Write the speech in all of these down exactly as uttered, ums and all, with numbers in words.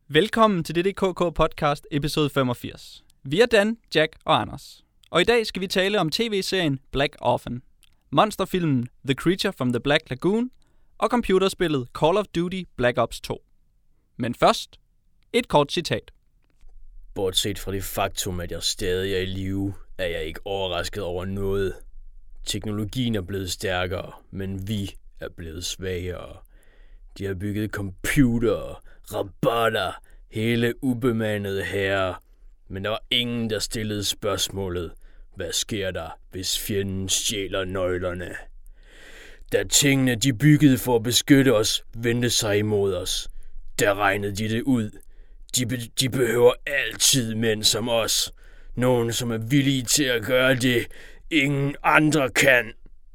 Velkommen til D D K K podcast episode femogfirs. Vi er Dan, Jack og Anders. Og i dag skal vi tale om tv-serien Black Orphan, monsterfilmen The Creature from the Black Lagoon og computerspillet Call of Duty Black Ops to. Men først, et kort citat. Bortset fra det faktum, at jeg stadig er i live, er jeg ikke overrasket over noget. Teknologien er blevet stærkere, men vi er blevet svagere. De har bygget computere, robotter, hele ubemandede herrer. Men der var ingen, der stillede spørgsmålet. Hvad sker der, hvis fjenden stjæler nøglerne? Da tingene, de byggede for at beskytte os, vendte sig imod os. Der regnede de det ud. De, be- de behøver altid mænd som os. Nogen, som er villige til at gøre det, ingen andre kan.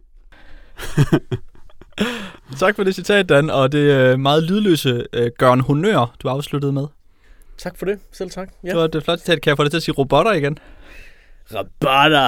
Tak for det citat, Dan, og det meget lydløse øh, gør en honør, du afsluttede med. Tak for det. Selv tak. Ja. Det var et flot citat. Kan jeg få dig til at sige robotter igen? Robotter.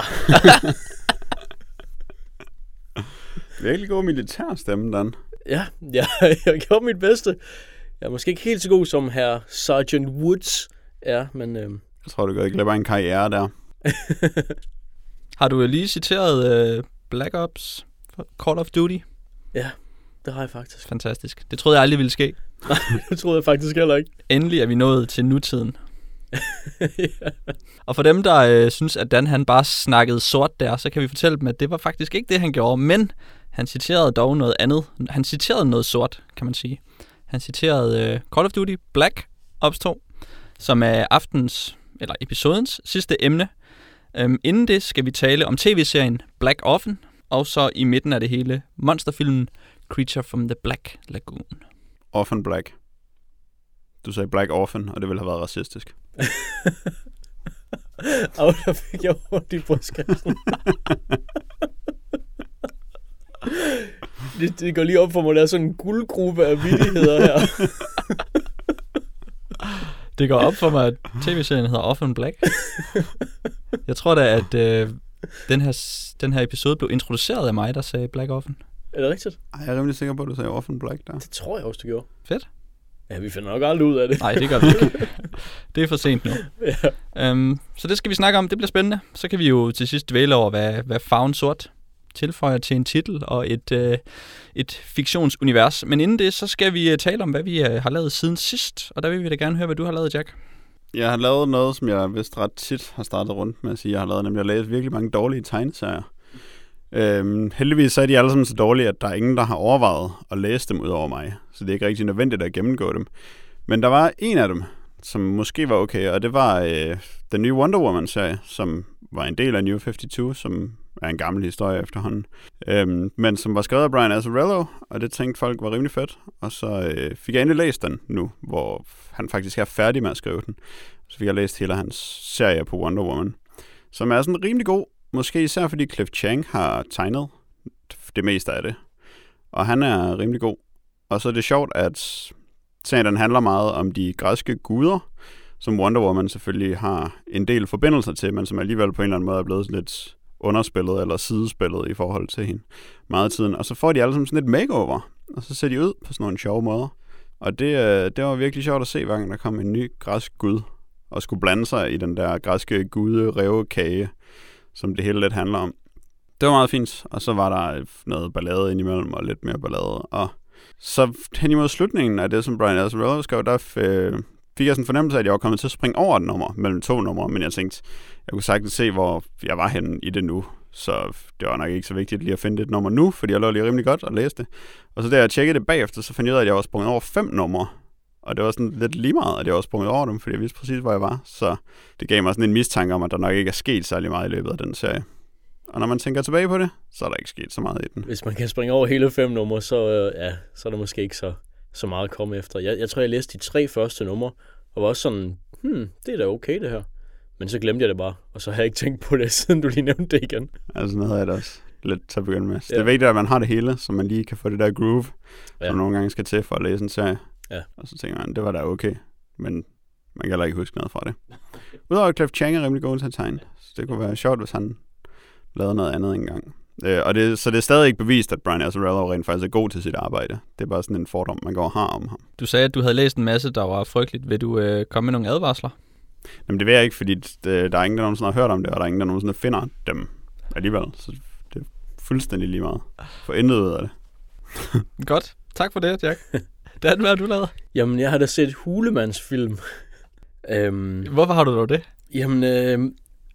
Virkelig god militærstemme, Dan. Ja, ja, jeg har gjort mit bedste. Jeg er måske ikke helt så god som herr Sergeant Woods er, men... Øhm... Jeg tror, du gør ikke bare en karriere der. Har du lige citeret øh, Black Ops, Call of Duty? Ja, det har jeg faktisk. Fantastisk. Det troede jeg aldrig ville ske. Nej, det troede jeg faktisk heller ikke. Endelig er vi nået til nutiden. Ja. Og for dem, der øh, synes, at Dan han bare snakkede sort der, så kan vi fortælle dem, at det var faktisk ikke det, han gjorde, men han citerede dog noget andet. Han citerede noget sort, kan man sige. Han citerede øh, Call of Duty Black Ops to, som er aftens, eller episodens sidste emne. Øhm, inden det skal vi tale om tv-serien Black Orphan, og så i midten af det hele monsterfilmen Creature from the Black Lagoon. Orphan Black. Du sagde Black Orphan, og det ville have været racistisk. Og der fik jeg rundt i brystkassen. det, det går lige op for mig, der er sådan en guldgruppe af vittigheder her. Det går op for mig, at tv-serien hedder Orphan Black. Jeg tror da, at øh, den, her, den her episode blev introduceret af mig, der sagde Black Orphan. Er det rigtigt? Ej, jeg er rimelig sikker på, at du sagde Orphan Black der. Det tror jeg også, du gjorde. Fedt. Ja, vi finder nok aldrig ud af det. Nej, det gør vi ikke. Det er for sent nu. Ja. Um, så det skal vi snakke om. Det bliver spændende. Så kan vi jo til sidst dvæle over, hvad, hvad farven sort tilføjer til en titel og et, øh, et fiktionsunivers. Men inden det, så skal vi uh, tale om, hvad vi uh, har lavet siden sidst. Og der vil vi da gerne høre, hvad du har lavet, Jack. Jeg har lavet noget, som jeg vist ret tit har startet rundt med at sige. Jeg har lavet nemlig at læse virkelig mange dårlige tegneserier. Øhm, heldigvis så er de alle sammen så dårlige, at der er ingen, der har overvejet at læse dem ud over mig. Så det er ikke rigtig nødvendigt at gennemgå dem. Men der var en af dem, som måske var okay, og det var øh, den nye Wonder Woman-serie, som var en del af New femoghalvtreds, som er en gammel historie efterhånden. Øhm, men som var skrevet af Brian Azzarello, og det tænkte folk var rimelig fedt. Og så øh, fik jeg endelig læst den nu, hvor han faktisk er færdig med at skrive den. Så fik jeg læst hele hans serie på Wonder Woman, som er sådan rimelig god. Måske især fordi Cliff Chiang har tegnet det meste af det. Og han er rimelig god. Og så er det sjovt, at serien den handler meget om de græske guder, som Wonder Woman selvfølgelig har en del forbindelser til, men som alligevel på en eller anden måde er blevet lidt underspillet eller sidespillet i forhold til hende meget tiden. Og så får de alle sammen sådan et makeover, og så ser de ud på sådan nogle sjove måder. Og det, det var virkelig sjovt at se, hver gang der kom en ny græsk gud, og skulle blande sig i den der græske gude-rævekage, som det hele lidt handler om. Det var meget fint, og så var der noget ballade indimellem, og lidt mere ballade. Og så hen imod slutningen af det, som Brian Azzarello skrev, der øh, fik jeg sådan en fornemmelse af, at jeg var kommet til at springe over et nummer, mellem to numre, men jeg tænkte, jeg kunne sagtens se, hvor jeg var henne i det nu, så det var nok ikke så vigtigt lige at finde et nummer nu, fordi jeg lå lige rimelig godt og læste det. Og så da jeg tjekkede det bagefter, så fandt jeg ud af, at jeg var sprunget over fem numre, og det var sådan lidt lige meget, at jeg var sprunget over dem, fordi jeg vidste præcis, hvor jeg var. Så det gav mig sådan en mistanke om, at der nok ikke er sket særlig meget i løbet af den serie. Og når man tænker tilbage på det, så er der ikke sket så meget i den. Hvis man kan springe over hele fem numre, så, øh, ja, så er der måske ikke så, så meget at komme efter. Jeg, jeg tror, jeg læste de tre første numre, og var også sådan, hmm, det er da okay det her. Men så glemte jeg det bare, og så har jeg ikke tænkt på det, siden du lige nævnte det igen. Altså, noget havde jeg da også lidt til at begynde med. Så ja. Det er vigtigt, at man har det hele, så man lige kan få det der groove, ja. som nogle gange skal til for at læse en serie. Ja. Og så tænker man, det var da okay, men man kan heller ikke huske noget fra det. Udover at Cliff Chiang er rimelig god til at tegne, så det kunne være sjovt, hvis han lavede noget andet engang. Øh, og det, så det er stadig ikke bevist, at Brian Azzarello rent faktisk er god til sit arbejde. Det er bare sådan en fordom, man går og har om ham. Du sagde, at du havde læst en masse, der var frygteligt. Vil du øh, komme med nogle advarsler? Jamen det vil jeg ikke, fordi det, der er ingen, der nogensinde har hørt om det, og der er ingen, der nogensinde finder dem alligevel. Så det er fuldstændig lige meget. For intet ud af det. Godt. Tak for det, Jack. Dan, hvad har du lavet? Jamen, jeg har da set Hulemandsfilm. øhm, Hvorfor har du dog det? Jamen, øh,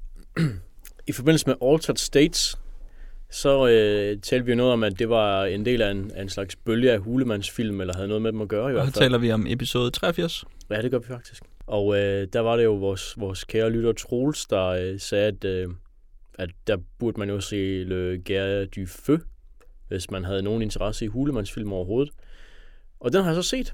i forbindelse med Altered States, så øh, talte vi jo noget om, at det var en del af en, af en slags bølge af Hulemandsfilm, eller havde noget med dem at gøre i hvert fald. Og her taler vi om episode treogfirs. Ja, det gør vi faktisk. Og øh, der var det jo vores, vores kære lytter Troels, der øh, sagde, at, øh, at der burde man jo se Le Guerre du Feu, hvis man havde nogen interesse i Hulemandsfilm overhovedet. Og den har jeg så set.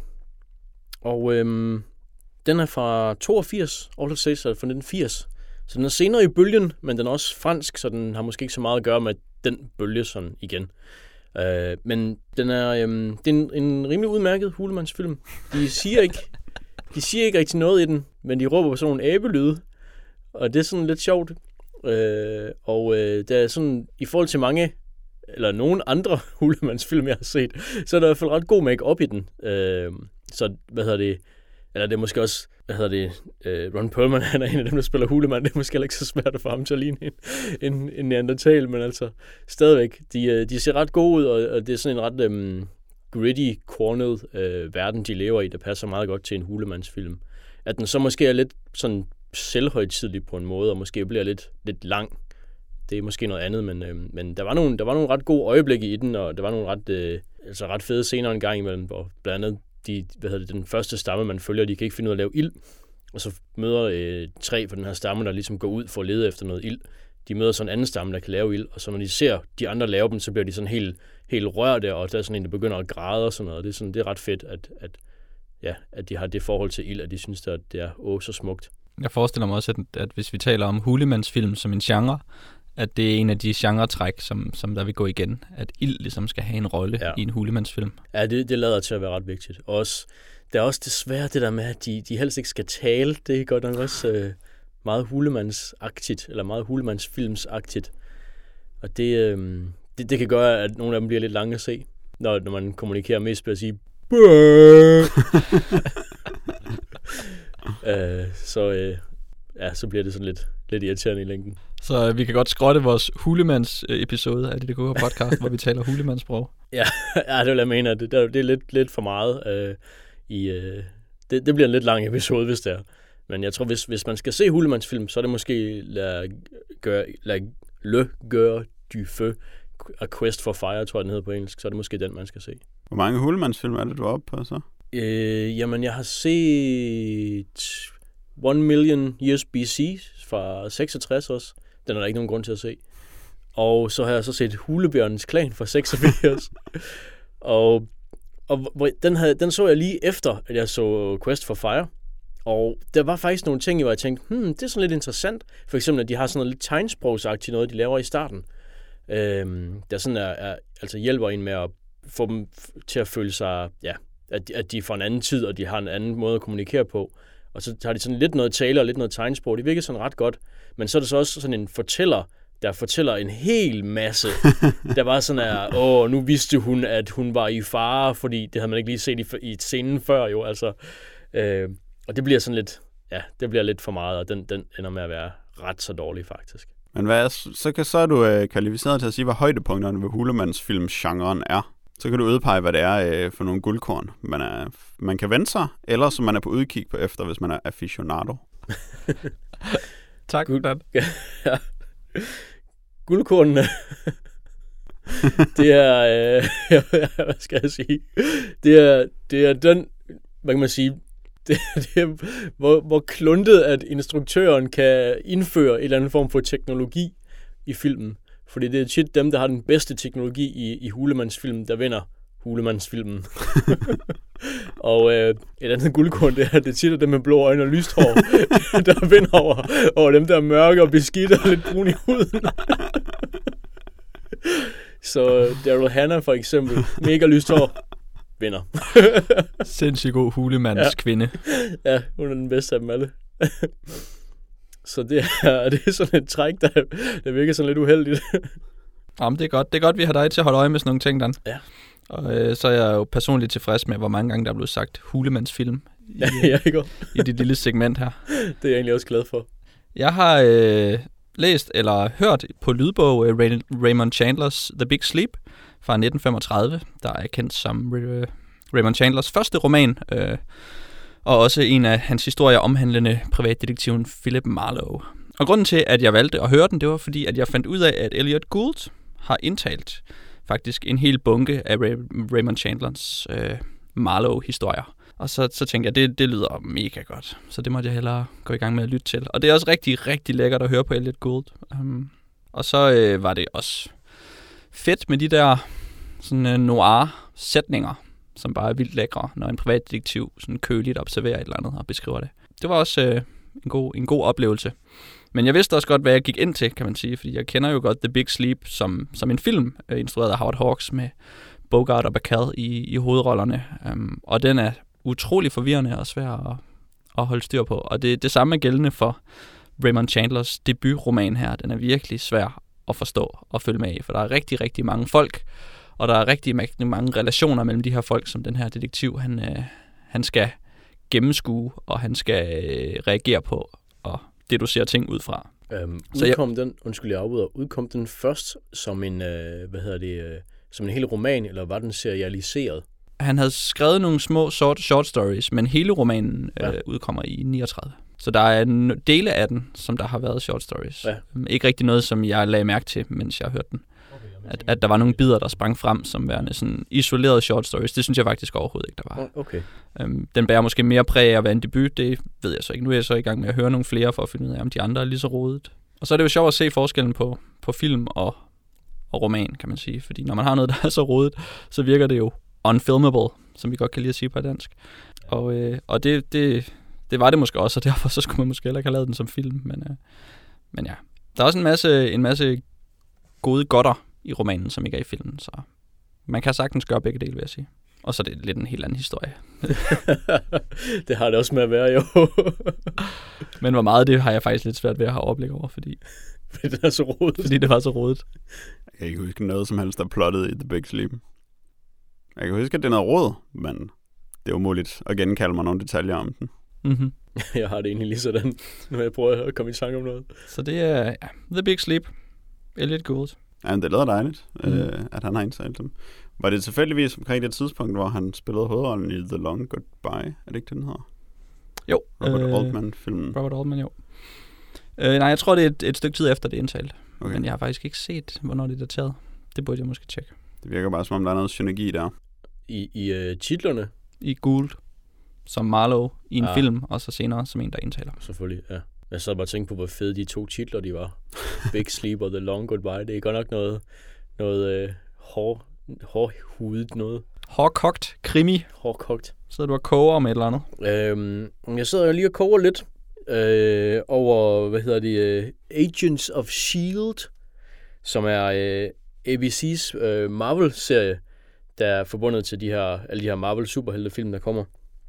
Og øhm, den er fra toogfirs, Altered States er fra nitten firs. Så den er senere i bølgen, men den er også fransk, så den har måske ikke så meget at gøre med den bølge sådan igen. Øh, men den er, øhm, det er en, en rimelig udmærket Hulemandsfilm. De siger ikke, de siger ikke rigtig noget i den, men de råber på sådan nogle æbelyde. Og det er sådan lidt sjovt. Øh, og øh, der er sådan, i forhold til mange eller nogen andre Hulemandsfilm, jeg har set, så er der i hvert fald ret god make-up i den. Øh, så, hvad hedder det, eller det er måske også, hvad hedder det, øh, Ron Perlman, han er en af dem, der spiller Hulemand. Det er måske heller ikke så svært at få ham til at ligne en, en, en neandertal, men altså, stadigvæk, de, de ser ret gode ud, og, og det er sådan en ret øhm, gritty, corned øh, verden, de lever i, der passer meget godt til en Hulemandsfilm. At den så måske er lidt sådan selvhøjtidlig på en måde, og måske bliver lidt, lidt lang. Det er måske noget andet, men, øh, men der, var nogle, der var nogle ret gode øjeblikke i den, og der var nogle ret, øh, altså ret fede scener en gang imellem, hvor blandt andet de, hvad hedder det, den første stamme, man følger, de kan ikke finde ud af at lave ild, og så møder øh, tre fra den her stamme, der ligesom går ud for at lede efter noget ild. De møder sådan en anden stamme, der kan lave ild, og så når de ser de andre lave dem, så bliver de sådan helt, helt rørte, og der er sådan en, der begynder at græde og sådan noget. Det er, sådan, det er ret fedt, at, at, ja, at de har det forhold til ild, at de synes, at det er åh, så smukt. Jeg forestiller mig også, at, at hvis vi taler om Hulemandsfilm som en genre, at det er en af de genretræk, som, som der vil gå igen. At ild ligesom skal have en rolle ja. i en Hulemandsfilm. Ja, det, det lader til at være ret vigtigt. Også, der er også desværre det der med, at de, de helst ikke skal tale. Det er godt nok også øh, meget Hulemandsagtigt, eller meget Hulemandsfilmsagtigt. Og det, øh, det, det kan gøre, at nogle af dem bliver lidt lange at se, når, når man kommunikerer mest ved at sige øh, så, øh, ja, så bliver det sådan lidt, lidt irriterende i længden. Så øh, vi kan godt skrotte vores Hulemands-episode af det, det gode podcast, hvor vi taler Hulemandsprog. Ja, ja, det vil jeg mene, at det, det er lidt, lidt for meget. Øh, i, øh, det, det bliver en lidt lang episode, hvis det er. Men jeg tror, hvis, hvis man skal se Hulemandsfilm, så er det måske la, gør, la, Le Guerre du Feu, A Quest for Fire, tror jeg, den hedder på engelsk. Så er det måske den, man skal se. Hvor mange Hulemandsfilm er det, du er oppe på så? Øh, jamen, jeg har set One Million Years B C fra seksogtres også. Den er der ikke nogen grund til at se. Og så har jeg så set Hulebjørnens Klan fra seksogfirs. og og den, havde, den så jeg lige efter, at jeg så Quest for Fire. Og der var faktisk nogle ting, hvor jeg tænkte, hmm, det er sådan lidt interessant. For eksempel, at de har sådan noget lidt tegnsprogsagtigt noget, de laver i starten. Øhm, der sådan er, er, altså hjælper en med at få dem til at føle sig, ja, at, at de får en anden tid, og de har en anden måde at kommunikere på. Og så har de sådan lidt noget tale og lidt noget tegnsprog. Det virker sådan ret godt. Men så er det så også sådan en fortæller, der fortæller en hel masse. Der var sådan her, åh, nu vidste hun, at hun var i fare, fordi det havde man ikke lige set i, i scenen før jo, altså. Øh, og det bliver sådan lidt, ja, det bliver lidt for meget, og den, den ender med at være ret så dårlig faktisk. Men hvad er, så, kan, så er du øh, kvalificeret til at sige, hvad højdepunkterne ved Hulemandsfilmsgenren er. Så kan du udpege, hvad det er øh, for nogle guldkorn, man, er, man kan vente sig, eller som man er på udkig på efter, hvis man er aficionado. Tak, Dan. Ja. Guldkornene. Det er, øh, hvad skal jeg sige? Det er, det er den, hvad kan man sige, det, det er, hvor, hvor kluntet, at instruktøren kan indføre en eller anden form for teknologi i filmen. Fordi det er tit dem, der har den bedste teknologi i, i Hulemandsfilmen, der vinder Hulemandsfilmen. Og øh, et andet guldkorn, det er, at det er tit dem med blå øjne og lyst hår, der vinder over, over dem, der er mørke og beskidte og lidt brune i huden. Så Daryl Hannah for eksempel, mega lyst hår, vinder. Sindssygt god Hulemands ja. kvinde. Ja, hun er den bedste af dem alle. Så det er, det er sådan et træk, der, der virker sådan lidt uheldigt. Jamen, det er godt. Det er godt, vi har dig til at holde øje med sådan nogle ting, Dan. Ja. Og øh, så er jeg jo personligt tilfreds med, hvor mange gange der er blevet sagt hulemandsfilm i, Ja, ja, ikke? i det lille segment her. Det er jeg egentlig også glad for. Jeg har øh, læst eller hørt på lydbog øh, Ray- Raymond Chandlers The Big Sleep fra nitten femogtredive, der er kendt som øh, Raymond Chandlers første roman, øh, og også en af hans historier omhandlende privatdetektiven Philip Marlowe. Og grunden til, at jeg valgte at høre den, det var fordi, at jeg fandt ud af, at Elliot Gould har indtalt faktisk en hel bunke af Ray- Raymond Chandlers øh, Marlowe-historier. Og så, så tænkte jeg, det, det lyder mega godt. Så det måtte jeg hellere gå i gang med at lytte til. Og det er også rigtig, rigtig lækkert at høre på Elliot Gould. Um, og så øh, var det også fedt med de der sådan, øh, noir-sætninger, som bare er vildt lækre, når en privatdetektiv sådan køligt observerer et eller andet og beskriver det. Det var også øh, en, god, en god oplevelse. Men jeg vidste også godt, hvad jeg gik ind til, kan man sige, fordi jeg kender jo godt The Big Sleep som, som en film, øh, instrueret af Howard Hawks med Bogart og Bacall i, i hovedrollerne. Um, og den er utrolig forvirrende og svær at, at holde styr på. Og det, det samme er gældende for Raymond Chandlers debutroman her. Den er virkelig svær at forstå og følge med i, for der er rigtig, rigtig mange folk, og der er rigtig mange relationer mellem de her folk, som den her detektiv, han, øh, han skal gennemskue, og han skal øh, reagere på, og deducere ting ud fra. Øhm, udkom jeg... den, undskyld jeg afbryder, udkom den først som en, øh, hvad hedder det, øh, som en hel roman, eller var den serialiseret? Han havde skrevet nogle små short, short stories, men hele romanen ja. øh, udkommer i niogtredive. Så der er en dele af den, som der har været short stories. Ja. Ikke rigtig noget, som jeg lagde mærke til, mens jeg hørte den. Okay, at, at der var nogle bidder, der sprang frem som værende sådan isolerede short stories. Det synes jeg faktisk overhovedet ikke, der var. Okay. Øhm, den bærer måske mere præg af at være en debut, det ved jeg så ikke. Nu er jeg så i gang med at høre nogle flere for at finde ud af, om de andre er lige så rodet. Og så er det jo sjovt at se forskellen på, på film og, og roman, kan man sige. Fordi når man har noget, der er så rodet, så virker det jo unfilmable, som vi godt kan lide at sige på dansk. Og, øh, og det, det, det var det måske også, og derfor så skulle man måske heller ikke have lavet den som film. Men, øh, men ja, der er også en masse, en masse gode godter i romanen, som ikke er i filmen, så man kan sagtens gøre begge dele, vil jeg sige. Og så er det lidt en helt anden historie. Det har det også med at være, jo. Men hvor meget det har jeg faktisk lidt svært ved at have overblik over, fordi, fordi det er så rodet. Fordi det var så rodet. Jeg kan ikke huske noget som helst, der er plottet i The Big Sleep. Jeg kan huske, at det er noget råd, men det er umuligt at genkalde mig nogle detaljer om den. Mm-hmm. Jeg har det egentlig lige sådan, når jeg prøver at komme i tanke om noget. Så det er ja, The Big Sleep. Elliot Gould. Ja, det lyder dejligt, mm. øh, at han har indtalt dem. Var det tilfældigvis omkring det tidspunkt, hvor han spillede hovedrollen i The Long Goodbye? Er det ikke det, den hedder? Jo. Robert øh, Altman-filmen. Robert Altman, jo. Øh, nej, jeg tror, det er et, et stykke tid efter, det er indtalt. Okay. Men jeg har faktisk ikke set, hvornår det er dateret. Det burde jeg måske tjekke. Det virker bare, som om der er noget synergi der. I, i uh, titlerne? I Gould, som Marlowe i en ah. film, og så senere som en, der indtaler. Selvfølgelig, ja. Jeg sad bare og tænkte på, hvor fede de to titler de var. Big Sleep og The Long Goodbye. Det er godt nok noget, noget øh, hår, hårdhudet noget. Hårdkogt krimi. Hårdkogt. Så du og koger med et eller andet? Øhm, jeg sidder lige og koger lidt øh, over, hvad hedder det, uh, Agents of S H I E L D, som er øh, A B C's øh, Marvel-serie, der er forbundet til de her, alle de her Marvel-superheltefilm, der kommer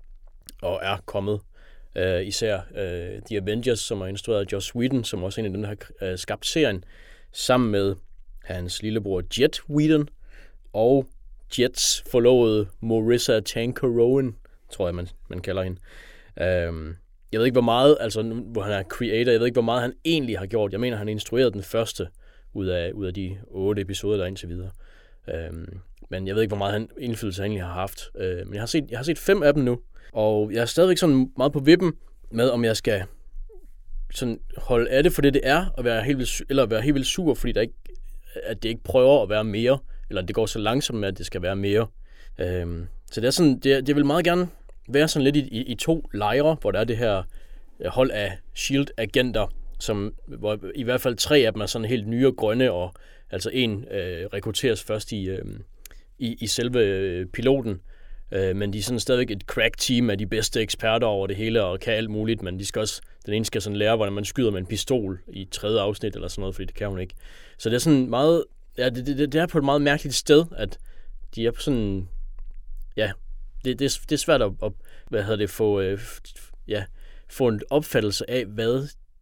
og er kommet. Uh, især uh, The Avengers, som er instrueret af Joss Whedon, som også er en af dem, der har uh, skabt serien, sammen med hans lillebror Jet Whedon, og Jets forlovede Marissa Tancarowen, tror jeg, man, man kalder hende. Uh, jeg ved ikke, hvor meget, altså, hvor han er creator, jeg ved ikke, hvor meget han egentlig har gjort. Jeg mener, han instruerede den første ud af, ud af de otte episoder, der er indtil videre. Uh, men jeg ved ikke, hvor meget han indflydelse han egentlig har haft. Uh, men jeg har, set, jeg har set fem af dem nu. Og jeg er stadigvæk sådan meget på vippen med, om jeg skal sådan holde af det for det, det er, og være helt vildt, eller være helt vildt sur, fordi der ikke, at det ikke prøver at være mere, eller det går så langsomt med, at det skal være mere. Øhm, så det er sådan, det, det vil meget gerne være sådan lidt i, i, i to lejre, hvor der er det her hold af S H I E L D-agenter, som, hvor i hvert fald tre af dem er sådan helt nye og grønne, og altså en øh, rekrutteres først i, øh, i, i selve øh, piloten. Øh, men de er sådan stadigvæk et crack-team af de bedste eksperter over det hele, og kan alt muligt, men de skal også, den ene skal sådan lære, hvordan man skyder med en pistol i tredje afsnit, eller sådan noget, fordi det kan hun ikke. Så det er sådan meget, ja, det, det, det er på et meget mærkeligt sted, at de er på sådan, ja, det, det, det er svært at, at hvad hedder det, få, øh, ja, få en opfattelse af, hvad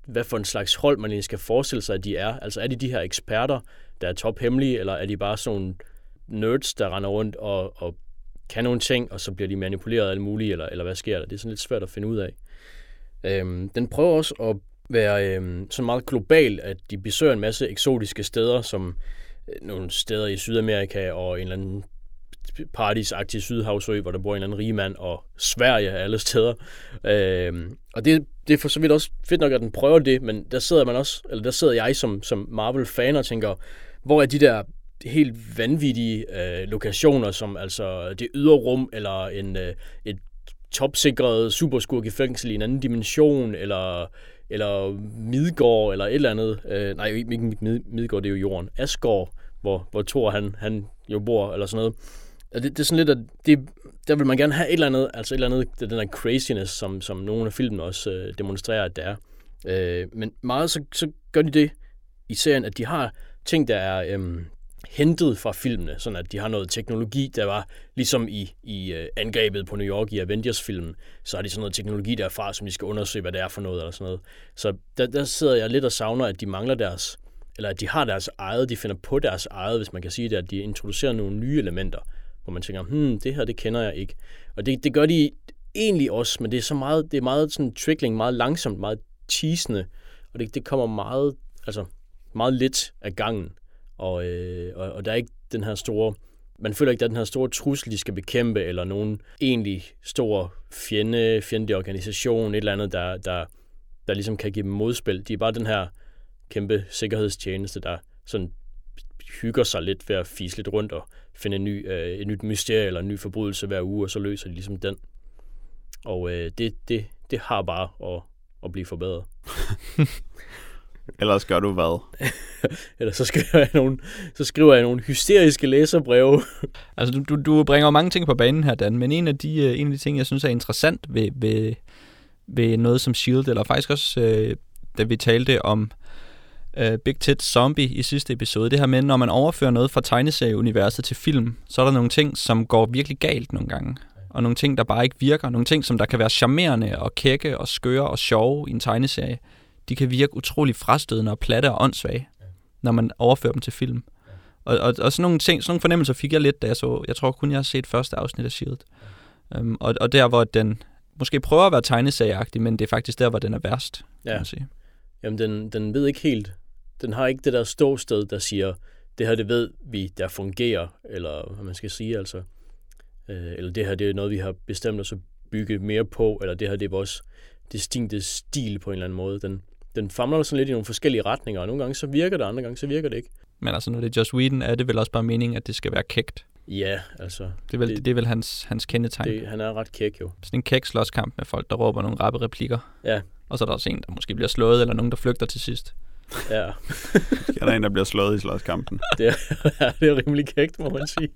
hvad for en slags hold man egentlig skal forestille sig, at de er. Altså er de de her eksperter, der er tophemmelige, eller er de bare sådan nogle nerds, der render rundt og, og kan nogle ting, og så bliver de manipuleret af alt muligt, eller, eller hvad sker der? Det er sådan lidt svært at finde ud af. Øhm, den prøver også at være øhm, sådan meget global, at de besøger en masse eksotiske steder, som øh, nogle steder i Sydamerika, og en eller anden paradisagtig sydhavsø, hvor der bor en eller anden rigmand, og Sverige af alle steder. Øhm, og det, det er for så vidt også fedt nok, at den prøver det, men der sidder man også, eller der sidder jeg som, som Marvel-fan og tænker, hvor er de der helt vanvittige øh, lokationer, som altså det ydre rum, eller en, øh, et topsikret superskurk i fængsel i en anden dimension, eller, eller Midgård, eller et eller andet. Øh, nej, ikke Mid- Midgård, det er jo jorden. Asgård, hvor, hvor Thor han, han jo bor, eller sådan noget. Det, det er sådan lidt, at det, der vil man gerne have et eller andet, altså et eller andet, den der craziness, som, som nogle af filmene også øh, demonstrerer, at det er. Øh, men meget så, så gør de det i serien, at de har ting, der er øh, hentet fra filmene, sådan at de har noget teknologi, der var ligesom i, i øh, angrebet på New York i Avengers-filmen, så har de sådan noget teknologi derfra, som de skal undersøge, hvad det er for noget, eller sådan noget. Så der, der sidder jeg lidt og savner, at de mangler deres, eller at de har deres eget, de finder på deres eget, hvis man kan sige det, at de introducerer nogle nye elementer, hvor man tænker, hmm, det her, det kender jeg ikke. Og det, det gør de egentlig også, men det er så meget, det er meget sådan trickling, meget langsomt, meget teasende, og det, det kommer meget, altså meget lidt af gangen. Og, øh, og, og der er ikke den her store, man føler ikke, der er den her store trussel, de skal bekæmpe, eller nogen egentlig stor fjende, fjendelig organisation, et eller andet, der, der, der ligesom kan give dem modspil. De er bare den her kæmpe sikkerhedstjeneste, der sådan hygger sig lidt ved at fise lidt rundt og finde en ny, øh, et nyt mysterie eller en ny forbrydelse hver uge, og så løser de ligesom den. Og øh, det, det, det har bare at, at blive forbedret. Ellers gør du hvad? Eller så skriver jeg nogle, så skriver jeg nogle hysteriske læserbreve. Altså, du, du bringer jo mange ting på banen her, Dan, men en af de, en af de ting, jeg synes er interessant ved, ved, ved noget som S H I E L D, eller faktisk også, øh, da vi talte om øh, Big Tit Zombie i sidste episode, det her med, når man overfører noget fra tegneserieuniverset til film, så er der nogle ting, som går virkelig galt nogle gange. Og nogle ting, der bare ikke virker. Nogle ting, som der kan være charmerende og kække og skøre og sjove i en tegneserie. De kan virke utrolig frastødende og platte og åndssvage, når man overfører dem til film. Og, og, og sådan nogle ting, sådan nogle fornemmelser fik jeg lidt, da jeg så, jeg tror kun, jeg har set første afsnit af S H I E L D. Um, og, og der, hvor den måske prøver at være tegneserieagtig, men det er faktisk der, hvor den er værst, kan ja. man sige. Jamen, den, den ved ikke helt, den har ikke det der ståsted, der siger, det her, det ved vi, der fungerer, eller hvad man skal sige, altså. Øh, eller det her, det er noget, vi har bestemt os at bygge mere på, eller det her, det er vores distinkte stil på en eller anden måde. Den, den famler sådan lidt i nogle forskellige retninger, og nogle gange så virker det, andre gange så virker det ikke. Men altså, når det er Joss Whedon, er det vel også bare meningen, at det skal være kægt? Ja, altså. Det er vel, det, det er vel hans, hans kendetegn. Det, han er ret kæk, jo. Sådan en kæk slåskamp med folk, der råber nogle rappe replikker. Ja. Og så er der også en, der måske bliver slået, eller nogen, der flygter til sidst. Ja. Måske er der en, der bliver slået i slåskampen. det, er, det er rimelig kægt, må man sige.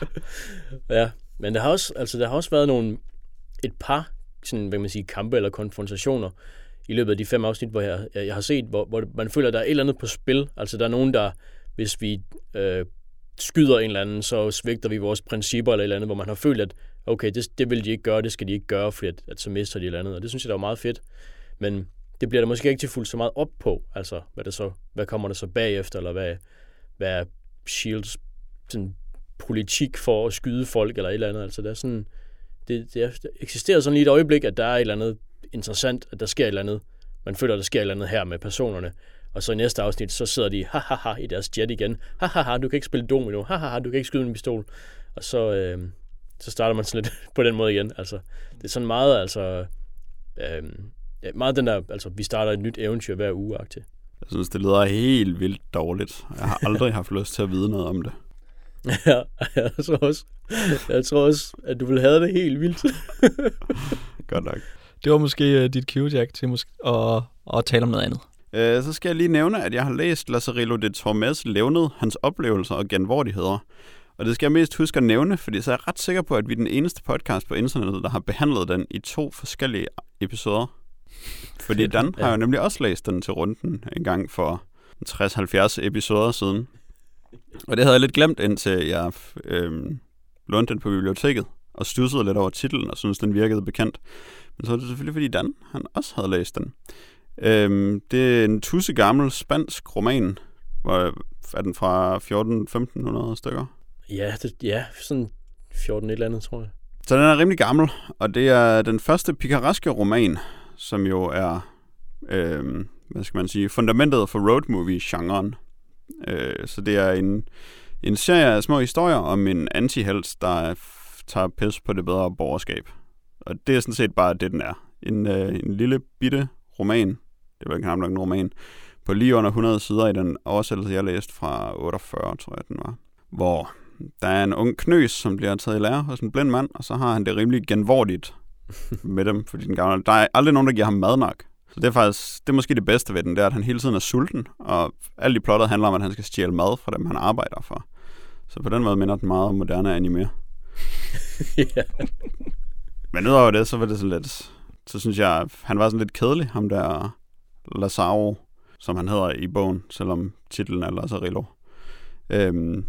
Ja, men der har også, altså, der har også været nogle, et par sådan, hvad kan man sige, kampe eller konfrontationer i løbet af de fem afsnit, hvor jeg, jeg, jeg har set, hvor, hvor man føler, at der er et eller andet på spil. Altså, der er nogen, der, hvis vi øh, skyder en eller anden, så svigter vi vores principper eller et eller andet, hvor man har følt, at okay, det, det vil de ikke gøre, det skal de ikke gøre, fordi at, at så mister de et eller andet. Og det synes jeg, der er meget fedt. Men det bliver der måske ikke til fuldt så meget op på. Altså, hvad, det så, hvad kommer der så bagefter, eller hvad, hvad er S H I E L D's sådan, politik for at skyde folk, eller et eller andet. Altså, der er sådan, det, det eksisterer sådan lige et øjeblik, at der er et eller andet interessant, at der sker et eller andet. Man føler, at der sker et eller andet her med personerne. Og så i næste afsnit, så sidder de ha ha ha i deres jet igen. Ha ha ha, du kan ikke spille domino. Ha ha ha, du kan ikke skyde en pistol. Og så, øh, så starter man sådan lidt på den måde igen. Altså, det er sådan meget, altså, øh, meget den der, altså, vi starter et nyt eventyr hver uge-agtigt. Jeg synes, det lyder helt vildt dårligt. Jeg har aldrig haft lyst til at vide noget om det. Ja, jeg tror også, jeg tror også, at du vil have det helt vildt. Godt nok. Det var måske uh, dit cue, Jack, til mås- at, at tale om noget andet. Øh, så skal jeg lige nævne, at jeg har læst Lazarillo de Tormes levned, hans oplevelser og genvordigheder. Og det skal jeg mest huske at nævne, fordi så er jeg ret sikker på, at vi er den eneste podcast på internettet, der har behandlet den i to forskellige episoder. Fordi Dan har jo nemlig også læst den til runden en gang for tres til halvfjerds episoder siden. Og det havde jeg lidt glemt, indtil jeg øh, lånte den på biblioteket og stussede lidt over titlen og syntes, den virkede bekendt. Men så var det selvfølgelig, fordi Dan han også havde læst den. Øhm, det er en tusse gammel spansk roman. Hvor er den fra fjorten femten hundrede stykker? Ja, det, ja, sådan fjorten et eller andet, tror jeg. Så den er rimelig gammel, og det er den første picareske roman, som jo er, øh, hvad skal man sige, fundamentet for road movie-genren. Øh, så det er en, en serie af små historier om en antihelt, der tager pis på det bedre borgerskab. Og det er sådan set bare det, den er. En, øh, en lille bitte roman, det var ikke knap nok en roman, på lige under hundrede sider i den oversættelse, jeg læste fra otteogfyrre, tror jeg, den var. Hvor der er en ung knøs, som bliver taget i lære hos en blind mand, og så har han det rimelig genvordigt med dem, fordi den gamle, der er aldrig nogen, der giver ham mad nok. Så det er faktisk, det er måske det bedste ved den, det er, at han hele tiden er sulten, og alt i plottet handler om, at han skal stjæle mad fra dem, han arbejder for. Så på den måde minder den meget om moderne anime. Ja. Men udover det, så var det sådan lidt, så synes jeg, han var sådan lidt kedelig, ham der Lazaro, som han hedder i bogen, selvom titlen er Lazarillo. Øhm,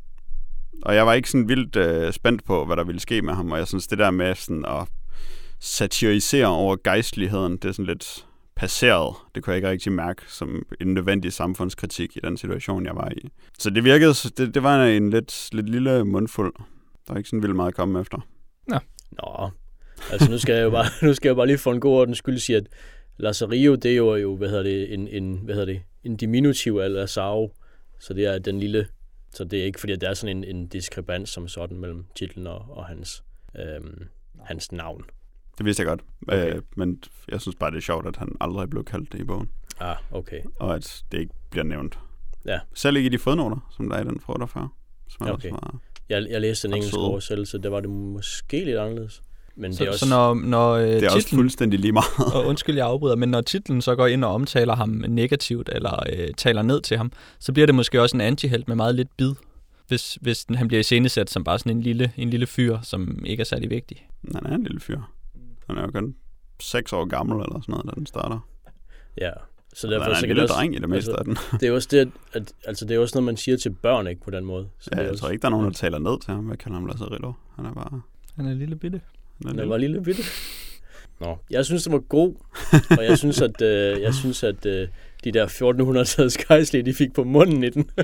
og jeg var ikke sådan vildt øh, spændt på, hvad der ville ske med ham, og jeg synes, det der med sådan at satirisere over gejstligheden, det er sådan lidt passeret. Det kunne jeg ikke rigtig mærke som en nødvendig samfundskritik i den situation, jeg var i. Så det virkede, det, det var en lidt, lidt lille mundfuld. Der er ikke sådan vildt meget at komme efter. Ja. Nå, altså nu skal jeg jo bare, nu skal jeg bare lige for en god ordens skyld sige, at Lazarillo, det er jo, jo hvad hedder det, en, en, hvad hedder det, en diminutiv af Lazaro, så det er den lille, så det er ikke fordi, at der er sådan en, en diskrepans som sådan mellem titlen og, og hans, øhm, hans navn. Det vidste jeg godt, Okay. øh, men jeg synes bare, det er sjovt, at han aldrig blev kaldt det i bogen. Ah, okay. Og at det ikke bliver nævnt. Ja. Selv ikke i de fodnoter, som der er i den fra otteogfyrre. Som Okay. var Jeg, jeg læste en engelsk Absolut. oversættelse, der var det måske lidt anderledes. Men Så, det er også... så når, når øh, det er titlen, også fuldstændig lige meget. og undskyld, jeg afbryder, men når titlen så går ind og omtaler ham negativt, eller øh, taler ned til ham, så bliver det måske også en antihelt med meget lidt bid, hvis, hvis den, han bliver iscenesat som bare sådan en lille, en lille fyr, som ikke er særlig vigtig. Han er en lille fyr. Han er jo kun seks år gammel eller sådan noget, da den starter. Ja, så Han derfor er så en kan lille det også, dreng i det meste altså, af den. det er også det, at, altså det er også noget, man siger til børn, ikke, på den måde. Så Ja, det er jeg også, tror ikke, der er nogen, der taler ned til ham. Hvad kalder ham Lazarillo? Han er bare... Han er en lille bitte. Han er Den lille. var lille bitte. Nå, jeg synes, det var god, og jeg synes, at, øh, jeg synes, at øh, de der fjorten hundrede-tals gejstlige, de fik på munden i den.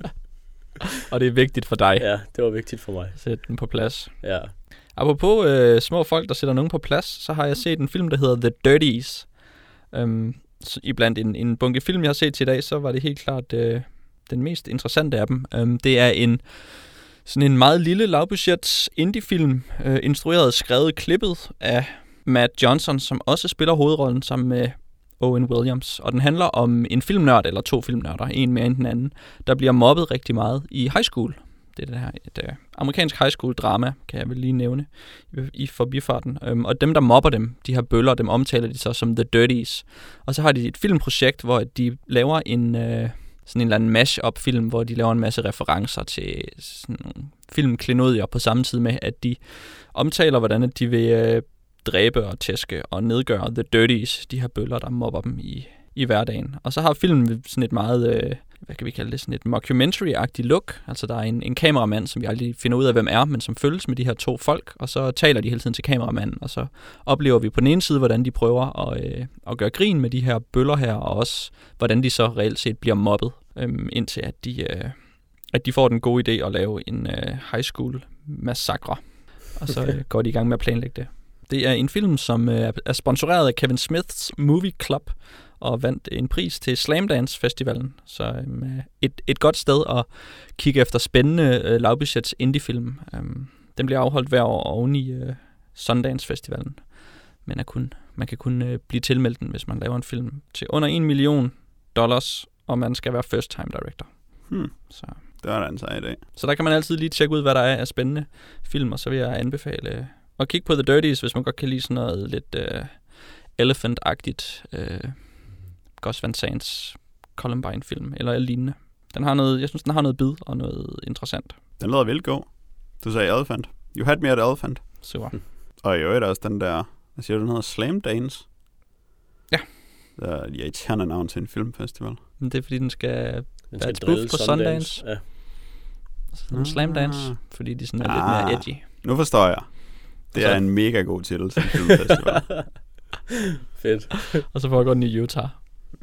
Og det er vigtigt for dig. Ja, det var vigtigt for mig. Sæt den på plads. Ja. Apropos øh, små folk, der sætter nogen på plads, så har jeg set en film, der hedder The Dirties. Øhm, så iblandt en, en bunke film, jeg har set til i dag, så var det helt klart øh, den mest interessante af dem. Øhm, det er en sådan en meget lille lavbudget indie-film, øh, instrueret, skrevet, klippet af Matt Johnson, som også spiller hovedrollen sammen med Owen Williams. Og den handler om en filmnørd, eller to filmnørder, en mere end den anden, der bliver mobbet rigtig meget i high school. Det er det her et uh, amerikansk high school drama, kan jeg vel lige nævne i, i forbifarten. Um, og dem, der mobber dem, de her bøller, dem omtaler de så som The Dirties. Og så har de et filmprojekt, hvor de laver en uh, sådan en eller anden mash-up-film, hvor de laver en masse referencer til sådan nogle filmklenodier på samme tid med, at de omtaler, hvordan de vil uh, dræbe og tæske og nedgøre The Dirties, de her bøller, der mobber dem i, i hverdagen. Og så har filmen sådan et meget... Uh, hvad kan vi kalde det, sådan et mockumentary-agtigt look. Altså der er en, en kameramand, som vi aldrig finder ud af, hvem er, men som følges med de her to folk, og så taler de hele tiden til kameramanden, og så oplever vi på den ene side, hvordan de prøver at, øh, at gøre grin med de her bøller her, og også hvordan de så reelt set bliver mobbet, øh, indtil at de, øh, at de får den gode idé at lave en øh, high school massakre. Og så øh, går de i gang med at planlægge det. Det er en film, som øh, er sponsoreret af Kevin Smiths Movie Club, og vandt en pris til Slamdance Festivalen. Så øhm, et, et godt sted at kigge efter spændende øh, lavbudgets indiefilm. Øhm, den bliver afholdt hver år oven i øh, Sundance Festivalen. Men er kun, man kan kun øh, blive tilmeldt den, hvis man laver en film til under en million dollars, og man skal være first time director. Hmm. Så. Det var da en sej i dag. så der kan man altid lige tjekke ud, hvad der er af spændende film, og så vil jeg anbefale øh, at kigge på The Dirties, hvis man godt kan lide sådan noget lidt øh, elephant-agtigt. Øh, Gus Van Sants Columbine-film, eller lignende. Den har noget, jeg synes, den har noget bid og noget interessant. Den lyder vildt god. Du sagde Elephant. You had me at Elephant. Super. Og i øvrigt også den der, hvad siger du, den hedder Slam Dance? Ja. Det er et irriterende navn til en filmfestival. Men det er, fordi den skal Den være skal et spoof drille på Sundance. Ja. Sådan en slam dance, fordi de sådan er Ah. lidt mere edgy. Nu forstår jeg. Det Så- er en mega god titel til en filmfestival. Fedt. Og så foregår den i Utah.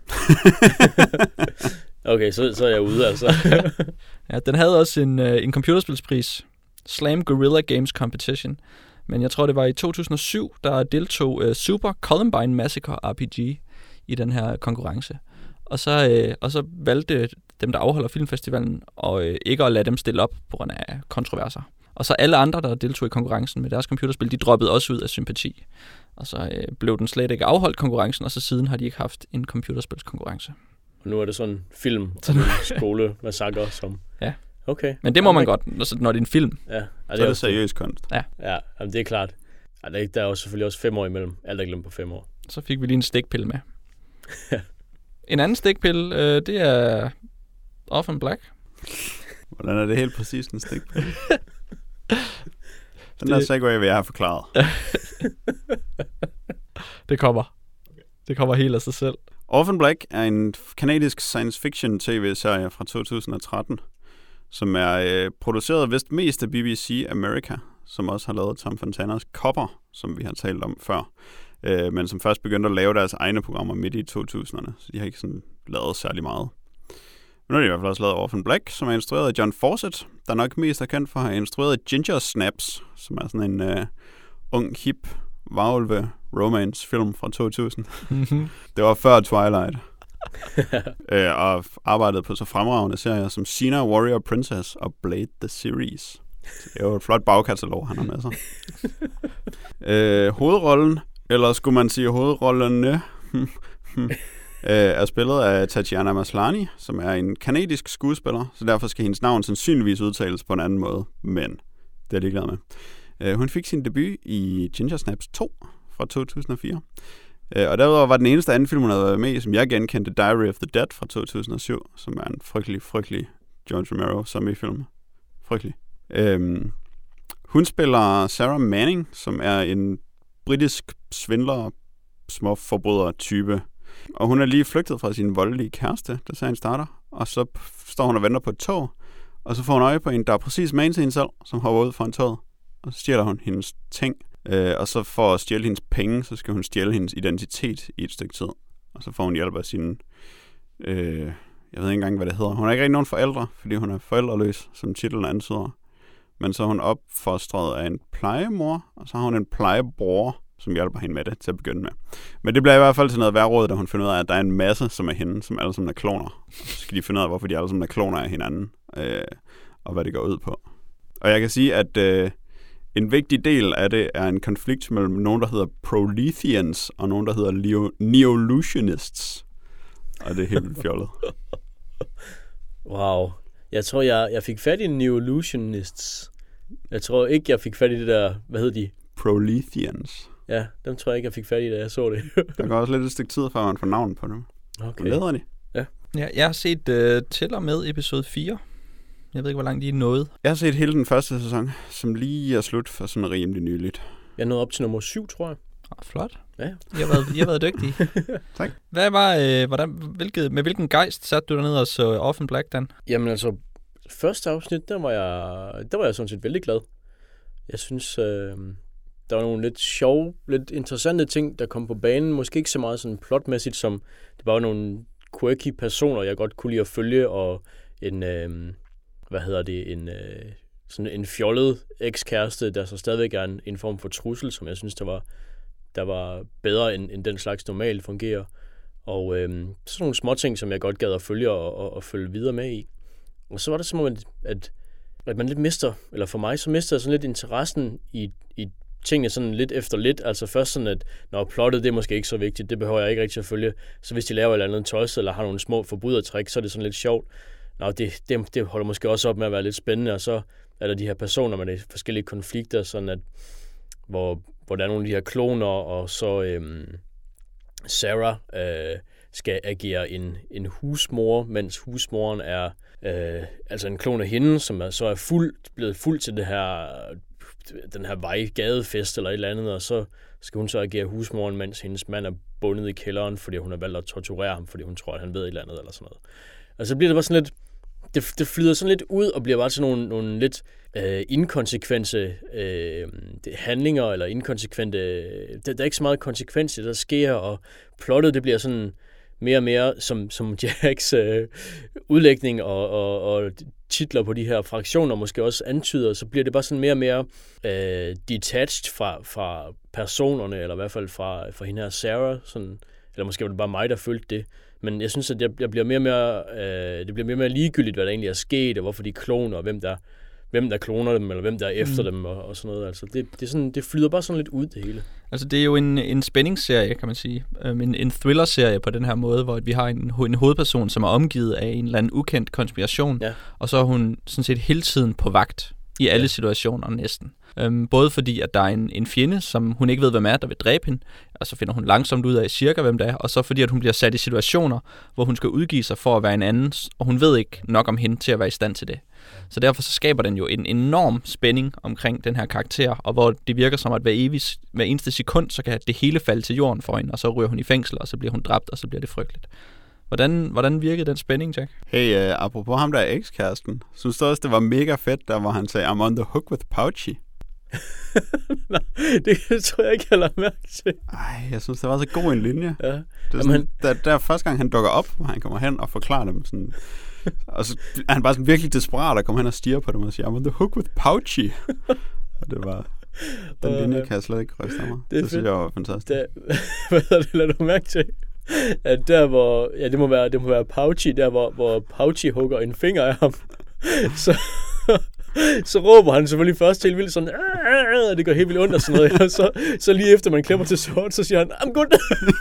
Okay, så, så er jeg ude, altså. Ja, den havde også en, øh, en computerspilspris. Slam Guerrilla Games Competition. Men jeg tror, det var i to tusind og syv, der deltog øh, Super Columbine Massacre R P G i den her konkurrence. Og så, øh, og så valgte dem, der afholder filmfestivalen, og øh, ikke at lade dem stille op på grund af kontroverser. Og så alle andre, der deltog i konkurrencen med deres computerspil, de droppede også ud af sympati. Og så øh, blev den slet ikke afholdt konkurrencen, og så siden har de ikke haft en computerspilskonkurrence. Og nu er det sådan en film, sådan en skolemassacre, som... Ja. Okay. Men det må man godt, når det er en film. Ja. Altså, så er det seriøs kunst. Ja. Ja, jamen, det er klart. Ja, der, er, der er jo selvfølgelig også fem år imellem. Alt er glemt på fem år. Så fik vi lige en stikpille med. En anden stikpille, øh, det er Orphan Black. Hvordan er det helt præcis en stikpille? Den der segway vil jeg have forklaret. Det kommer. Det kommer helt af sig selv. Orphan Black er en kanadisk science fiction tv-serie fra to tusind og tretten, som er øh, produceret vist mest af B B C America, som også har lavet Tom Fontanas Copper, som vi har talt om før, øh, men som først begyndte at lave deres egne programmer midt i to tusinderne, så de har ikke sådan lavet særlig meget. Men nu har de i hvert fald også lavet Orphan Black, som er instrueret af John Fawcett, der nok mest er kendt for at have instrueret Ginger Snaps, som er sådan en øh, ung, hip, varulve romance film fra to tusind. Det var før Twilight. øh, og arbejdede på så fremragende serier som Xena Warrior Princess og Blade the Series. Det er jo et flot bagkatalog, han har med sig. øh, hovedrollen, eller skulle man sige hovedrollerne, øh, er spillet af Tatiana Maslany, som er en kanadisk skuespiller, så derfor skal hendes navn sandsynligvis udtales på en anden måde, men det er jeg ligeglad med. Øh, hun fik sin debut i Ginger Snaps to fra to tusind og fire. Øh, og derudover var den eneste anden film, hun havde været med i, som jeg genkendte, Diary of the Dead fra to tusind og syv, som er en frygtelig, frygtelig George Romero zombie-film. Frygtelig. Øh, hun spiller Sarah Manning, som er en britisk svindler, småforbryder-type. Og hun er lige flygtet fra sin voldelige kæreste, da serien starter. Og så står hun og venter på et tog, og så får hun øje på en, der er præcis magen til hende selv, som hopper ud fra en tog. Og så stjæler hun hendes ting. Øh, og så for at stjæle hendes penge, så skal hun stjæle hendes identitet i et stykke tid. Og så får hun hjælp af sine... Øh, jeg ved ikke engang, hvad det hedder. Hun har ikke rigtig nogen forældre, fordi hun er forældreløs, som titlen antyder. Men så er hun opfostret af en plejemor, og så har hun en plejebror, som hjælper hende med det til at begynde med. Men det bliver i hvert fald til noget værråd, da hun finder ud af, at der er en masse, som er hende, som alle sammen er kloner. Og så skal de finde ud af, hvorfor de alle sammen er kloner af hinanden, øh, og hvad det går ud på. Og jeg kan sige, at øh, en vigtig del af det er en konflikt mellem nogen, der hedder Proletheans, og nogen, der hedder Leo- Neolutionists. Og det er helt vildt fjollet. Wow. Jeg tror, jeg, jeg fik fat i Neolutionists. Jeg tror ikke, jeg fik fat i det der... Hvad hedder de? Proletheans. Ja, dem tror jeg ikke, jeg fik fat i, da jeg så det. Der går også lidt et stykke tid, før man får navn på dem. Okay. Hvad hedder de? Ja. Ja, jeg har set uh, til og med episode fire. Jeg ved ikke, hvor langt de er nået. Jeg har set hele den første sæson, som lige er slut for sådan rimelig nyligt. Jeg nåede op til nummer syv, tror jeg. Oh, flot. Ja. I har været, I har været dygtige. Tak. Hvad var, øh, hvordan, hvilket, med hvilken gejst satte du dig ned og så Orphan Black, Dan? Jamen altså, første afsnit, der var jeg, der var jeg sådan set vældig glad. Jeg synes, øh, der var nogle lidt sjove, lidt interessante ting, der kom på banen. Måske ikke så meget sådan plotmæssigt, som det var nogle quirky personer, jeg godt kunne lide at følge, og en, øh, hvad hedder det, en, øh, sådan en fjollet ekskæreste, der så stadigvæk er en, en form for trussel, som jeg synes, der var, der var bedre, end, end den slags normalt fungerer. Og øh, sådan nogle små ting, som jeg godt gad at følge og, og, og følge videre med i. Og så var det som om, at, at, at man lidt mister, eller for mig, så mister jeg sådan lidt interessen i, i tingene sådan lidt efter lidt. Altså først sådan, at når plottet, det er måske ikke så vigtigt, det behøver jeg ikke rigtig at følge. Så hvis de laver et eller andet tosset, eller har nogle små forbrydertræk, så er det sådan lidt sjovt. Nå, det, det, det holder måske også op med at være lidt spændende, og så er der de her personer med de forskellige konflikter, sådan at, hvor, hvor der er nogle af de her kloner, og så øhm, Sarah øh, skal agere en, en husmor, mens husmoren er øh, altså en klon af hende, som er, så er fuld, blevet fuld til det her, den her vejgadefest eller et eller andet, og så skal hun så agere husmoren, mens hendes mand er bundet i kælderen, fordi hun har valgt at torturere ham, fordi hun tror, at han ved et eller andet eller sådan noget. Og så bliver det bare sådan lidt, det, det flyder sådan lidt ud og bliver bare sådan nogle, nogle lidt øh, inkonsekvente øh, handlinger, eller inkonsekvente... Der, der er ikke så meget konsekvens i det, der sker, og plottet, det bliver sådan mere og mere, som, som Jacks øh, udlægning og, og, og titler på de her fraktioner måske også antyder, så bliver det bare sådan mere og mere øh, detached fra, fra personerne, eller i hvert fald fra, fra hende her Sarah, sådan, eller måske var det bare mig, der følte det. Men jeg synes, at jeg, jeg bliver mere og mere, øh, det bliver mere og mere ligegyldigt, hvad der egentlig er sket, og hvorfor de kloner, og hvem der, hvem der kloner dem, eller hvem der er efter mm. dem, og, og sådan noget. Altså, det, det, er sådan, det flyder bare sådan lidt ud, det hele. Altså, det er jo en, en spændingsserie, kan man sige. Um, en, en thriller-serie på den her måde, hvor vi har en, en hovedperson, som er omgivet af en eller anden ukendt konspiration, ja. Og så er hun sådan set hele tiden på vagt i alle ja. situationer næsten. Um, både fordi, at der er en, en fjende, som hun ikke ved, hvem er, der vil dræbe hende, og så finder hun langsomt ud af cirka, hvem det er, og så fordi, at hun bliver sat i situationer, hvor hun skal udgive sig for at være en anden, og hun ved ikke nok om hende til at være i stand til det. Så derfor så skaber den jo en enorm spænding omkring den her karakter, og hvor det virker som, at hver, evig, hver eneste sekund, så kan det hele falde til jorden for hende, og så ryger hun i fængsel, og så bliver hun dræbt, og så bliver det frygteligt. Hvordan, hvordan virkede den spænding, Jack? Hey, uh, apropos ham der ekskæresten, synes du også, det var mega fedt, der hvor han sagde, I'm on the hook with Pouchy? Nej, det tror jeg ikke, jeg lader mærke til. Ej, jeg synes, det var så god en linje. Ja. Det er sådan, han... der, der første gang, han dukker op, hvor han kommer hen og forklarer dem sådan... Og så er han bare sådan virkelig desperat og kommer hen og stiger på dem og siger, I'm on the hook with Pouchy. Og det var... Den uh, linje kan jeg slet ikke ryste af mig. Det, det synes jeg var fantastisk. Da, hvad er det, lader du mærke til? At der hvor... Ja, det må være, det må være Pouchy, der hvor, hvor Pouchy hugger en finger af ham. Så... Så råber han selvfølgelig først helt vildt sådan, det går helt vildt ondt og sådan noget, og så, så lige efter man klipper til sort, så siger han, I'm good.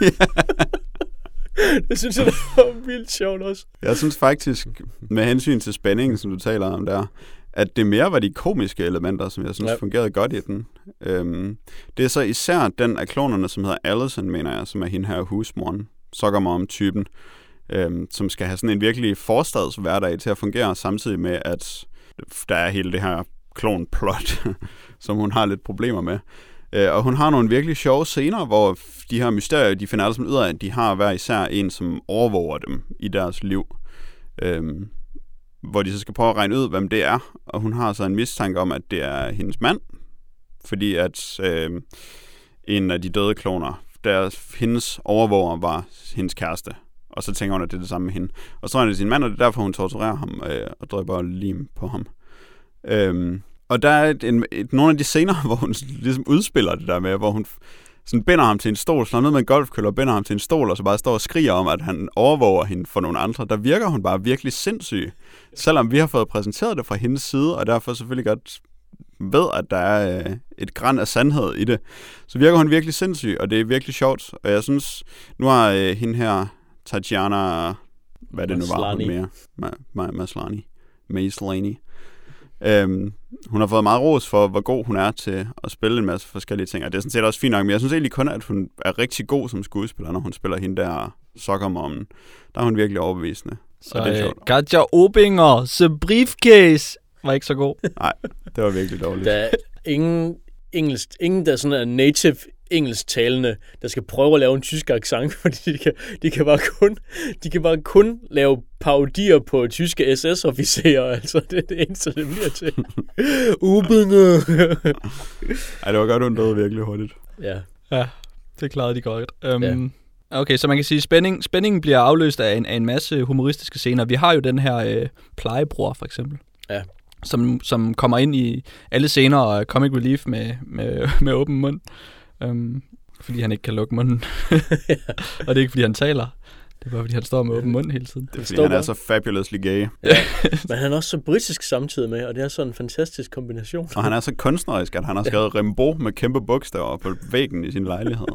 Det synes jeg, det var vildt sjovt også. Jeg synes faktisk, med hensyn til spændingen, som du taler om der, at det mere var de komiske elementer, som jeg synes ja. fungerede godt i den. Øhm, det er så især den af klonerne, som hedder Allison, mener jeg, som er hende her husmoren, soccermom-typen, øhm, som skal have sådan en virkelig forstadshverdag til at fungere, samtidig med, at der er hele det her klonplot, som hun har lidt problemer med. Øh, og hun har nogle virkelig sjove scener, hvor de her mysterier, de finder alle sammen ud af, at de har hver især en, som overvåger dem i deres liv. Øhm, hvor de så skal prøve at regne ud, hvem det er. Og hun har så en mistanke om, at det er hendes mand. Fordi at øh, en af de døde kloner, deres, hendes overvåger var hendes kæreste. Og så tænker hun, at det er det samme med hende. Og så tror han, det er sin mand, og det er derfor, hun torturerer ham øh, og drypper lim på ham. Øhm, og der er et, en, et, nogle af de scener, hvor hun ligesom udspiller det der med, hvor hun sådan binder ham til en stol, slår ned med en golfkølle og binder ham til en stol, og så bare står og skriger om, at han overvåger hende for nogle andre. Der virker hun bare virkelig sindssyg. Selvom vi har fået præsenteret det fra hendes side, og derfor selvfølgelig godt ved, at der er øh, et gran af sandhed i det, så virker hun virkelig sindssyg, og det er virkelig sjovt. Og jeg synes, nu har øh, hende her... Tatiana, hvad det nu var hun mere, Ma- Ma- Maslany, Maslany. Øhm, hun har fået meget ros for, hvor god hun er til at spille en masse forskellige ting, og det er sådan set også fint nok, men jeg synes egentlig kun, at hun er rigtig god som skuespiller, når hun spiller hende der soccermommen. Der er hun virkelig overbevisende. Så det er sjovt. Katja Obinger, The Briefcase, var ikke så god. Nej, det var virkelig dårligt. Der er ingen, engelsk, ingen der sådan er native engelsktalende, der skal prøve at lave en tysk accent, fordi de kan, de kan bare kun de kan bare kun lave parodier på tyske S S-officerer, altså det er det eneste, det bliver til. Ubinge. Ej, det var godt, hun døde virkelig hurtigt. Ja. Ja, det klarede de godt. Um, ja. Okay, så man kan sige, at spænding, spændingen bliver afløst af en, af en masse humoristiske scener. Vi har jo den her øh, plejebror, for eksempel. Ja. Som, som kommer ind i alle scener og comic relief med, med, med åben mund. Um, fordi han ikke kan lukke munden. Og det er ikke, fordi han taler. Det er bare, fordi han står med åben mund hele tiden. Det er, fordi han er så fabulously gay. Ja. Men han er også så britisk samtidig med, og det er så en fantastisk kombination. Og han er så kunstnerisk, at han har skrevet ja. Rimbaud med kæmpe bogstaver på væggen i sin lejlighed.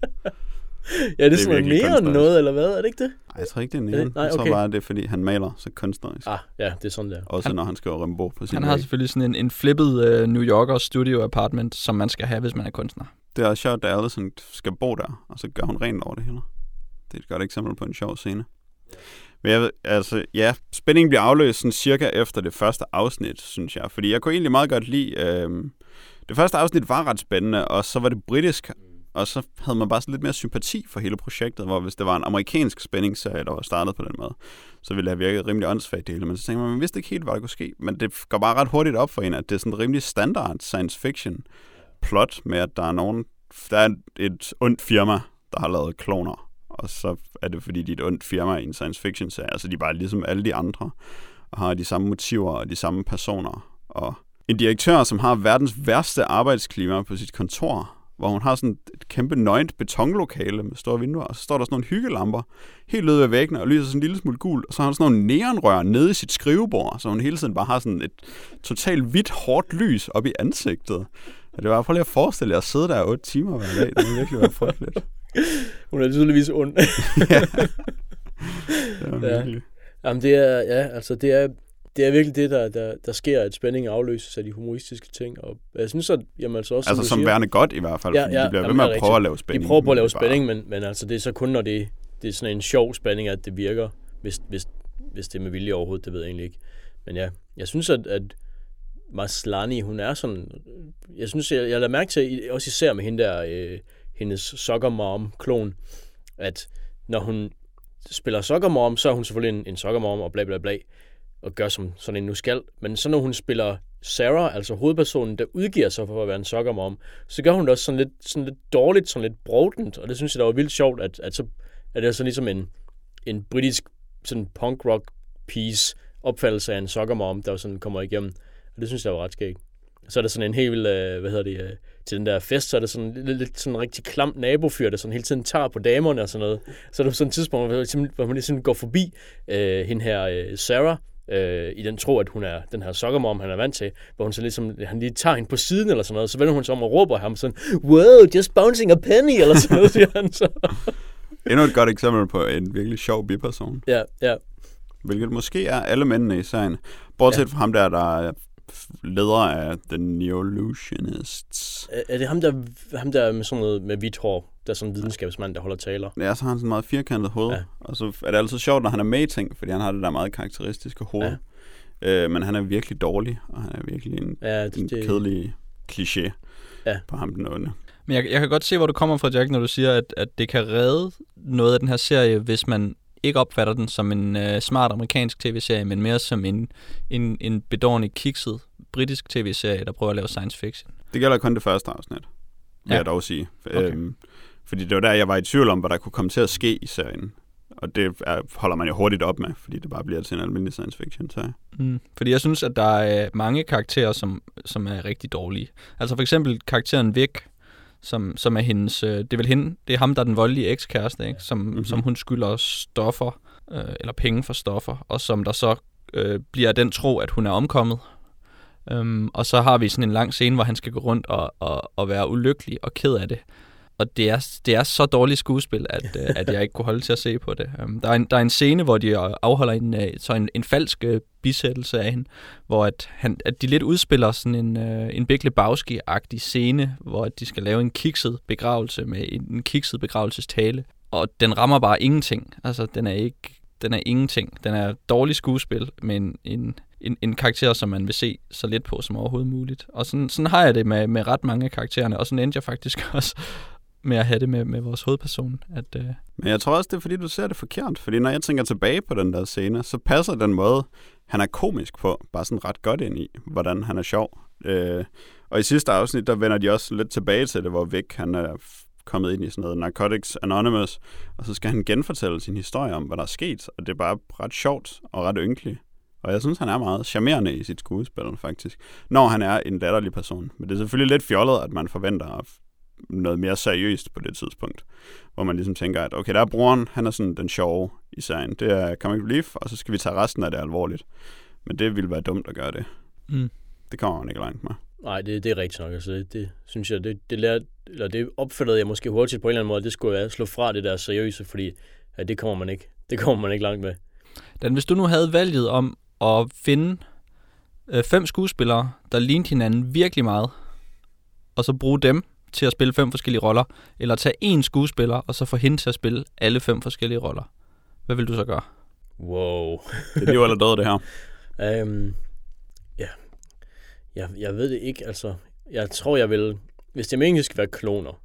Ja, det er, det er sådan mere end noget, eller hvad? Er det ikke det? Nej, jeg tror ikke, det er mere. Jeg okay. tror bare, det er, fordi han maler så kunstnerisk. Ah, ja, det er sådan der. Også han, når han skriver Rimbaud på sin Han væg. har selvfølgelig sådan en, en flippet uh, New Yorker studio apartment, som man skal have, hvis man er kunstner. Det er også sjovt, at Allison skal bo der, og så gør hun rent over det hele. Det er et godt eksempel på en sjov scene. Men jeg ved, altså, ja, spændingen bliver afløst sådan cirka efter det første afsnit, synes jeg. Fordi jeg kunne egentlig meget godt lide... Øh, det første afsnit var ret spændende, og så var det britisk og så havde man bare sådan lidt mere sympati for hele projektet, hvor hvis det var en amerikansk spændingsserie, der var startet på den måde, så ville det have virket rimelig åndssvagt det hele. Men så tænkte man, man vidste ikke helt, hvad der kunne ske. Men det går bare ret hurtigt op for en, at det er sådan en rimelig standard science fiction plot med, at der er nogen, der er et ondt firma, der har lavet kloner, og så er det, fordi de er et ondt firma i en science fiction serie. Altså de er bare ligesom alle de andre, og har de samme motiver og de samme personer. Og en direktør, som har verdens værste arbejdsklima på sit kontor, hvor hun har sådan et kæmpe nøgent betonlokale med store vinduer, og så står der sådan nogle hyggelamper helt ude ved væggene, og lyser sådan en lille smule gult, og så har hun sådan nogle neonrør nede i sit skrivebord, så hun hele tiden bare har sådan et totalt hvidt, hårdt lys op i ansigtet. Og det var prøv lige at forestille jer at sidde der otte timer hver dag. Det må virkelig være frygteligt. Hun er tydeligvis ond. Ja. Det var virkelig. Ja. Jamen det er, ja, altså det er, det er virkelig det, der, der, der sker, at spændingen afløses af de humoristiske ting. Og jeg synes, at jamen, altså også... Altså som, som værende godt i hvert fald, ja, fordi ja, de bliver jamen, ved med at rigtigt. prøve at lave spænding. De prøver på at lave spænding, men, men altså det er så kun, når det, det er sådan en sjov spænding, at det virker, hvis, hvis, hvis det er med vilje overhovedet, det ved jeg egentlig ikke. Men ja, jeg synes, at, at Maslany, hun er sådan... Jeg synes, jeg, jeg lader mærke til, også især med hende der, øh, hendes soccer mom-klon, at når hun spiller soccer mom, så er hun selvfølgelig en, en soccer mom og bla bla bla, og gør som sådan en nu skal. Men så når hun spiller Sarah, altså hovedpersonen, der udgiver sig for at være en soccer mom, så gør hun det også sådan lidt, sådan lidt dårligt, sådan lidt brodent, og det synes jeg, der var vildt sjovt, at, at, så, at det er sådan ligesom en, en britisk sådan punk-rock piece opfattelse af en soccer mom, der sådan kommer igennem. Og det synes jeg var ret skægt. Så er der sådan en helt vild, øh, hvad hedder det, øh, til den der fest, så er der sådan lidt, lidt sådan en rigtig klam nabofyr, der sådan hele tiden tager på damerne og sådan noget. Så er der sådan et tidspunkt, hvor, hvor man sådan går forbi øh, hende her øh, Sarah, øh, i den tro, at hun er den her soccermom, han er vant til, hvor hun så ligesom, han lige tager hende på siden eller sådan noget, så vender hun sig om og råber ham sådan, wow, just bouncing a penny, eller sådan noget, siger han så. Endnu et godt eksempel på en virkelig sjov biperson. Ja, ja. Hvilket måske er alle mændene i serien. Bortset ja. fra ham der, der er leder af The Neolutionists. Er, er det ham der, ham der med sådan noget med hvidt hår, der er sådan en videnskabsmand, der holder taler? Ja, så har han sådan en meget firkantet hoved. Ja. Og så er det altid sjovt, når han er med i ting, fordi han har det der meget karakteristiske hoved. Ja. Øh, men han er virkelig dårlig, og han er virkelig en, ja, det, en det... kedelig kliché ja. på ham den onde. Men jeg, jeg kan godt se, hvor du kommer fra, Jack, når du siger, at, at det kan redde noget af den her serie, hvis man ikke opfatter den som en uh, smart amerikansk tv-serie, men mere som en, en, en bedårende, kikset britisk tv-serie, der prøver at lave science fiction. Det gælder kun det første afsnit, vil ja. jeg dog sige. Okay. Øhm, fordi det var der, jeg var i tvivl om, hvad der kunne komme til at ske i serien. Og det er, holder man jo hurtigt op med, fordi det bare bliver til en almindelig science fiction-serie. Mm, fordi jeg synes, at der er mange karakterer, som, som er rigtig dårlige. Altså for eksempel karakteren Vic, som, som er hendes, øh, det er vel hende, det er ham, der er den voldelige ekskæreste, ikke? Som, mm-hmm. som hun skylder stoffer, øh, eller penge for stoffer, og som der så øh, bliver den tro, at hun er omkommet. Um, og så har vi sådan en lang scene, hvor han skal gå rundt og, og, og være ulykkelig og ked af det. Og det er, det er så dårligt skuespil, at, uh, at jeg ikke kunne holde til at se på det. Um, der, er en, der er en scene, hvor de afholder en, uh, så en, en falsk uh, bisættelse af hende, hvor at, han, at de lidt udspiller sådan en, uh, en Big Lebowski-agtig scene, hvor de skal lave en kikset begravelse med en, en kikset begravelsestale. Og den rammer bare ingenting. Altså, den er ikke... Den er ingenting. Den er dårlig skuespil, men en, en, en karakter, som man vil se så lidt på som overhovedet muligt. Og sådan, sådan har jeg det med, med ret mange af karaktererne, og sådan endte jeg faktisk også med at have det med, med vores hovedperson. At, uh... Men jeg tror også, det er, fordi du ser det forkert. Fordi når jeg tænker tilbage på den der scene, så passer den måde, han er komisk på, bare sådan ret godt ind i, hvordan han er sjov. Øh, og i sidste afsnit, der vender de også lidt tilbage til det, hvor Vic, han er kommet ind i sådan noget Narcotics Anonymous, og så skal han genfortælle sin historie om, hvad der er sket, og det er bare ret sjovt og ret ynkeligt. Og jeg synes, han er meget charmerende i sit skuespil, faktisk, når han er en latterlig person. Men det er selvfølgelig lidt fjollet, at man forventer noget mere seriøst på det tidspunkt, hvor man ligesom tænker, at okay, der er broren, han er sådan den sjove i serien. Det er Comic Relief, og så skal vi tage resten af det alvorligt. Men det ville være dumt at gøre det. Mm. Det kommer man ikke langt med. Nej, det, det er rigtigt nok. Altså, det, det synes jeg, det, det, lærte, eller det opfattede jeg måske hurtigt på en eller anden måde, det skulle jeg slå fra det der seriøse, fordi ja, det kommer man ikke. Det kommer man ikke langt med. Dan, hvis du nu havde valget om at finde øh, fem skuespillere, der lignede hinanden virkelig meget, og så bruge dem til at spille fem forskellige roller, eller tage én skuespiller, og så få hende til at spille alle fem forskellige roller, hvad vil du så gøre? Wow. Det er jo eller død, det her. Um, ja. Jeg, jeg ved det ikke, altså. Jeg tror, jeg vil... Hvis det meningen skal være kloner,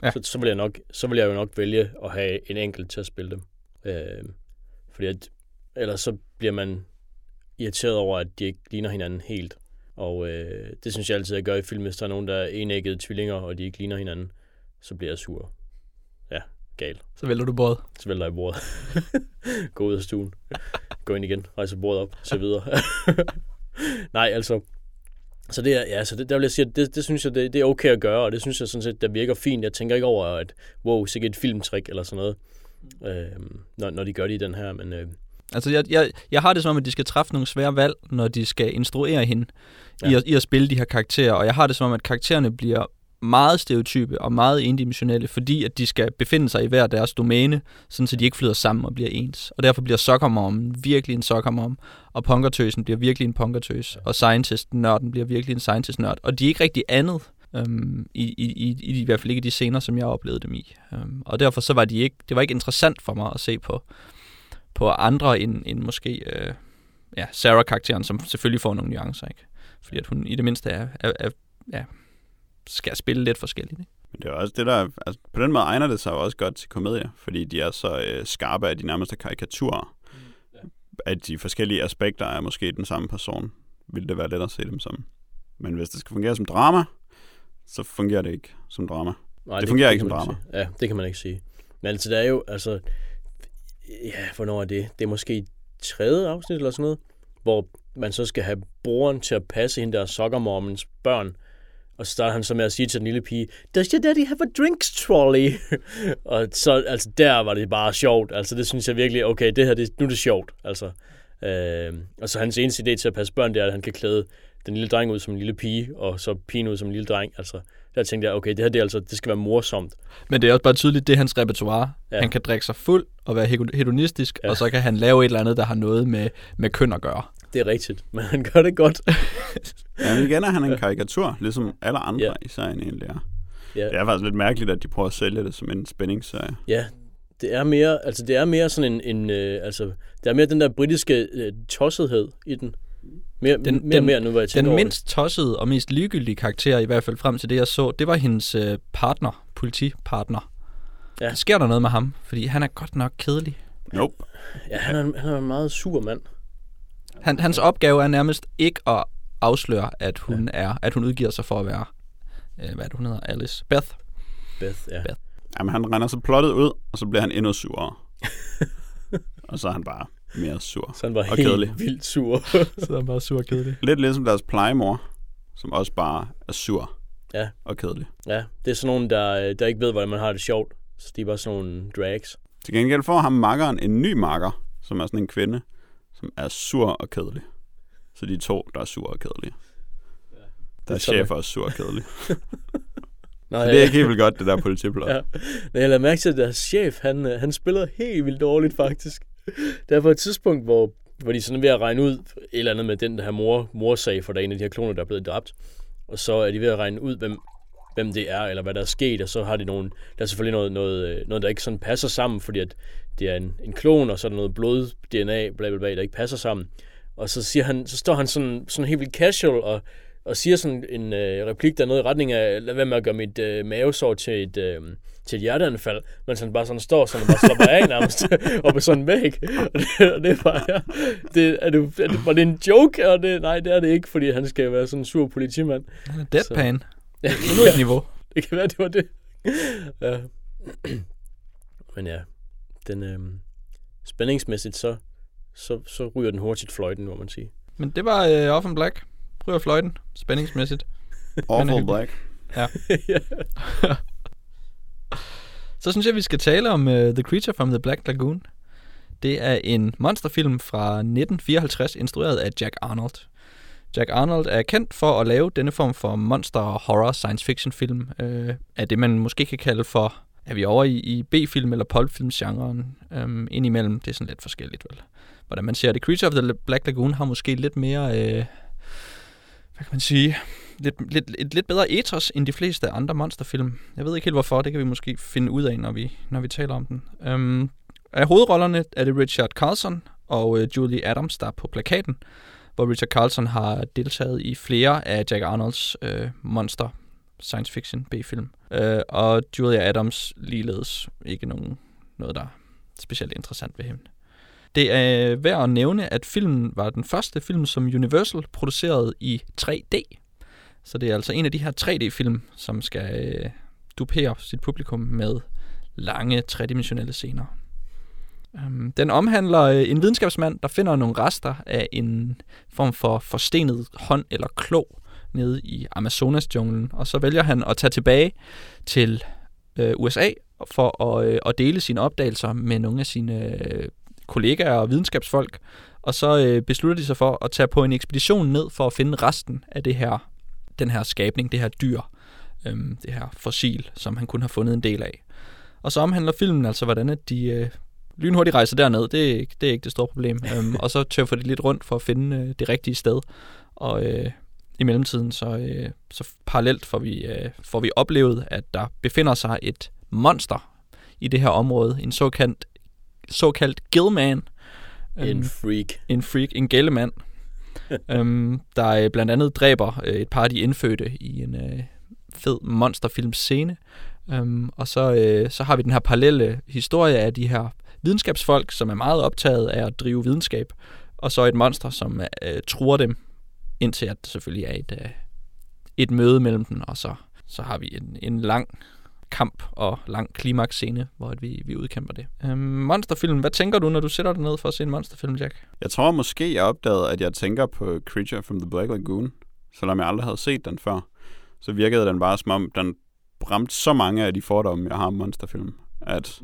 Ja. Så, så, vil jeg nok, så vil jeg jo nok vælge at have en enkelt til at spille dem. Øh, fordi at, ellers så bliver man irriteret over, at de ikke ligner hinanden helt. Og øh, det synes jeg altid, jeg gør i film, hvis der er nogen, der er enæggede tvillinger, og de ikke ligner hinanden, så bliver jeg sur. Ja, gal. Så vælter du bordet. Så vælter jeg bordet. Gå ud af stuen. Gå ind igen. Rejse bordet op. Så videre. Nej, altså. Så det er, ja, så det, der vil jeg sige, at det, det synes jeg, det, det er okay at gøre, og det synes jeg sådan set, der virker fint. Jeg tænker ikke over, at wow, sikkert et filmtrick eller sådan noget, øh, når, når de gør det i den her, men... Øh, Altså, jeg, jeg, jeg har det som om, at de skal træffe nogle svære valg, når de skal instruere hende ja. i, at, i at spille de her karakterer. Og jeg har det som om, at karaktererne bliver meget stereotype og meget endimensionelle, fordi at de skal befinde sig i hver deres domæne, sådan så de ikke flyder sammen og bliver ens. Og derfor bliver sokkermommen virkelig en sokkermom, og punkertøsen bliver virkelig en punkertøs, og scientist-nørden bliver virkelig en scientist-nørd. Og de er ikke rigtig andet, øhm, i, i, i, i, i hvert fald ikke de scener, som jeg oplevede dem i. Øhm, og derfor så var de ikke, det var ikke interessant for mig at se på. på andre end, end måske øh, ja, Sarah-karakteren, som selvfølgelig får nogle nuancer, ikke? Fordi at hun i det mindste er, er, er, ja, skal spille lidt forskelligt. Ikke? Men det er også det der, altså, på den måde egner det sig jo også godt til komedier, fordi de er så øh, skarpe af de nærmeste karikaturer. Mm, ja. At de forskellige aspekter er måske den samme person, vil det være let at se dem som. Men hvis det skal fungere som drama, så fungerer det ikke som drama. Nej, det, det fungerer det ikke som drama. Sige. Ja, det kan man ikke sige. Men altså, det er jo, altså... Ja, hvornår er det? Det er måske tredje afsnit eller sådan noget, hvor man så skal have broren til at passe hende der sokkermommens børn. Og så starter han så med at sige til den lille pige, does your daddy have a drinks trolley? Og så, altså der var det bare sjovt. Altså det synes jeg virkelig, okay, det her, det, nu er det sjovt. Altså, øh, og så hans eneste idé til at passe børn, det er, at han kan klæde den lille dreng ud som en lille pige, og så pigen ud som en lille dreng. Altså, der tænkte jeg, okay, det her, det, er altså, det skal være morsomt. Men det er også bare tydeligt, det er hans repertoire. Ja. Han kan drikke sig fuld og være hedonistisk, ja. Og så kan han lave et eller andet, der har noget med, med køn at gøre. Det er rigtigt, men han gør det godt. Ja, men igen er han en karikatur, ligesom alle andre ja. i serien egentlig er. Ja. Det er faktisk lidt mærkeligt, at de prøver at sælge det som en spændingsserie. Ja, det er mere, altså det er mere sådan en, en øh, altså, det er mere den der britiske øh, tossethed i den. Mere, den, mere, den, mere nu, hvor jeg tænker Den mindst tossede og mest ligegyldige karakter, i hvert fald frem til det, jeg så, det var hendes øh, partner, politipartner. Ja. Sker der noget med ham? Fordi han er godt nok kedelig. Nope. Ja, han er, han er en meget sur mand. Han, hans opgave er nærmest ikke at afsløre, at hun ja. er, at hun udgiver sig for at være, øh, hvad er det, hun hedder? Alice? Beth? Beth, ja. Beth. Jamen, han render så plottet ud, og så bliver han endnu surere. Og så er han bare mere sur så han var og helt kedelig. vildt sur. Så er han bare sur og kedelig. Lidt ligesom deres plejemor, som også bare er sur ja. og kedelig. Ja, det er sådan nogen, der, der ikke ved, hvordan man har det sjovt. Så de er bare sådan nogle drags. Til gengæld får ham makkeren en ny makker, som er sådan en kvinde, som er sur og kedelig. Så de to, der er sur og kedelige. Ja, der er chef også sur og kedelig. Nå, så det er ikke helt vildt godt, det der politiplot. Ja. Men jeg lader mærke til, at deres chef, han, han spiller helt vildt dårligt, faktisk. Der er på et tidspunkt, hvor, hvor de sådan er ved at regne ud et eller andet med den der mor, morsag, for der er en af de her kloner, der er blevet dræbt. Og så er de ved at regne ud, hvem, hvem det er, eller hvad der er sket, og så har de nogle, der er selvfølgelig noget, noget, noget der ikke sådan passer sammen, fordi at det er en, en klon, og så er der noget blod-D N A, bla, bla, bla, der ikke passer sammen. Og så, siger han, så står han sådan, sådan helt vildt casual, og og siger sådan en øh, replik, der er noget i retning af, lad være med at gøre mit øh, mavesår til et, øh, til et hjerteanfald, mens han bare sådan står sådan og bare slapper af nærmest op ad sådan en væg. Og det, og det er bare, ja, det, er, det, er det, var det en joke? Og det, nej, det er det ikke, fordi han skal være sådan en sur politimand. Deadpan. Ja, nu et niveau. Det kan være, det var det. Ja. Men ja, den øh, spændingsmæssigt, så, så, så ryger den hurtigt fløjten, må man sige. Men det var øh, Off and Black. Ryger fløjten, spændingsmæssigt. Awful Black. Ja. Så synes jeg, vi skal tale om uh, The Creature from the Black Lagoon. Det er en monsterfilm fra nitten fireoghalvtreds, instrueret af Jack Arnold. Jack Arnold er kendt for at lave denne form for monster, horror, science fiction film. Uh, af det, man måske kan kalde for, er vi over i, i B-film eller pulp-films-genren um, indimellem. Det er sådan lidt forskelligt, vel? Hvordan man ser det. Creature of the Black Lagoon har måske lidt mere... Uh, hvad kan man sige, lidt, lidt, et lidt bedre ethos end de fleste andre monsterfilm. Jeg ved ikke helt hvorfor, det kan vi måske finde ud af, når vi, når vi taler om den. Um, af hovedrollerne er det Richard Carlson og uh, Julie Adams, der er på plakaten, hvor Richard Carlson har deltaget i flere af Jack Arnolds uh, monster science fiction B-film. Øh, og Julia Adams ligeledes ikke nogen, noget, der er specielt interessant ved hende. Det er værd at nævne, at filmen var den første film, som Universal producerede i tre D. Så det er altså en af de her tre D-film, som skal øh, dupere sit publikum med lange, tredimensionelle scener. Um, den omhandler øh, en videnskabsmand, der finder nogle rester af en form for forstenet hånd eller klo nede i Amazonas-junglen, og så vælger han at tage tilbage til øh, U S A for at, øh, at dele sine opdagelser med nogle af sine øh, kollegaer og videnskabsfolk, og så øh, beslutter de sig for at tage på en ekspedition ned for at finde resten af det her, den her skabning, det her dyr, øh, det her fossil, som han kun har fundet en del af. Og så omhandler filmen altså, hvordan at de øh, lynhurtigt rejser derned, det er, det er ikke det store problem, øhm, og så tøffer de lidt rundt for at finde øh, det rigtige sted, og øh, i mellemtiden så, øh, så parallelt får vi, øh, får vi oplevet, at der befinder sig et monster i det her område, en såkaldt såkaldt Gillman. En øhm, freak. En freak, en gældemand, øhm, der øh, blandt andet dræber øh, et par af de indfødte i en øh, fed monsterfilmscene. Øhm, og så, øh, så har vi den her parallelle historie af de her videnskabsfolk, som er meget optaget af at drive videnskab, og så et monster, som øh, truer dem, indtil at det selvfølgelig er et, øh, et møde mellem dem, og så, så har vi en, en lang kamp og lang klimaksscene, hvor vi, vi udkæmper det. Øhm, monsterfilm, hvad tænker du, når du sætter dig ned for at se en monsterfilm, Jack? Jeg tror måske, jeg opdagede, at jeg tænker på Creature from the Black Lagoon, selvom jeg aldrig havde set den før. Så virkede den bare som om, den ramte så mange af de fordomme, jeg har om monsterfilm, at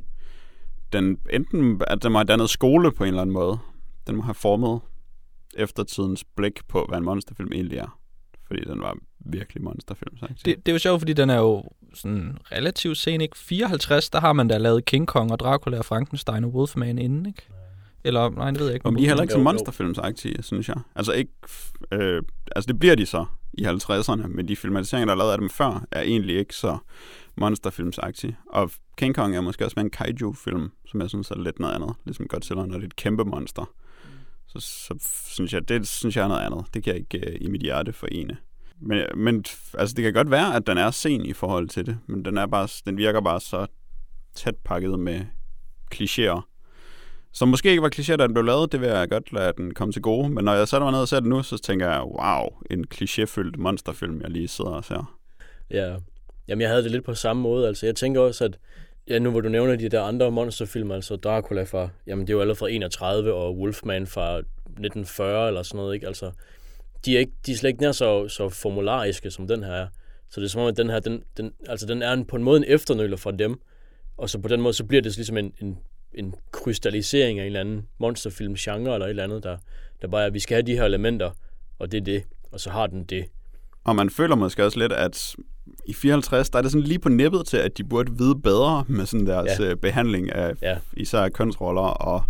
den enten at den må have dannet skole på en eller anden måde. Den må have formet eftertidens blik på, hvad en monsterfilm egentlig er. Fordi den var virkelig monsterfilm. Det, det er jo sjovt, fordi den er jo sådan relativt sen, ikke? fireoghalvtreds, der har man da lavet King Kong og Dracula og Frankenstein og Wolfman inden, ikke? Eller, nej, det ved jeg ikke. Om de er heller ikke så monsterfilmsagtige, synes jeg. Altså ikke, øh, altså det bliver de så i halvtredserne, men de filmatiseringer, der er lavet af dem før, er egentlig ikke så monsterfilmsagtige. Og King Kong er måske også med en kaiju-film, som jeg synes er lidt noget andet. Ligesom Godzilla, når det er et kæmpe monster. Så, så synes jeg, det synes jeg er noget andet. Det kan jeg ikke uh, i mit hjerte forene. Men, men altså, det kan godt være, at den er sen i forhold til det, men den, er bare, den virker bare så tæt pakket med klichéer. Som måske ikke var klichéer, da den blev lavet, det vil jeg godt lade den komme til gode. Men når jeg sætter mig ned og ser den nu, så tænker jeg, wow, en klichéfyldt monsterfilm, jeg lige sidder og ser. Ja, jamen jeg havde det lidt på samme måde. Altså, jeg tænker også, at ja, nu hvor du nævner de der andre monsterfilm, altså Dracula fra, jamen det er jo allerede fra enogtredive, og Wolfman fra nitten fyrre eller sådan noget, ikke? Altså, de er, ikke, de er slet ikke nær så, så formulariske, som den her er. Så det er som om, at den her, den, den, altså den er en, på en måde en efternøler fra dem, og så på den måde, så bliver det ligesom en, en, en krystallisering af en eller anden monsterfilm-genre, eller et eller andet, der, der bare er, at vi skal have de her elementer, og det er det, og så har den det. Og man føler måske også lidt, at i fireoghalvtreds, der er det sådan lige på nippet til, at de burde vide bedre med sådan deres ja. behandling af ja. især kønsroller og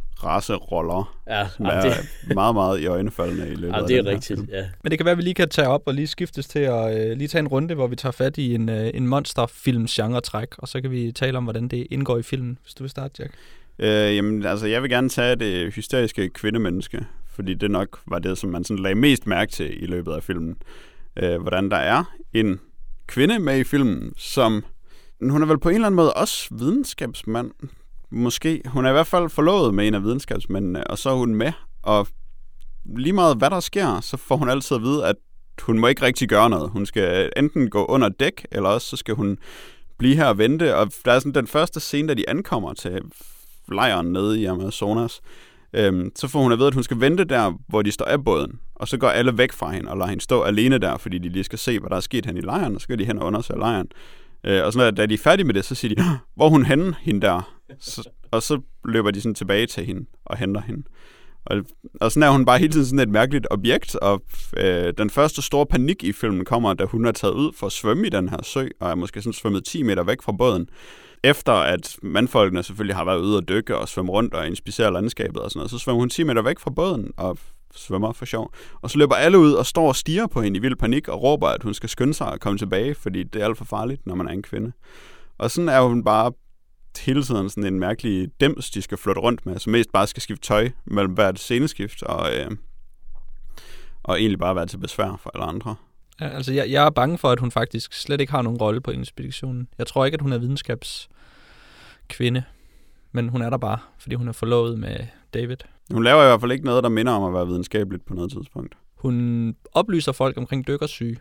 raceroller, ja, som er det... meget, meget i øjnefaldende i løbet ja, af det er den rigtigt, ja. Men det kan være, at vi lige kan tage op og lige skiftes til at øh, lige tage en runde, hvor vi tager fat i en, øh, en monsterfilm-genre-træk, og så kan vi tale om, hvordan det indgår i filmen. Hvis du vil starte, Jack. Øh, jamen, altså, jeg vil gerne tage det hysteriske kvindemenneske, fordi det nok var det, som man sådan lagde mest mærke til i løbet af filmen. Øh, hvordan der er en kvinde med i filmen, som hun er vel på en eller anden måde også videnskabsmand, måske. Hun er i hvert fald forlovet med en af videnskabsmændene, og så er hun med, og lige meget hvad der sker, så får hun altid at vide, at hun må ikke rigtig gøre noget. Hun skal enten gå under dæk, eller også så skal hun blive her og vente, og der er sådan den første scene, da de ankommer til lejren nede i Amazonas, øhm, så får hun at vide, at hun skal vente der, hvor de står af båden, og så går alle væk fra hende, og lader hende stå alene der, fordi de lige skal se, hvad der er sket hen i lejren, og så går de hen og undersøger lejren. Øh, og så da de er færdige med det, så siger de, hvor er hun henne, hende der? Så, og så løber de sådan tilbage til hende og henter hende. Og, og sådan er hun bare hele tiden sådan et mærkeligt objekt, og øh, den første store panik i filmen kommer, da hun er taget ud for at svømme i den her sø, og er måske sådan svømmet ti meter væk fra båden, efter at mandfolkene selvfølgelig har været ude og dykke og svømme rundt og inspicere landskabet og sådan noget, så svømmer hun ti meter væk fra båden og svømmer for sjov. Og så løber alle ud og står og stiger på hende i vild panik og råber, at hun skal skynde sig og komme tilbage, fordi det er alt for farligt, når man er en kvinde. Og sådan er hun bare hele tiden sådan en mærkelig dims, de skal flytte rundt med, som mest bare skal skifte tøj mellem hvert sceneskift og, øh, og egentlig bare være til besvær for alle andre. Ja, altså, jeg, jeg er bange for, at hun faktisk slet ikke har nogen rolle på ekspeditionen. Jeg tror ikke, at hun er videnskabskvinde, men hun er der bare, fordi hun er forlovet med David. Hun laver i hvert fald ikke noget, der minder om at være videnskabeligt på noget tidspunkt. Hun oplyser folk omkring dykkersyge.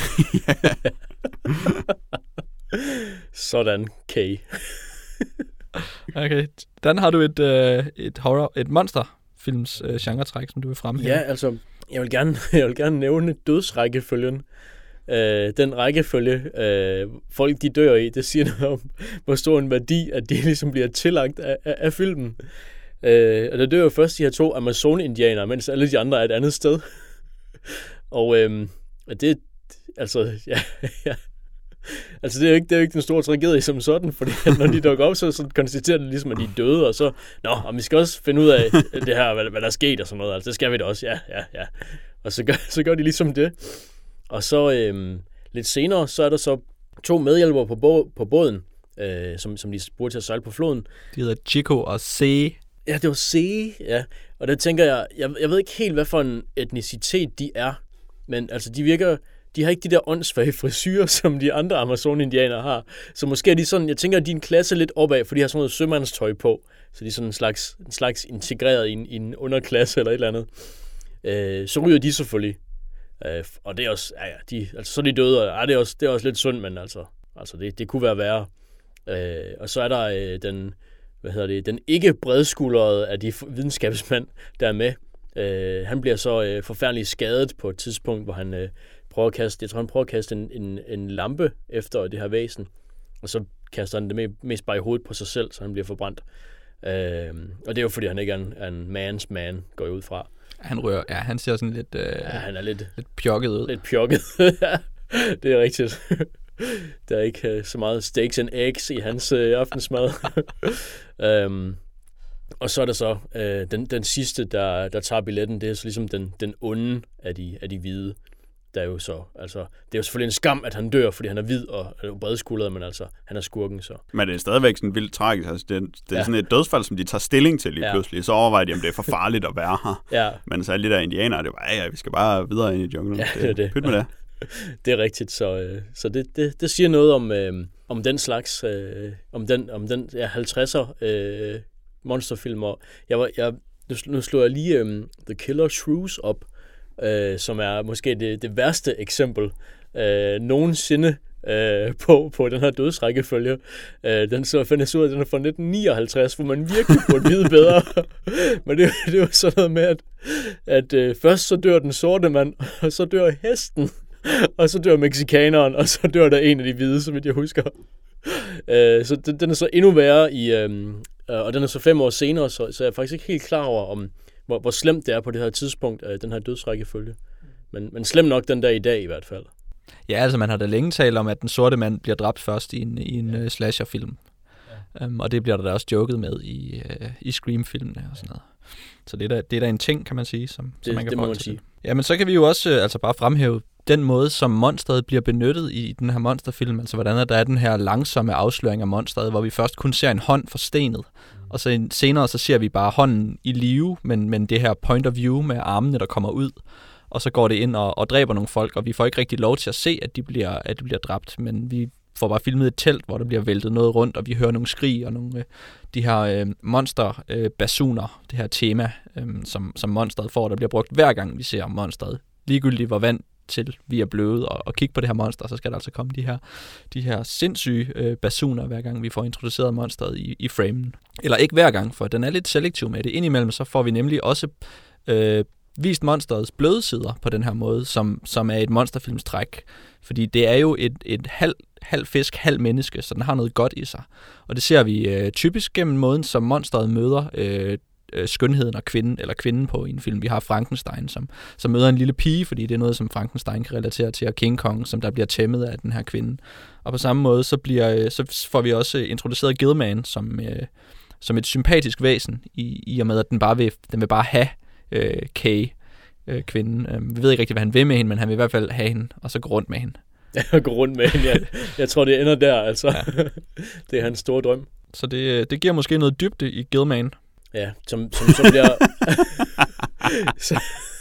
Sådan, Kay. Okay, Dan, har du et, øh, et horror, et monsterfilms øh, genretræk, som du vil fremhæve? Ja, altså, jeg vil gerne, jeg vil gerne nævne dødsrækkefølgen. Øh, den rækkefølge, øh, folk de dør i, det siger noget om, hvor stor en værdi, at de ligesom bliver tillagt af, af, af filmen. Øh, og der dør jo først de her to Amazon-indianere, mens alle de andre er et andet sted. og øh, det, altså, ja, ja. Altså, det er jo ikke, det er jo ikke den store tragedie som sådan, fordi når de dukker op, så, så konstaterer det ligesom, at de er døde, og så, nå, og vi skal også finde ud af det her, hvad, hvad der er sket og sådan noget, altså, det skal vi da også, ja, ja, ja. Og så gør, så gør de ligesom det. Og så øh, lidt senere, så er der så to medhjælpere på, bo- på båden, øh, som, som de bruger til at sejle på floden. De hedder Chico og C. Ja, det var C, ja. Og der tænker jeg, jeg, jeg ved ikke helt, hvad for en etnicitet de er, men altså, de virker... De har ikke de der åndssvage frisyrer, som de andre Amazon-indianere har. Så måske er de sådan, jeg tænker, at de er en klasse lidt opad, for de har sådan noget sømandstøj på. Så de er sådan en slags, en slags integreret i en, i en underklasse eller et eller andet. Øh, så ryger de selvfølgelig. Øh, og det er også, ja ja, de, altså så er de døde, og ja, det, er også, det er også lidt synd, men altså, altså det, det kunne være værre. Øh, og så er der øh, den, hvad hedder det, den ikke bredskuldrede af de videnskabsmænd, der er med. Øh, han bliver så øh, forfærdeligt skadet på et tidspunkt, hvor han... Øh, prøver at kaste, jeg tror, han prøver at kaste en, en, en lampe efter det her væsen, og så kaster han det mest bare i hovedet på sig selv, så han bliver forbrændt. Øh, og det er jo, fordi han ikke er en, er en man's man, går jeg ud fra. Han rører, ja, han ser sådan lidt, øh, ja, han er lidt, lidt pjokket ud. Lidt pjokket, det er rigtigt. Der er ikke uh, så meget steaks and eggs i hans uh, aftensmad. um, og så er der så uh, den, den sidste, der, der tager billetten, det er så ligesom den, den onde af de, af de hvide. Der er jo så, altså, det er jo selvfølgelig en skam, at han dør, fordi han er hvid og er bredskuldret, men altså, han er skurken, så. Men det er stadigvæk sådan vildt tragisk. Altså, det, det er ja. sådan et dødsfald, som de tager stilling til lige ja. pludselig. Så overvejer de, om det er for farligt at være her. Ja. Men så alle de der indianere, det var, ja, vi skal bare videre ind i junglen. Ja, det er det. Pyt med det. Det er rigtigt, så, øh, så det, det, det siger noget om, øh, om den slags, øh, om den, om den ja, halvtredser øh, monsterfilmer. Jeg var, jeg, nu, nu slår jeg lige øh, The Killer Shrews op, øh, som er måske det, det værste eksempel øh, nogensinde øh, på, på den her dødsrækkefølge. Øh, den så findes ud af, den er fra nitten nioghalvtreds, hvor man virkelig burde vide bedre. Men det, det var sådan noget med, at, at øh, først så dør den sorte mand, og så dør hesten. Og så dør mexikaneren, og så dør der en af de hvide, som jeg husker. Øh, så den, den er så endnu værre, i, øh, og den er så fem år senere, så, så jeg er faktisk ikke helt klar over, om, hvor, hvor slemt det er på det her tidspunkt, øh, den her dødsrækkefølge. Men, men slem nok den der i dag i hvert fald. Ja, altså man har da længe talt om, at den sorte mand bliver dræbt først i en, i en ja. uh, slasherfilm. Ja. Um, og det bliver der da også joket med i, uh, i Scream-filmene og sådan noget. Så det er, da, det er da en ting, kan man sige, som, det, som man kan det må man sige. Ja, men så kan vi jo også uh, altså bare fremhæve den måde, som monsteret bliver benyttet i den her monsterfilm. Altså hvordan der er den her langsomme afsløring af monsteret, hvor vi først kun ser en hånd forstenet. Mm. Og så senere så ser vi bare hånden i live, men, men det her point of view med armene, der kommer ud. Og så går det ind og, og dræber nogle folk, og vi får ikke rigtig lov til at se, at de bliver, at de bliver dræbt. Men vi får bare filmet et telt, hvor der bliver væltet noget rundt, og vi hører nogle skrig og nogle øh, de her øh, monster-basuner, øh, det her tema, øh, som, som monsteret får, der bliver brugt hver gang, vi ser monsteret. Ligegyldigt hvor vand til vi er blevet og, og kigge på det her monster, så skal der altså komme de her, de her sindssyge øh, basuner, hver gang vi får introduceret monsteret i, i framen. Eller ikke hver gang, for den er lidt selektiv med det. Indimellem så får vi nemlig også øh, vist monsterets bløde sider på den her måde, som, som er et monsterfilmstræk. Fordi det er jo et, et halv, halv fisk, halv menneske, så den har noget godt i sig. Og det ser vi øh, typisk gennem måden, som monsteret møder øh, skønheden og kvinden, eller kvinden på i en film. Vi har Frankenstein, som, som møder en lille pige, fordi det er noget, som Frankenstein kan relatere til, og King Kong, som der bliver tæmmet af den her kvinde. Og på samme måde, så, bliver, så får vi også introduceret Gilman som, øh, som et sympatisk væsen, i, i og med, at den bare vil, den vil bare have øh, Kay, øh, kvinden. Øh, vi ved ikke rigtig, hvad han vil med hende, men han vil i hvert fald have hende, og så gå rundt med hende. Ja, gå rundt med hende, ja. Jeg tror, det ender der, altså. Ja. Det er hans store drøm. Så det, det giver måske noget dybde i Gilman. Ja, som, som så bliver... så,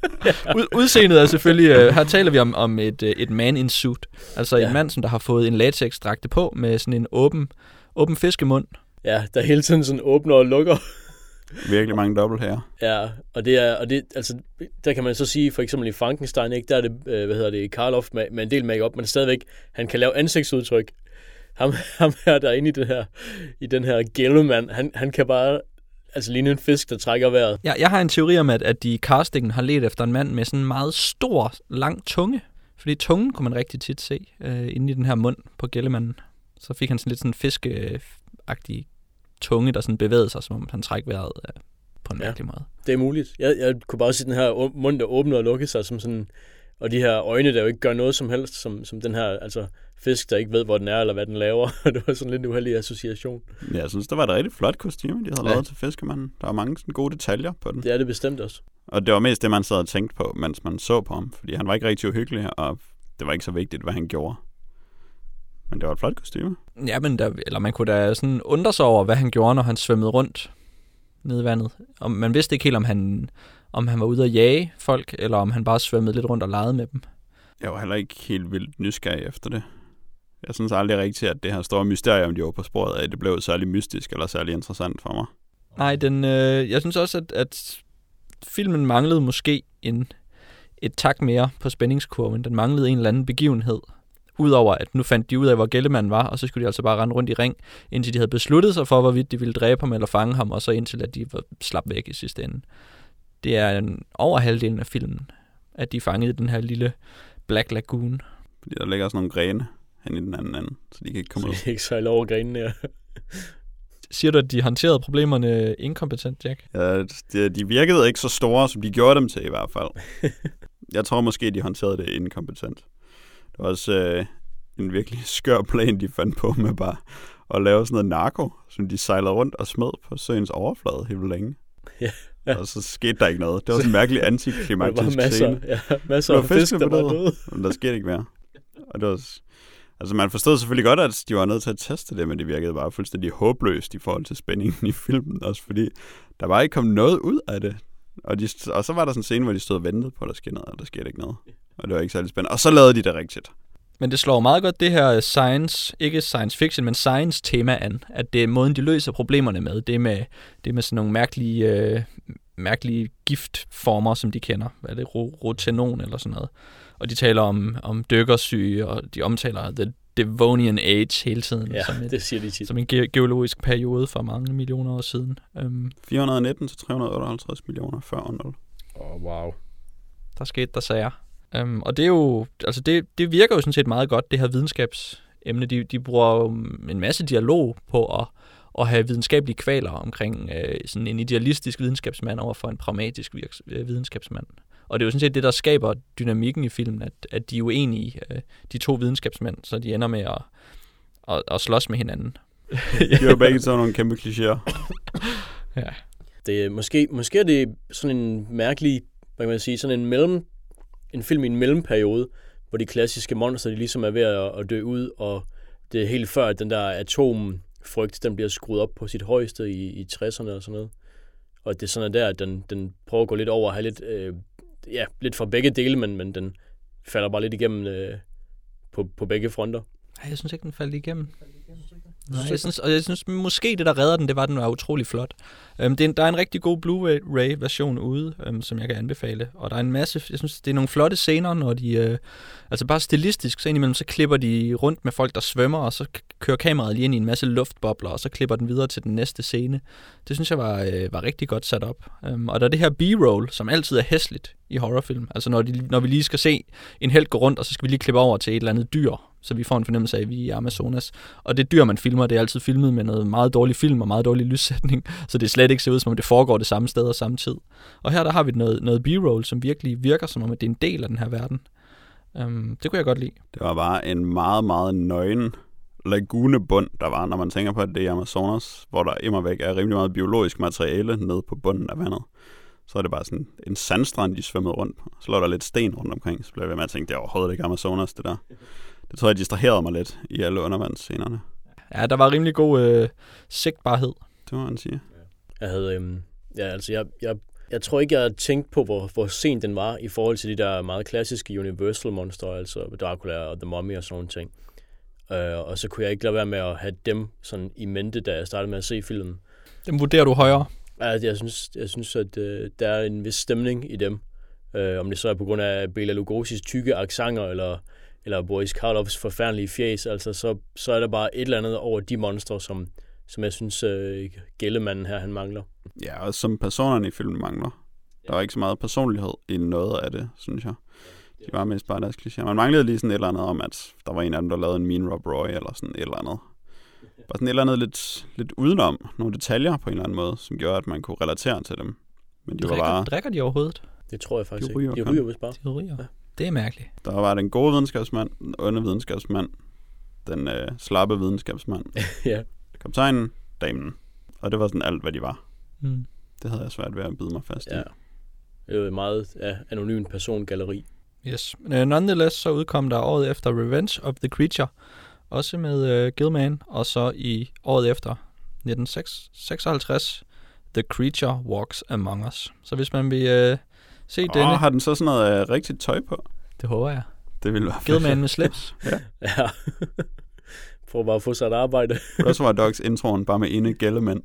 Ud, udseendet er selvfølgelig, øh, her taler vi om, om et, et man in suit. Altså ja. En mand, som der har fået en latexdragte på med sådan en åben, åben fiskemund. Ja, der hele tiden sådan åbner og lukker. Virkelig mange dobbelt her. Ja, og det er, og det, altså, der kan man så sige, for eksempel i Frankenstein, ikke, der er det, øh, hvad hedder det, Karloff med, med en del make-up, men stadigvæk, han kan lave ansigtsudtryk. Ham, ham her, der er inde i den her, i den her gællemand, han, han kan bare, altså ligne en fisk, der trækker vejret. Ja, jeg har en teori om, at, at de i castingen har let efter en mand med sådan en meget stor, lang tunge. Fordi tungen kunne man rigtig tit se øh, inde i den her mund på gællemanden. Så fik han sådan lidt sådan en fiskeagtig tunge, der sådan bevægede sig, som om han træk vejret øh, på en ja, mærkelig måde. Det er muligt. Jeg, jeg kunne bare se den her mund, der åbner og lukker sig, som sådan, og de her øjne, der jo ikke gør noget som helst, som, som den her altså, fisk, der ikke ved, hvor den er, eller hvad den laver. Det var sådan lidt en uheldig association. Ja, jeg synes, det var et rigtig flot kostume, de havde ja. lavet til fiskemanden. Der var mange sådan gode detaljer på den. Det er det bestemt også. Og det var mest det, man sad og tænkte på, mens man så på ham. Fordi han var ikke rigtig uhyggelig, og det var ikke så vigtigt, hvad han gjorde. Men det var et flot kostume. Ja, men der, eller man kunne da sådan undre sig over, hvad han gjorde, når han svømmede rundt nede i vandet. Og man vidste ikke helt, om han, om han var ude at jage folk, eller om han bare svømmede lidt rundt og legede med dem. Jeg var heller ikke helt vildt nysgerrig efter det. Jeg synes aldrig rigtigt, at det her store mysterium, de var på sporet af, det blev særlig mystisk eller særlig interessant for mig. Nej, den, øh, jeg synes også, at, at filmen manglede måske en, et tak mere på spændingskurven. Den manglede en eller anden begivenhed. Udover at nu fandt de ud af, hvor gællemanden var, og så skulle de altså bare rende rundt i ring, indtil de havde besluttet sig for, hvorvidt de ville dræbe ham eller fange ham, og så indtil at de var slap væk i sidste ende. Det er en, over halvdelen af filmen, at de fangede den her lille Black Lagoon. Fordi der ligger sådan nogle grene hen i den anden ende, så de kan ikke komme ud. Så de ikke sejler over grenene, ja. Siger du, at de håndterede problemerne inkompetent, Jack? Ja, de, de virkede ikke så store, som de gjorde dem til i hvert fald. Jeg tror måske, de håndterede det inkompetent. Det var også øh, en virkelig skør plan, de fandt på med bare at lave sådan noget narko, som de sejlede rundt og smed på søens overflade helt længe. Ja, ja. Og så skete der ikke noget. Det var sådan en mærkelig antiklimaktisk masser, scene. Ja, masser af fisk, der var døde. Men der skete ikke mere. Og det var, altså man forstod selvfølgelig godt, at de var nødt til at teste det, men det virkede bare fuldstændig håbløst i forhold til spændingen i filmen. Også fordi der var ikke kommet noget ud af det. Og, de, og så var der sådan en scene, hvor de stod og ventede på, at der skete noget, og der skete ikke noget. Og det var ikke særlig spændende. Og så lavede de det rigtigt. Men det slår meget godt det her science, ikke science fiction, men science tema an. At det er måden, de løser problemerne med. Det er med, det er med sådan nogle mærkelige, øh, mærkelige giftformer, som de kender. Hvad er det? Rotenon eller sådan noget. Og de taler om, om dykkersyge, og de omtaler The Devonian Age hele tiden. Ja, som et, det siger de tit. Som en ge- geologisk periode for mange millioner år siden. Um, fire hundrede nitten til tre hundrede otteoghalvtreds millioner før nul. Åh, oh, wow. Der skete der sager. Um, og det er jo, altså det, det virker jo sådan set meget godt, det her videnskabsemne. De, de bruger jo en masse dialog på at, at have videnskabelige kvaler omkring øh, sådan en idealistisk videnskabsmand over for en pragmatisk virks, øh, videnskabsmand. Og det er jo sådan set det, der skaber dynamikken i filmen, at, at de er uenige, øh, de to videnskabsmænd, så de ender med at, at, at slås med hinanden. De er jo begge sådan nogle kæmpe klichéer. Ja. Det, måske, måske er det sådan en mærkelig, hvad kan man sige, sådan en mellem, en film i en mellemperiode, hvor de klassiske monster, de ligesom er ved at, at dø ud, og det er helt før, at den der atomfrygt, den bliver skruet op på sit højeste i, i tresserne og sådan noget. Og det er sådan der, at den, den prøver at gå lidt over og have lidt, øh, ja, lidt fra begge dele, men, men den falder bare lidt igennem øh, på, på begge fronter. Nej, jeg synes ikke, den faldt igennem. Nej, jeg synes, og jeg synes måske det, der redder den, det var, at den var utrolig flot. Um, det er en, der er en rigtig god Blu-ray-version ude, um, som jeg kan anbefale. Og der er en masse, jeg synes, det er nogle flotte scener, når de, uh, altså bare stilistisk, så indimellem, så klipper de rundt med folk, der svømmer, og så kører kameraet lige ind i en masse luftbobler, og så klipper den videre til den næste scene. Det synes jeg var, uh, var rigtig godt sat op. Um, og der er det her B-roll, som altid er hæsligt i horrorfilm. Altså når, de, når vi lige skal se en helt gå rundt, og så skal vi lige klippe over til et eller andet dyr, så vi får en fornemmelse af, at vi er i Amazonas. Og det dyr, man filmer, det er altid filmet med noget meget dårlig film og meget dårlig lyssætning, så det slet ikke ser ud, som om det foregår det samme sted og samme tid. Og her der har vi noget, noget B-roll, som virkelig virker, som om at det er en del af den her verden. Um, det kunne jeg godt lide. Det var bare en meget, meget nøgen lagunebund, der var, når man tænker på, at det er Amazonas, hvor der immervæk er rimelig meget biologisk materiale nede på bunden af vandet. Så er det bare sådan en sandstrand, de svømmede rundt på. Så lå der lidt sten rundt omkring, så blev jeg ved med at tænke, det er overhovedet ikke Amazonas, det der. Det tror jeg distraherede mig lidt i alle undervandsscenerne. Ja, der var rimelig god øh, sigtbarhed. Det må man sige. Jeg havde, øhm, ja, altså jeg, jeg Jeg tror ikke, jeg havde tænkt på, hvor, hvor sent den var i forhold til de der meget klassiske Universal-monster, altså Dracula og The Mummy og sådan nogle ting. Uh, og så kunne jeg ikke lade være med at have dem sådan i mente, da jeg startede med at se filmen. Dem vurderer du højere? Altså, jeg synes, jeg synes at uh, der er en vis stemning i dem. Uh, om det så er på grund af Bela Lugosi's tykke accenter, eller, eller Boris Karloffs forfærdelige fjes, altså, så, så er der bare et eller andet over de monstre, som, som jeg synes, uh, Gællemanden her, han mangler. Ja, og som personerne i filmen mangler. Der var ikke så meget personlighed i noget af det, synes jeg. De var mest bare deres klichéer. Man manglede lige sådan et eller andet om, at der var en af dem, der lavede en Mean Rob Roy, eller sådan et eller andet. Bare sådan et eller andet lidt, lidt udenom. Nogle detaljer på en eller anden måde, som gjorde, at man kunne relatere til dem. Men de drikker, var bare... drikker de overhovedet? Det tror jeg faktisk de ryger, ikke. De ryger vist bare. De ryger. Ja. Det er mærkeligt. Der var den gode videnskabsmand, den onde videnskabsmand, den øh, slappe videnskabsmand, ja. kaptajnen, damen. Og det var sådan alt, hvad de var. Mm. Det havde jeg svært ved at bide mig fast ja. i. Det var et meget ja, anonymt persongalleri. Yes. Uh, nonetheless, så udkom der året efter Revenge of the Creature, også med uh, Gilman, og så i året efter, nitten seksoghalvtreds, The Creature Walks Among Us. Så hvis man vil uh, se oh, denne... har den så sådan noget uh, rigtigt tøj på? Det håber jeg. Det ville være Gilman med slips. ja. ja. For bare at få sig et arbejde. Reservoir Dogs introen bare med ene gællemænd.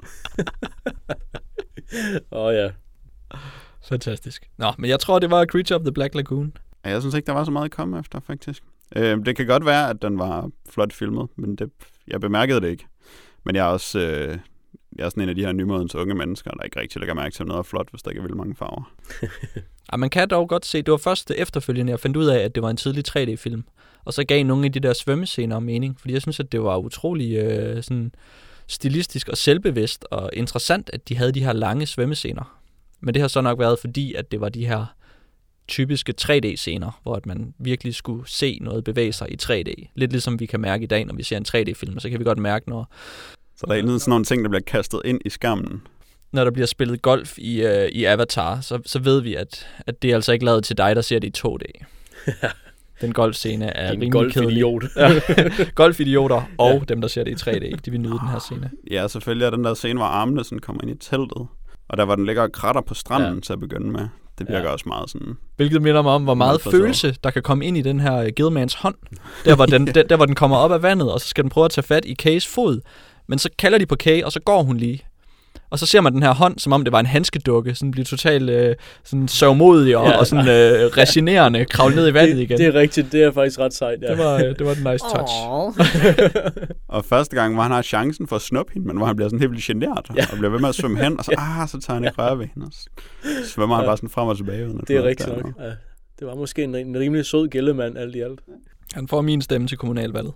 Åh oh, ja. Fantastisk. Nå, men jeg tror, det var Creature of the Black Lagoon. Ja, jeg synes ikke, der var så meget at komme efter, faktisk. Øh, det kan godt være, at den var flot filmet, men det, jeg bemærkede det ikke. Men jeg er også øh, jeg er sådan en af de her nymodens unge mennesker, der ikke rigtig lægger mærke til noget er flot, hvis der ikke er vildt mange farver. Ja, man kan dog godt se, det var først efterfølgende, jeg fandt ud af, at det var en tidlig tre D-film. Og så gav nogle af de der svømmescener mening, fordi jeg synes, at det var utrolig øh, sådan stilistisk og selvbevidst og interessant, at de havde de her lange svømmescener. Men det har så nok været fordi, at det var de her typiske tre D-scener, hvor at man virkelig skulle se noget bevæge sig i tre D. Lidt ligesom vi kan mærke i dag, når vi ser en tre D-film, så kan vi godt mærke, når... Så der er sådan nogle ting, der bliver kastet ind i skærmen. Når der bliver spillet golf i, uh, i Avatar, så, så ved vi, at, at det er altså ikke lavet til dig, der ser det i to D. Den golfscene er rimelig golfidiot. Ja. Golfidioter og ja. Dem, der ser det i tre D. De vil nyde den her scene. Ja, selvfølgelig er den der scene, hvor armene sådan kommer ind i teltet. Og der var den ligger og kratter på stranden ja. til at begynde med. Det virker ja. også meget sådan... Hvilket minder mig om, hvor meget følelse, der kan komme ind i den her Gilmans hånd. Der hvor, den, der, der, hvor den kommer op af vandet, og så skal den prøve at tage fat i Kays fod. Men så kalder de på Kay, og så går hun lige. Og så ser man den her hånd, som om det var en handskedukke. Sådan bliver totalt øh, sådan sørgmodig og, ja. og sådan øh, resignerende, kravle ned i vandet det, igen. Det er rigtigt, det er faktisk ret sejt. Ja. Det var øh, det var en nice touch. Og første gang, hvor han har chancen for at snuppe hende, men hvor han bliver sådan helt vildt genert, ja. og bliver ved med at svømme hen, og så, ah, så tager han ikke røre ved hende, og så svømmer ja. han bare sådan frem og tilbage. Uden det er rigtigt nok. Ja. Det var måske en, en rimelig sød gældemand, alt i alt. Han får min stemme til kommunalvalget.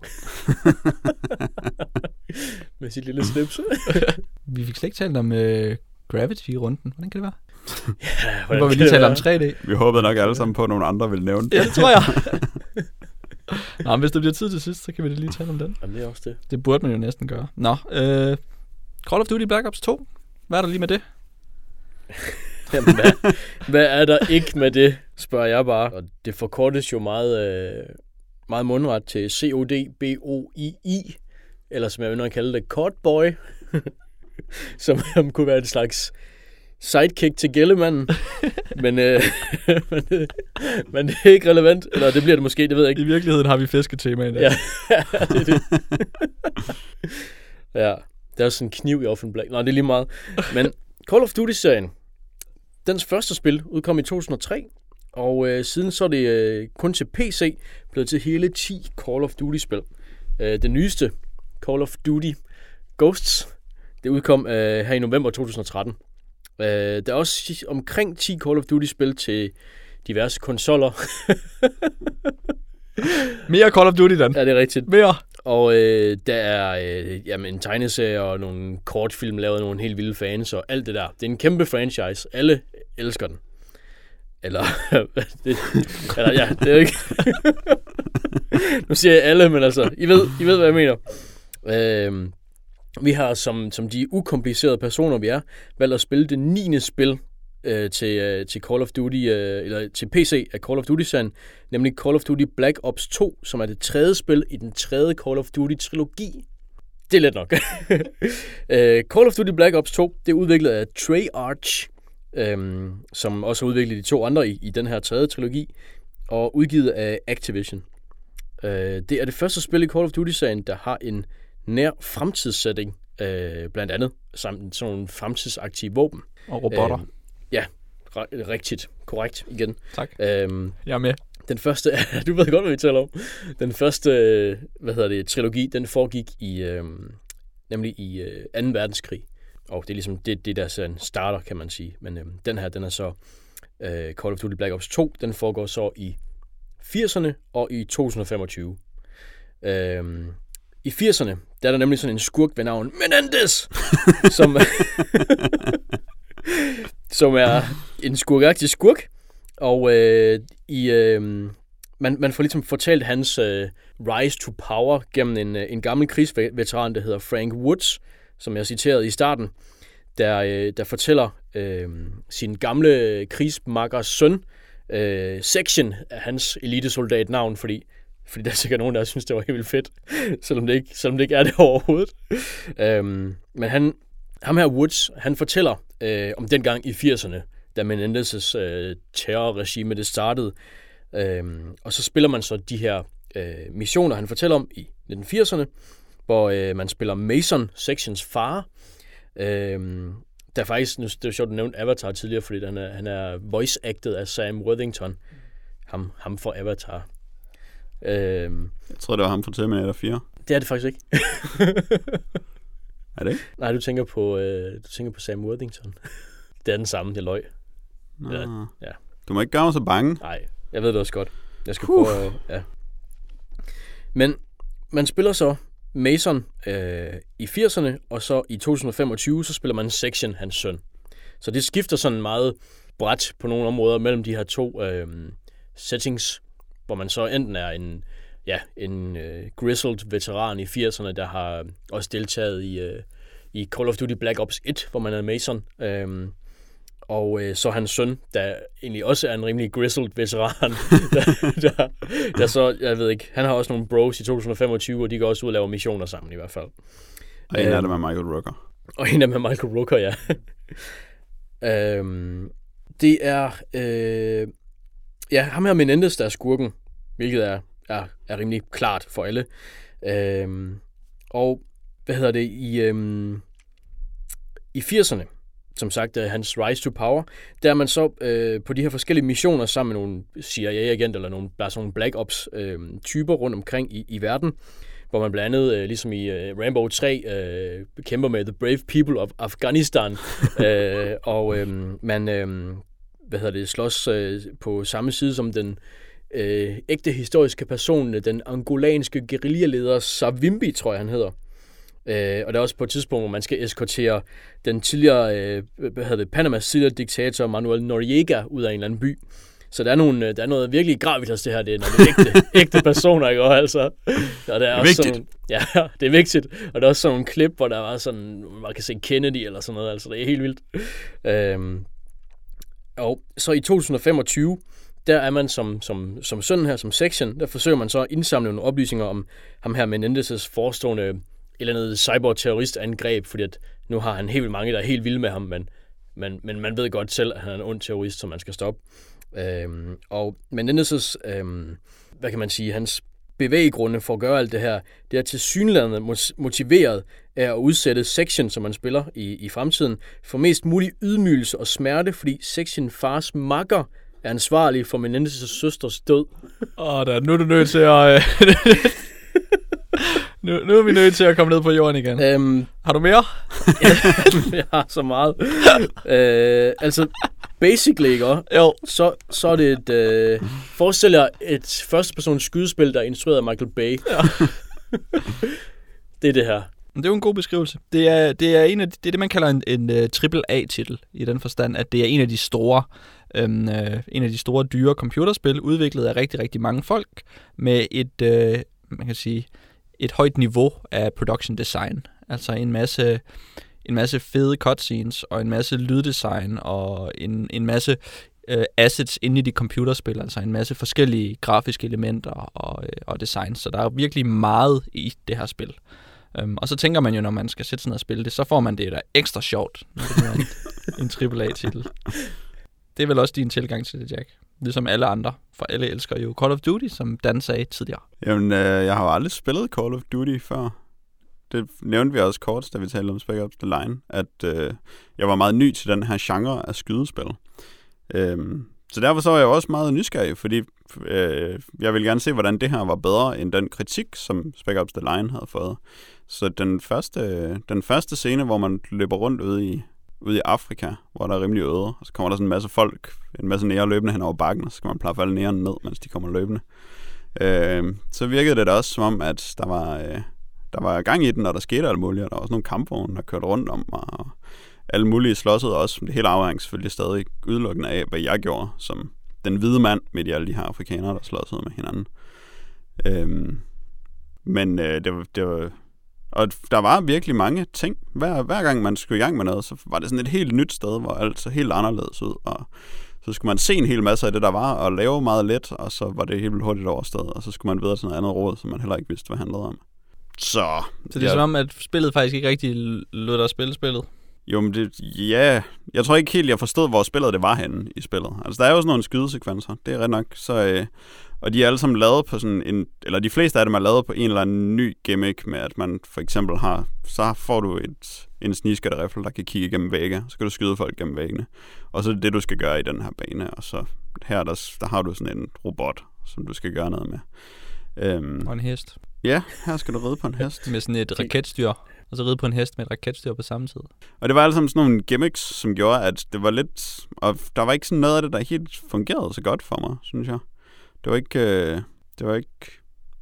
Med sit lille slips. Vi fik slet ikke talt om uh, Gravity-runden. Hvordan kan det være? Ja, hvordan hvor vi lige taler om tre D. Vi håbede nok alle sammen på, at nogle andre ville nævne det. Ja, det tror jeg. Nå, men hvis der bliver tid til sidst, så kan vi lige tale om den. Jamen, det er også det. Det burde man jo næsten gøre. Nå, uh, Call of Duty Black Ops to. Hvad er der lige med det? Jamen, hvad, hvad er der ikke med det, spørger jeg bare. Og det forkortes jo meget, øh, meget mundret til C O D B O I I, eller som jeg vil nok kalde det, Codboy, som, som kunne være en slags sidekick til Gællemanden. men, øh, men, øh, men det er ikke relevant, eller det bliver det måske, det ved jeg ikke. I virkeligheden har vi fisketema i dag. Ja, det er det. Ja, der er sådan en kniv i Orphan Black. Nå, det er lige meget. Men Call of Duty-serien, dens første spil udkom i to tusind og tre, og øh, siden så er det øh, kun til P C blevet til hele ti Call of Duty-spil. Øh, det nyeste, Call of Duty Ghosts, det udkom øh, her i november to tusind og tretten. Øh, der er også omkring ti Call of Duty-spil til diverse konsoller. Mere Call of Duty, Dan. Ja, det er rigtigt. Mere. Og øh, der er øh, jamen, en tegneserie og nogle kortfilm lavet af nogle helt vilde fans og alt det der. Det er en kæmpe franchise. Alle elsker den. Eller, det, eller ja, det er ikke... Nu siger jeg alle, men altså, I ved, I ved hvad jeg mener. Øh, vi har, som, som de ukomplicerede personer, vi er, valgt at spille det niende spil øh, til, øh, til Call of Duty, øh, eller til P C af Call of Duty-serien, nemlig Call of Duty Black Ops to, som er det tredje spil i den tredje Call of Duty-trilogi. Det er let nok. uh, Call of Duty Black Ops to, det er udviklet af Treyarch, øhm, som også har udviklet de to andre i, i den her tredje trilogi, og udgivet af Activision. Øh, det er det første spil i Call of Duty-serien, der har en nær fremtidssetting, øh, blandt andet samt sådan nogle fremtidsaktive våben. Og robotter. Øh, ja, r- rigtigt. Korrekt igen. Tak. Øhm, Jeg er med. Den første, du ved godt, hvad vi taler om. Den første, hvad hedder det, trilogi, den foregik i, øh, nemlig i øh, anden verdenskrig. Og det er ligesom det, det der sådan starter, kan man sige. Men øh, den her, den er så øh, Call of Duty Black Ops to. Den foregår så i firserne og i to tusind femogtyve. Øh, I firserne, der er der nemlig sådan en skurk ved navn Menendez, som, som er en skurkagtig skurk. Og øh, i, øh, man, man får ligesom fortalt hans øh, rise to power gennem en, en gammel krigsveteran, der hedder Frank Woods, som jeg citerede i starten, der, øh, der fortæller øh, sin gamle krigsmakkers søn, øh, Section er hans elitesoldatnavn, fordi, fordi der er sikkert nogen, der synes, det var helt vildt fedt, selvom det ikke, selvom det ikke er det overhovedet. øh, men han, ham her Woods, han fortæller øh, om dengang i firserne, da Menendez' øh, terrorregime det startede. Øhm, og så spiller man så de her øh, missioner, han fortæller om i nitten firserne, hvor øh, man spiller Mason, Sections far. Øhm, der faktisk, nu, det er sjovt, du nævnte Avatar tidligere, fordi han er, han er voice-acted af Sam Worthington. Ham, ham for Avatar. Øhm, Jeg tror, det var ham fra Terminator fire. Det er det faktisk ikke. Er det ikke? Nej, du tænker på, øh, du tænker på Sam Worthington. Det er den samme, det løg. Nå. Ja. Du må ikke gøre mig så bange. Nej, jeg ved det også godt. Jeg skal Puh. prøve, ja. Men man spiller så Mason øh, i firserne, og så i to tusind femogtyve, så spiller man Section, hans søn. Så det skifter sådan meget bredt på nogle områder mellem de her to øh, settings, hvor man så enten er en, ja, en øh, grizzled veteran i firserne, der har også deltaget i, øh, i Call of Duty Black Ops et, hvor man er Mason. Øh, Og øh, så hans søn, der egentlig også er en rimelig grizzled veteran, der, der, der så, jeg ved ikke, han har også nogle bros i to tusind femogtyve, og de går også ud og laver missioner sammen i hvert fald. Og en af dem er Michael Rooker. Og en af dem er Michael Rooker, ja. øhm, det er, øh, ja, ham her Menendez, der er skurken, hvilket er, er, er rimelig klart for alle. Øhm, og, hvad hedder det, i, øhm, i firserne, som sagt, er hans rise to power, der er man så øh, på de her forskellige missioner sammen med nogle C I A-agenter, eller nogle, der er sådan nogle Black Ops-typer øh, rundt omkring i, i verden, hvor man blandt andet, øh, ligesom i øh, Rambo tre, øh, kæmper med The Brave People of Afghanistan, øh, og øh, man øh, hvad hedder det, slås øh, på samme side som den øh, ægte historiske person, den angolanske guerillaleder Savimbi, tror jeg, han hedder. Øh, og der er også på et tidspunkt, hvor man skal eskortere den tidligere, øh, hvad hedder det, Panamas tidligere diktator Manuel Noriega ud af en eller anden by. Så der er, nogle, der er noget virkelig gravitas det her, det er nogle ægte, ægte personer, ikke? Og altså, og der er også vigtigt. sådan, ja, det er vigtigt. Og der er også sådan nogle klip, hvor der var sådan, man kan se Kennedy eller sådan noget, altså det er helt vildt. Øhm, og så i to tusind femogtyve, der er man som, som, som søn her, som Section, der forsøger man så at indsamle nogle oplysninger om ham her Menendez' forestående et eller andet cyber-terroristangreb, fordi at nu har han helt vildt mange, der er helt vilde med ham, men, men, men man ved godt selv, at han er en ond terrorist, som man skal stoppe. Øhm, og Menendez' øhm, hvad kan man sige, hans bevæggrunde for at gøre alt det her, det er tilsyneladende motiveret af at udsætte Section, som man spiller i, i fremtiden, for mest mulig ydmygelse og smerte, fordi Section fars makker er ansvarlig for Menendez' søsters død. Åh, oh, nu er du nødt til at... nu, nu er vi nødt til at komme ned på jorden igen. Øhm, har du mere? Jeg har så meget. øh, altså, basically, ikke? Jo. Så, så er det et... Øh, forestil jer et førstepersons skydespil, der er instrueret af Michael Bay. Ja. Det er det her. Det er jo en god beskrivelse. Det er det, er en af de, det, er det man kalder en, en uh, triple A-titel, i den forstand, at det er en af de store, øhm, uh, en af de store dyre computerspil, udviklet af rigtig, rigtig mange folk, med et, uh, man kan sige, et højt niveau af production design. Altså en masse, en masse fede cutscenes, og en masse lyddesign, og en, en masse uh, assets inde i de computerspil, altså en masse forskellige grafiske elementer og, uh, og design. Så der er virkelig meget i det her spil. Um, og så tænker man jo, når man skal sætte sig ned og spille det, så får man det da ekstra sjovt, når det er en, en triple A-titel. Det er vel også din tilgang til det, Jack. Ligesom alle andre, for alle elsker jo Call of Duty, som Dan sagde tidligere. Jamen, øh, jeg har jo aldrig spillet Call of Duty før. Det nævnte vi også kort, da vi talte om Spec Ops The Line, at øh, jeg var meget ny til den her genre af skydespil. Øhm, så derfor så var jeg også meget nysgerrig, fordi øh, jeg ville gerne se, hvordan det her var bedre end den kritik, som Spec Ops The Line havde fået. Så den første, den første scene, hvor man løber rundt ude i, ude i Afrika, hvor der er rimelig øde, og så kommer der sådan en masse folk, en masse nære løbende hen over bakken, og så skal man plaffe alle nærerne ned, mens de kommer løbende. Øh, så virkede det da også som om, at der var... Øh, Der var gang i den, og der skete alt muligt, og der var også nogle kampvogne, der kørte rundt om mig, og alle mulige slåssede også. Det hele afhængig selvfølgelig stadig udelukkende af, hvad jeg gjorde, som den hvide mand midt i alle de her afrikanere, der slåssede med hinanden. Øhm, men øh, det, var, det var... Og der var virkelig mange ting. Hver, hver gang man skulle i gang med noget, så var det sådan et helt nyt sted, hvor alt så helt anderledes ud, og så skulle man se en hel masse af det, der var, og lave meget let, og så var det helt vildt hurtigt overstået, og så skulle man videre til noget andet råd, som man heller ikke vidste, hvad handlede om. Så, så det er ja. som om, at spillet faktisk ikke rigtig lod dig spille spillet? Jo, men det, ja, jeg tror ikke helt, jeg forstod, hvor spillet det var henne i spillet. Altså, der er jo sådan nogle skydesekvenser, det er ret nok. Så, øh, og de er alle sammen lavet på sådan en, eller de fleste af dem er lavet på en eller anden ny gimmick med, at man for eksempel har, så får du et, en snigskytteriffel, der kan kigge gennem vægge, så kan du skyde folk gennem væggene. Og så er det det, du skal gøre i den her bane, og så her, der, der har du sådan en robot, som du skal gøre noget med. Øhm, og en hest. Ja, her skal du ride på en hest. Med sådan et raketstyr. Og så ride på en hest med et raketstyr på samme tid. Og det var alle sammen sådan nogle gimmicks, som gjorde, at det var lidt... Og der var ikke sådan noget af det, der helt fungerede så godt for mig, synes jeg. Det var ikke, øh, det var ikke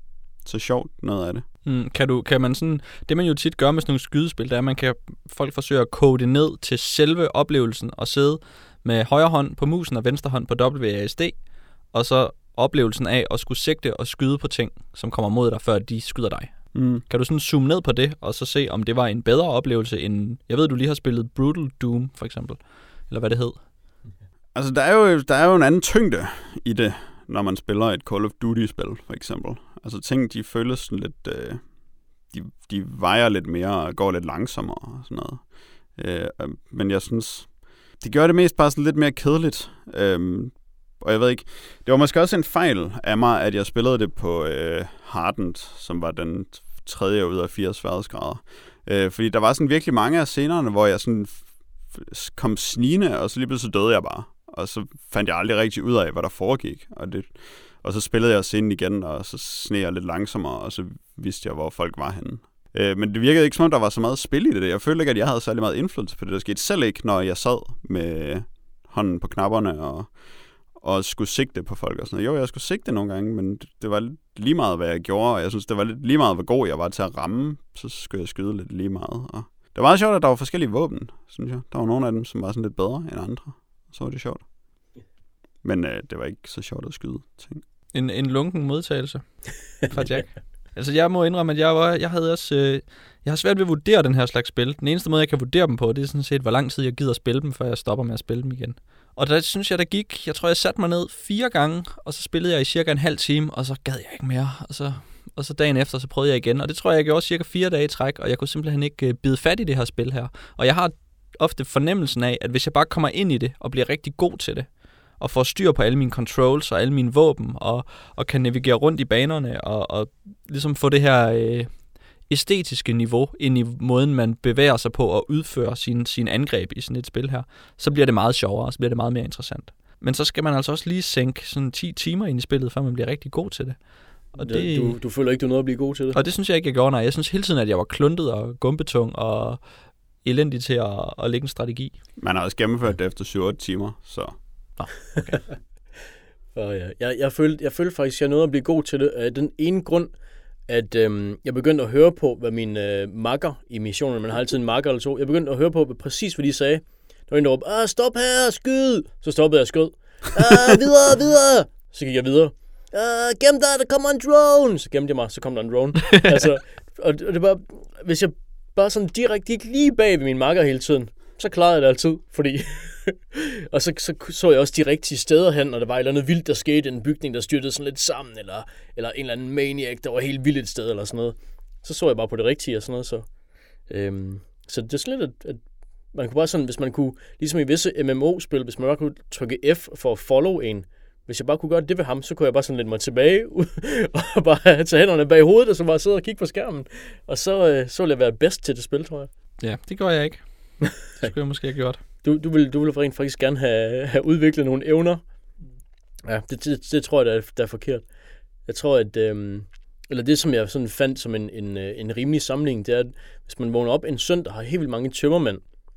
så sjovt, noget af det. Mm, kan, du, kan man sådan... Det man jo tit gør med sådan nogle skydespil, det er, at man kan... Folk forsøger at kode det ned til selve oplevelsen og sidde med højre hånd på musen og venstre hånd på W A S D, og så oplevelsen af at skulle sigte og skyde på ting, som kommer mod dig, før de skyder dig. Mm. Kan du sådan zoome ned på det, og så se, om det var en bedre oplevelse end... Jeg ved, du lige har spillet Brutal Doom, for eksempel. Eller hvad det hed. Altså, der er jo, der er jo en anden tyngde i det, når man spiller et Call of Duty-spil, for eksempel. Altså, ting, de føles sådan lidt... Øh, de, de vejer lidt mere og går lidt langsommere og sådan noget. Øh, men jeg synes... Det gør det mest bare sådan lidt mere kedeligt. Øh, Og jeg ved ikke, det var måske også en fejl af mig, at jeg spillede det på øh, Hardened, som var den tredje ud af fire sværhedsgrader. Øh, fordi der var sådan virkelig mange af scenerne, hvor jeg sådan f- kom snigende, og så lige pludselig døde jeg bare. Og så fandt jeg aldrig rigtig ud af, hvad der foregik. Og, det, og så spillede jeg scenen igen, og så sneg jeg lidt langsommere, og så vidste jeg, hvor folk var henne. Øh, men det virkede ikke som om, der var så meget spil i det. Jeg følte ikke, at jeg havde særlig meget indflydelse på det, der skete. Selv ikke, når jeg sad med hånden på knapperne og... og skulle sigte på folk og sådan noget. Jo, jeg skulle sigte nogle gange, men det var lidt lige meget, hvad jeg gjorde, og jeg synes, det var lidt lige meget, hvor god jeg var til at ramme, så skulle jeg skyde lidt lige meget. Og det var meget sjovt, at der var forskellige våben, synes jeg. Der var nogle af dem, som var sådan lidt bedre end andre. Så var det sjovt. Men øh, det var ikke så sjovt at skyde ting. En, en lunken modtagelse fra Jack. Altså, jeg må indrømme, at jeg, var, jeg havde også... Øh, jeg har svært ved at vurdere den her slags spil. Den eneste måde, jeg kan vurdere dem på, det er sådan set, hvor lang tid jeg gider spille dem, før jeg stopper med at spille dem igen. Og der synes jeg, der gik... Jeg tror, jeg satte mig ned fire gange, og så spillede jeg i cirka en halv time, og så gad jeg ikke mere. Og så, og så dagen efter, så prøvede jeg igen. Og det tror jeg, jeg gjorde cirka fire dage i træk, og jeg kunne simpelthen ikke uh, bide fat i det her spil her. Og jeg har ofte fornemmelsen af, at hvis jeg bare kommer ind i det, og bliver rigtig god til det, og får styr på alle mine controls og alle mine våben, og, og kan navigere rundt i banerne, og, og ligesom få det her øh, æstetiske niveau ind i måden, man bevæger sig på at udføre sine, sine angreb i sådan et spil her, så bliver det meget sjovere, og så bliver det meget mere interessant. Men så skal man altså også lige sænke sådan ti timer ind i spillet, før man bliver rigtig god til det. Og det ja, du, du føler ikke, du nåede at blive god til det? Og det synes jeg ikke, jeg gjorde, nej. Jeg synes hele tiden, at jeg var kluntet og gumpetung og elendig til at, at lægge en strategi. Man har også gennemført det efter syv otte timer, så... Nå, okay. Og ja, jeg, jeg, følte, jeg følte faktisk, at jeg nåede at blive god til det. Af den ene grund, at øhm, jeg begyndte at høre på, hvad min øh, makker i missionen, man har altid en makker eller to, jeg begyndte at høre på præcis, hvad de sagde. Der var en, der råbte, ah, stop her, skyd! Så stoppede jeg og skød. Ah, videre, videre! Så gik jeg videre. Ah, gem dig, der kommer en drone! Så gemte jeg mig, så kom der en drone. altså, og, og det var, hvis jeg bare sådan direkte gik lige bag ved min makker hele tiden, så klarede jeg det altid, fordi... og så, så så jeg også de rigtige steder hen, og der var et eller andet vildt, der skete i en bygning, der styrtede sådan lidt sammen, eller, eller en eller anden maniac, der var helt vildt et sted, eller sådan noget. så så jeg bare på det rigtige og sådan noget. Så, øhm, så det er sådan lidt, at, at man kunne bare sådan, hvis man kunne, ligesom i visse M M O-spil, hvis man bare kunne trykke F for at follow en, hvis jeg bare kunne gøre det ved ham, så kunne jeg bare sådan lidt mig tilbage og bare tage hænderne bag hovedet, og så bare sidde og kigge på skærmen. Og så, øh, så ville jeg være bedst til det spil, tror jeg. Ja, det gør jeg ikke. Det skulle jeg måske have gjort. Du, du ville du vil rent faktisk gerne have, have udviklet nogle evner. Ja, det, det, det tror jeg, der er, der er forkert. Jeg tror, at... Øhm, eller det, som jeg sådan fandt som en, en, en rimelig sammenligning, det er, at hvis man vågner op en søndag og har helt vildt mange tømmermænd,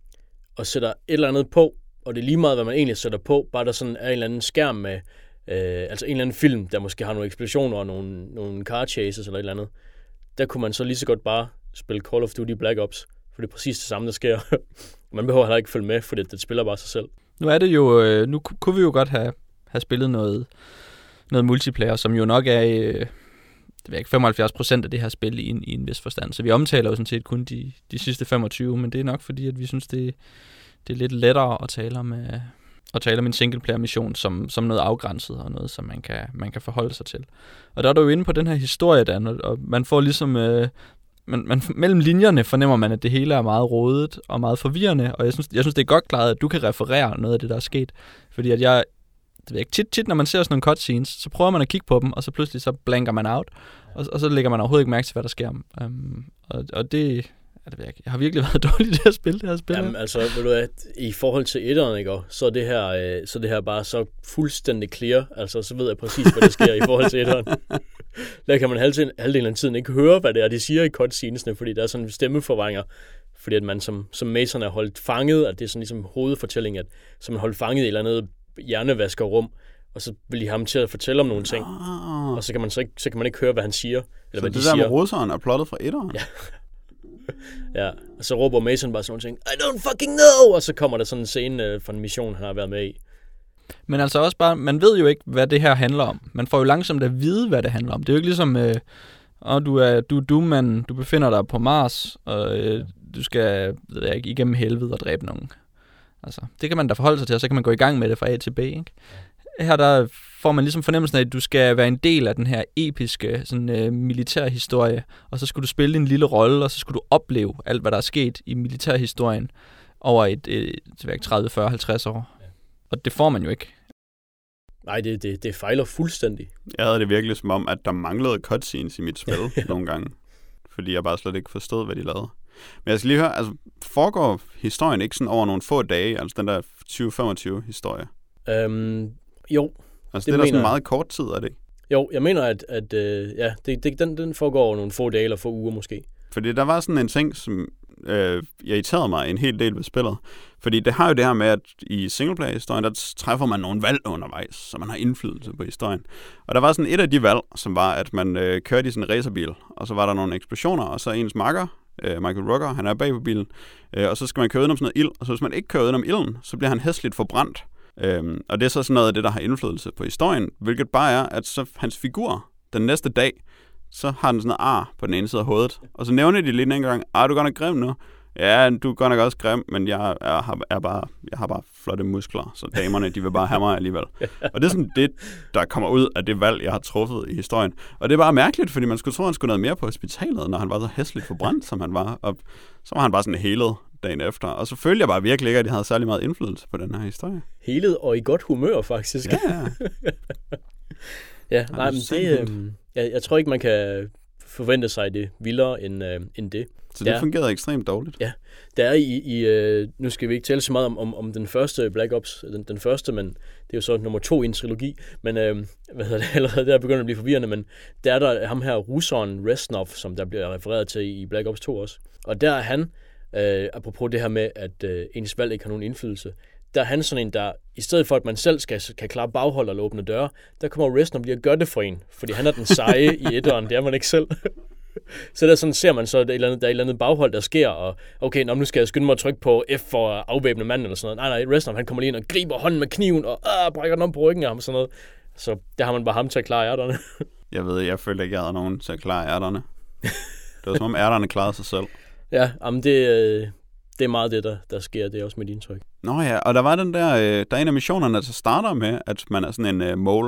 og sætter et eller andet på, og det er lige meget, hvad man egentlig sætter på, bare der sådan er en eller anden skærm med, øh, altså en eller anden film, der måske har nogle eksplosioner og nogle, nogle car chases eller et eller andet, der kunne man så lige så godt bare spille Call of Duty Black Ops, for det er præcis det samme, der sker. Man behøver heller ikke følge med, for det, det spiller bare sig selv. Nu er det jo, øh, nu kunne vi jo godt have, have spillet noget, noget multiplayer, som jo nok er, øh, det ved ikke, femoghalvfjerds procent af det her spil i en, i en vis forstand. Så vi omtaler jo sådan set kun de, de sidste femogtyve, men det er nok fordi, at vi synes, det, det er lidt lettere at tale om, øh, at tale om en singleplayer-mission som, som noget afgrænset og noget, som man kan, man kan forholde sig til. Og der er du jo inde på den her historie, Dan, og man får ligesom... Øh, Men, men mellem linjerne fornemmer man, at det hele er meget rodet og meget forvirrende, og jeg synes, jeg synes det er godt klaret, at du kan referere noget af det, der er sket. Fordi at jeg, det ved jeg ikke, tit, tit, når man ser sådan nogle cutscenes, så prøver man at kigge på dem, og så pludselig så blanker man out, og, og så lægger man overhovedet ikke mærke til, hvad der sker. Um, og, og det, ja, det ved jeg ikke, jeg har virkelig været dårlig til at spille det her spil. Jamen altså, ved du hvad, i forhold til etteren, ikke, så er det her, øh, så er det her bare så fuldstændig clear, altså så ved jeg præcis, hvad der sker i forhold til etteren. Der kan man halvdelen, halvdelen af tiden ikke høre, hvad det er, de siger i cutscenesene, fordi der er sådan stemmeforvrænger, fordi at man som, som Mason er holdt fanget, at det er sådan ligesom hovedfortælling, at så man holdt fanget i et eller andet hjernevaskerrum, og så vil de ham til at fortælle om nogle ting, oh. og så kan man så ikke, så kan man ikke høre, hvad han siger, eller så hvad de de siger. Så det der siger. med russeren er plottet fra etteren? Ja. Ja, og så råber Mason bare sådan nogle ting, I don't fucking know, og så kommer der sådan en scene øh, fra en mission, han har været med i. Men altså også bare, man ved jo ikke, hvad det her handler om. Man får jo langsomt at vide, hvad det handler om. Det er jo ikke ligesom, øh, og du er du er Doom-mand, du befinder dig på Mars, og øh, du skal, ved jeg ikke, igennem helvede og dræbe nogen. Altså, det kan man da forholde sig til, og så kan man gå i gang med det fra A til B, ikke? Her der får man ligesom fornemmelsen af, at du skal være en del af den her episke sådan, øh, militærhistorie, og så skulle du spille en lille rolle, og så skulle du opleve alt, hvad der er sket i militærhistorien over et, et, et tredive, fyrre, halvtreds år. Og det får man jo ikke. Nej, det, det, det fejler fuldstændig. Jeg havde det virkelig som om, at der manglede cutscenes i mit spil ja. nogle gange, fordi jeg bare slet ikke forstod, hvad de lavede. Men jeg skal lige høre, altså foregår historien ikke sådan over nogle få dage, altså den der tyve femogtyve historie? Øhm, jo. Altså det, det er der sådan meget kort tid, er det ikke? Jo, jeg mener, at, at øh, ja, det, det, den, den foregår over nogle få dage eller få uger måske. Fordi der var sådan en ting, som øh, irriterede mig en hel del ved spillet. Fordi det har jo det her med, at i singleplayer-historien, der træffer man nogle valg undervejs, så man har indflydelse på historien. Og der var sådan et af de valg, som var, at man øh, kørte i sådan en racerbil, og så var der nogle eksplosioner, og så ens makker, øh, Michael Rooker, han er bag på bilen, øh, og så skal man køre udenom sådan noget ild, og så hvis man ikke kører udenom ilden, så bliver han hæsligt forbrændt. Øhm, og det er så sådan noget af det, der har indflydelse på historien, hvilket bare er, at så hans figur, den næste dag, så har den sådan noget ar på den ene side af hovedet. Og så nævner de lige en gang, ah, du er godt nok grim nu. Ja, du er godt nok også grim, men jeg er, er bare, jeg har bare flotte muskler, så damerne, de vil bare have mig alligevel. Og det er sådan det, der kommer ud af det valg, jeg har truffet i historien. Og det er bare mærkeligt, fordi man skulle tro, at han skulle noget mere på hospitalet, når han var så hæsligt forbrændt, som han var. Og så var han bare sådan helet dagen efter. Og så følte jeg bare virkelig ikke, at jeg havde særlig meget indflydelse på den her historie. Helet og i godt humør, faktisk. Ja, ja. Ja, nej, men det, øh, jeg, jeg tror ikke, man kan forvente sig det vildere end, øh, end det. Så det der, fungerede ekstremt dårligt. Ja, der er i, i øh, nu skal vi ikke tale så meget om, om, om den første Black Ops, den, den første, men det er jo så nummer to i en trilogi, men øh, hvad hedder det, allerede der begynder at blive forvirrende, men der er der ham her, russeren Reznov, som der bliver refereret til i Black Ops to også, og der er han, øh, apropos det her med, at øh, ens valg ikke har nogen indflydelse, der er han sådan en, der i stedet for, at man selv skal, kan klare baghold og åbne døre, der kommer Reznov lige at gøre det for en, fordi han er den seje i etteren, det er man ikke selv. Så der sådan ser man så, at der er et eller andet, der er et eller andet baghold, der sker, og okay, nå, nu skal jeg skynde mig at trykke på F for at afvæbne manden eller sådan noget. Nej, nej, Reznov, han kommer lige ind og griber hånden med kniven, og øh, brækker den om på ryggen af ham og sådan noget. Så der har man bare ham til at klare ærterne. Jeg ved, jeg følte ikke, jeg havde nogen til at klare ærterne. Det var som om ærterne klarede sig selv. Ja, jamen det, det er meget det, der, der sker. Det er også mit indtryk. Nå ja, og der var den der, der er en af missionerne, der starter med, at man er sådan en uh, mole,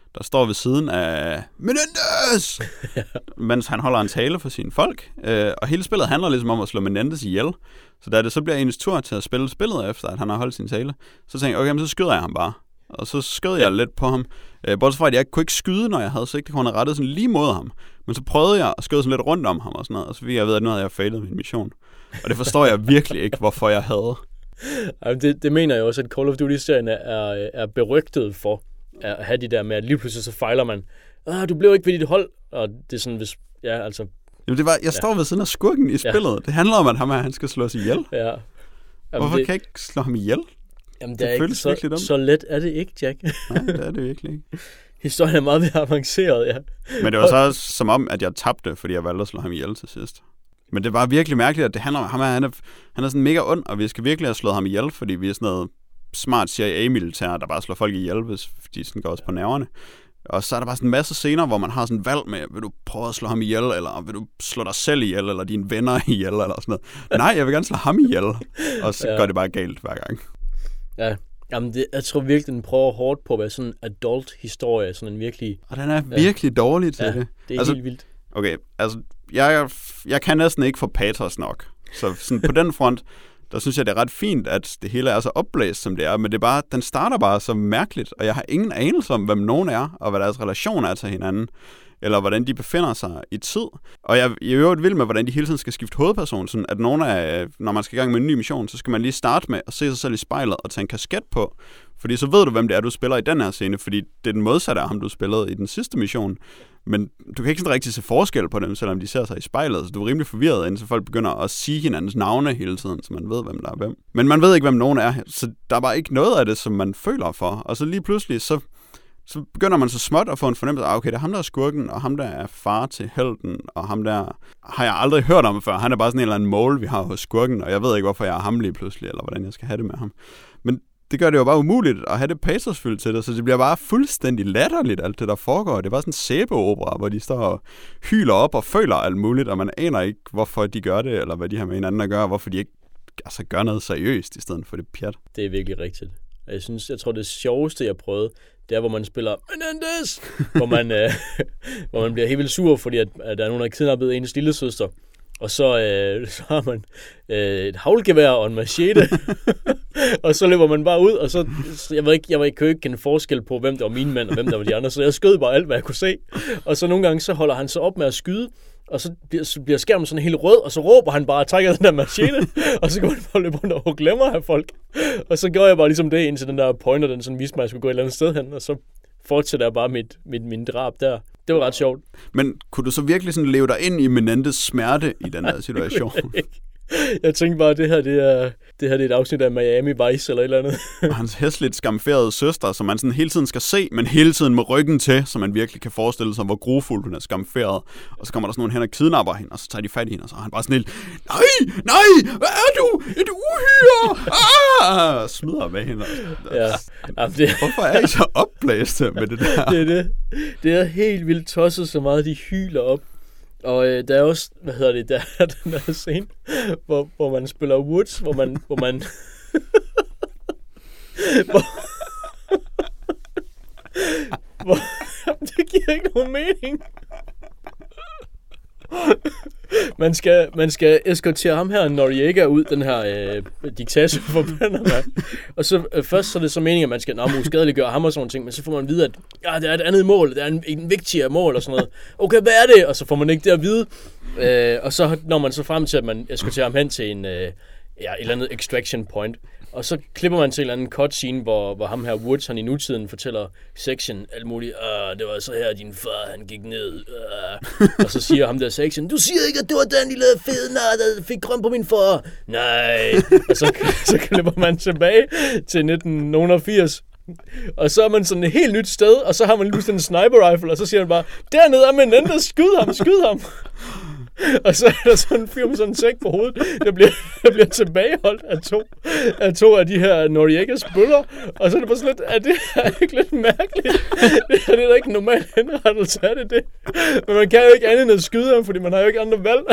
der står ved siden af Menendez, mens han holder en tale for sine folk. Øh, og hele spillet handler ligesom om at slå Menendez ihjel. Så da det så bliver ens tur til at spille spillet efter, at han har holdt sin tale, så tænkte jeg, okay, men så skyder jeg ham bare. Og så skød jeg lidt på ham. Øh, bortset fra, at jeg kunne ikke skyde, når jeg havde sigte. Hun havde rettet sådan lige mod ham. Men så prøvede jeg at skyde sådan lidt rundt om ham og sådan noget. Og så fik jeg ved, at nu havde jeg failet min mission. Og det forstår jeg virkelig ikke, hvorfor jeg havde. Jamen, det, det mener jeg også, at Call of Duty-serien er, er berygtet for at have de der med, at lige pludselig så fejler man. Ah, du blev ikke ved dit hold. Og det er sådan, hvis... Ja, altså... Jamen, det var, jeg står ja. ved siden af skurken i spillet. Ja. Det handler om, at ham her, han skal slås ihjel. Ja. Jamen, hvorfor det... kan jeg ikke slå ham ihjel? Jamen, det, det er ikke så, så let er det ikke, Jack. Nej, det er det virkelig ikke. Historien er meget mere avanceret, ja. Men det var så også som om, at jeg tabte, fordi jeg valgte at slå ham ihjel til sidst. Men det var virkelig mærkeligt, at det handler om, ham er, han, er, han er sådan mega ond, og vi skal virkelig have slået ham ihjel, fordi vi er sådan noget smart C I A-militær, der bare slår folk ihjel, hvis de sådan går os på nerverne. Og så er der bare sådan en masse scener, hvor man har sådan en valg med, vil du prøve at slå ham ihjel, eller vil du slå dig selv ihjel, eller dine venner ihjel, eller sådan noget. Nej, jeg vil gerne slå ham ihjel. Og så ja. går det bare galt hver gang. Ja, jamen det, jeg tror virkelig, den prøver hårdt på at være sådan en adult-historie, sådan en virkelig... Og den er virkelig ja. dårlig til ja, det. det er altså, helt vildt. Okay, altså, jeg, jeg kan næsten ikke få patos nok. Så sådan på den front, der synes jeg, det er ret fint, at det hele er så opblæst, som det er. Men det er bare, den starter bare så mærkeligt, og jeg har ingen anelse om, hvem nogen er, og hvad deres relation er til hinanden, eller hvordan de befinder sig i tid. Og jeg er i øvrigt vild med, hvordan de hele tiden skal skifte hovedperson, sådan at nogen af, når man skal i gang med en ny mission, så skal man lige starte med at se sig selv i spejlet og tage en kasket på. Fordi så ved du, hvem det er, du spiller i den her scene, fordi det er den modsatte af ham, du spillede i den sidste mission. Men du kan ikke sådan rigtig se forskel på dem, selvom de ser sig i spejlet, så du er rimelig forvirret, indtil folk begynder at sige hinandens navne hele tiden, så man ved, hvem der er hvem. Men man ved ikke, hvem nogen er, så der er bare ikke noget af det, som man føler for. Og så lige pludselig, så, så begynder man så småt at få en fornemmelse af, okay, det er ham, der er skurken, og ham, der er far til helten, og ham, der har jeg aldrig hørt om før. Han er bare sådan en eller anden mål, vi har hos skurken, og jeg ved ikke, hvorfor jeg er ham lige pludselig, eller hvordan jeg skal have det med ham. Men det gør det jo bare umuligt at have det pathosfyldt til det, så det bliver bare fuldstændig latterligt, alt det, der foregår. Det er bare sådan en sæbeopera, hvor de står og hyler op og føler alt muligt, og man aner ikke, hvorfor de gør det, eller hvad de har med hinanden at gøre, og hvorfor de ikke altså, gør noget seriøst, i stedet for det pjat. Det er virkelig rigtigt. Jeg synes, jeg tror, det sjoveste, jeg prøvede, det er, hvor man spiller Menendez, hvor man, øh, hvor man bliver helt vildt sur, fordi at, at der er nogen, der har kidnappet ens lille søster. Og så, øh, så har man øh, et havlgevær og en machete, og så løber man bare ud, og så, jeg ved ikke, jeg, ved ikke, jeg kunne ikke kende forskel på, hvem der var mine mænd, og hvem der var de andre, så jeg skød bare alt, hvad jeg kunne se. Og så nogle gange, så holder han sig op med at skyde, og så bliver, så bliver skærmen sådan helt rød, og så råber han bare og trækker den der machete, og så går han bare løbe rundt og glemmer af folk. Og så gjorde jeg bare ligesom det, indtil den der pointer, den sådan viste mig, at jeg skulle gå et eller andet sted hen, og så fortsætter jeg bare mit, mit, min drab der. Det var ret sjovt. Men kunne du så virkelig sådan leve dig ind i Menendez smerte i den her situation? Jeg tænkte bare, at det her, det er, det her det er et afsnit af Miami Vice eller et eller andet. Og hans hæsligt skamferede søster, som man sådan hele tiden skal se, men hele tiden med ryggen til, så man virkelig kan forestille sig, hvor grufuld hun er skamferet. Og så kommer der sådan nogen hen og kidnapper hende, og så tager de fat i hende, og så er han bare sådan helt, nej, nej, hvad er du? Et uhyre! Ah! Smider med hende. Ja. Jamen, det... Hvorfor er I så opblæste med det der? Det er det. Det er helt vildt tosset, så meget de hyler op. Og øh, der er også, hvad hedder det, der er den der scene, hvor, hvor man spiller Woods, hvor man, hvor man, hvor, hvor, det giver ikke nogen mening. Man skal, man skal eskortere ham her, Noriega, ud, den her øh, diktator for Panama. Og så øh, først så er det så meningen, at man skal nå, uskadeliggøre ham og sådan ting, men så får man at vide, at ja, der er et andet mål, der er en, en vigtigere mål og sådan noget. Okay, hvad er det? Og så får man ikke det at vide. Øh, og så når man så frem til, at man eskorterer ham hen til en, øh, ja, et eller andet extraction point. Og så klipper man til en eller anden cutscene, hvor, hvor ham her Woods, han i nutiden fortæller Section alt muligt. Ah, det var så her, din far, han gik ned. Ah. Og så siger ham der Section, du siger ikke, at det var den lille fede nar, der fik krøm på min far. Nej. Og så, så klipper man tilbage til nitten firs. Og så er man sådan et helt nyt sted, og så har man lige en sniper rifle, og så siger han bare, dernede er Menendez, skyd ham, skyd ham. Og så er der sådan en fyr med sådan en sæk på hovedet, der bliver, der bliver tilbageholdt af to, af to af de her Noriegas bøller. Og så er det bare sådan lidt, er det er ikke lidt mærkeligt? Det er, det er da ikke en normal henrettelse, er det det? Men man kan jo ikke andet end at skyde ham, fordi man har jo ikke andre valg.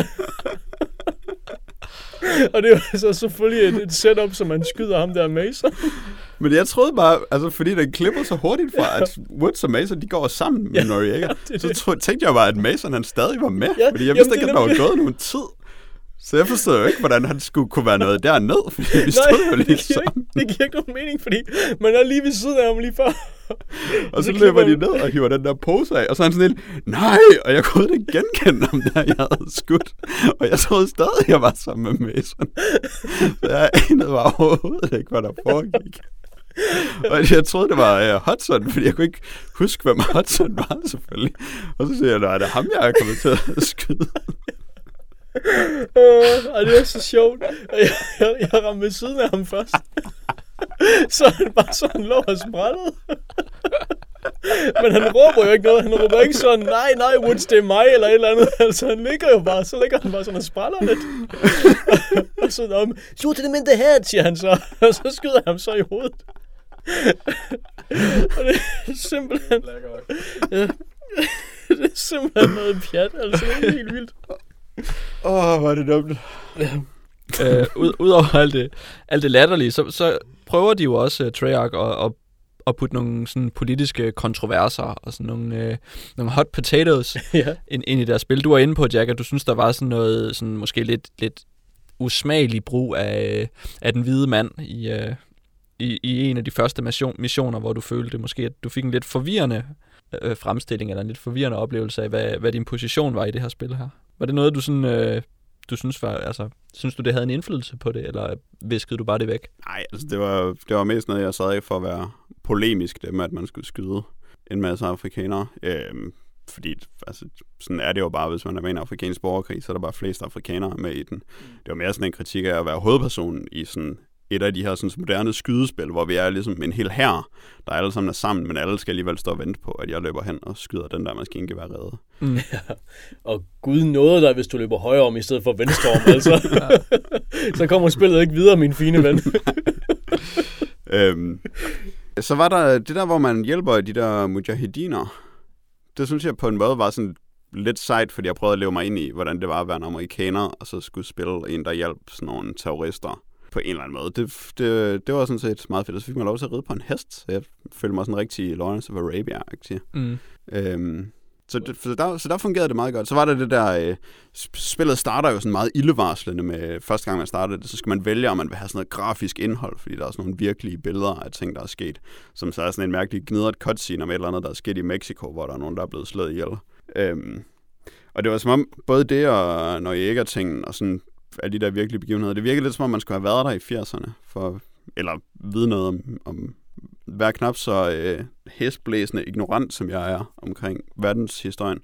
Og det er jo så selvfølgelig et, et setup, som man skyder ham der Mason. Men jeg troede bare, altså fordi den klipper så hurtigt fra, at Woods og Mason, de går sammen med ja, Noriega. Så troede, tænkte jeg bare, at Mason han stadig var med, ja, fordi jeg vidste ikke, at der var gået nogen tid. Så jeg forstod jo ikke, hvordan han skulle kunne være noget derned, fordi vi stod jo lige sammen. Det giver ikke nogen mening, fordi man er lige ved siden af ham lige før. Og så, så løber de ned og hiver den der pose af, og så er han sådan lidt, nej, og jeg kunne ikke genkende ham, der jeg havde skudt. Og jeg troede stadig, jeg var sammen med Mason. Så jeg anede bare overhovedet ikke, hvad der foregik. Og jeg troede, det var uh, Hudson, fordi jeg kunne ikke huske, hvem Hudson var, selvfølgelig. Og så siger jeg, nej, det er ham, jeg er kommet til at skyde. Uh, og det er så sjovt. Jeg, jeg, jeg ramte ved siden af ham først. Så han bare sådan lå og sprættede. Men han råber jo ikke noget. Han råber ikke sådan, nej, nej, Woods, det er mig, eller et eller andet. Altså, han ligger jo bare, så ligger han bare sådan og sprætter lidt. Og så, om, shoot him in the head, siger han så. Og så skyder han ham så i hovedet. Og det er simpelthen... Ja, det er simpelthen noget pjat, altså, det er helt vildt. Åh, oh, hvor er det dumt. Ja. øh, ud, Udover alt det, alt det latterlige, så, så prøver de jo også, uh, Treyarch, at, at, at putte nogle sådan politiske kontroverser og sådan nogle, uh, nogle hot potatoes ja. ind, ind i deres spil. Du var inde på, Jack, at du synes, der var sådan noget sådan måske lidt, lidt usmagelig brug af, af den hvide mand i, uh, i, i en af de første mission, missioner, hvor du følte måske, at du fik en lidt forvirrende uh, fremstilling, eller en lidt forvirrende oplevelse af, hvad, hvad din position var i det her spil her. Var det noget, du sådan, øh, du synes var, altså, synes du det havde en indflydelse på det, eller viskede du bare det væk? Nej, altså det var, det var mest noget, jeg sad af for at være polemisk, det med, at man skulle skyde en masse afrikanere. Øhm, fordi, altså, sådan er det jo bare, hvis man er med i en afrikansk borgerkrig, så er der bare flest afrikanere med i den. Det var mere sådan en kritik af at være hovedpersonen i sådan et af de her sådan, moderne skydespil, hvor vi er ligesom en hel hær, der alle sammen er sammen, men alle skal alligevel stå og vente på, at jeg løber hen og skyder den der maskingevær redde. Mm. Ja. Og Gud nåede dig, hvis du løber højre om i stedet for venstre om, altså. Så kommer spillet ikke videre, min fine ven. øhm, så var der det der, hvor man hjælper de der mujahediner. Det synes jeg på en måde var sådan lidt sejt, fordi jeg prøvede at leve mig ind i, hvordan det var at være en amerikaner, og så skulle spille en, der hjalp sådan nogle terrorister på en eller anden måde. Det, det, det var sådan set meget fedt. Og så fik man lov til at ride på en hest, så jeg følte mig sådan rigtig Lawrence of Arabia-agtig. Mm. Øhm, så, det, så, der, så der fungerede det meget godt. Så var der det der, øh, spillet starter jo sådan meget ildevarslende med, første gang man startede det, så skal man vælge, om man vil have sådan noget grafisk indhold, fordi der er sådan nogle virkelige billeder af ting, der er sket, som så er sådan en mærkelig gnidret cutscene om et eller andet, der er sket i Mexico, hvor der er nogen, der er blevet slået ihjel. Øhm, og det var som om, både det og Noriega-tingen og sådan af de der virkelige begivenheder. Det virkede lidt som om, man skulle have været der i firserne, for, eller vide noget om, om være knap så øh, hæsblæsende ignorant, som jeg er omkring verdenshistorien,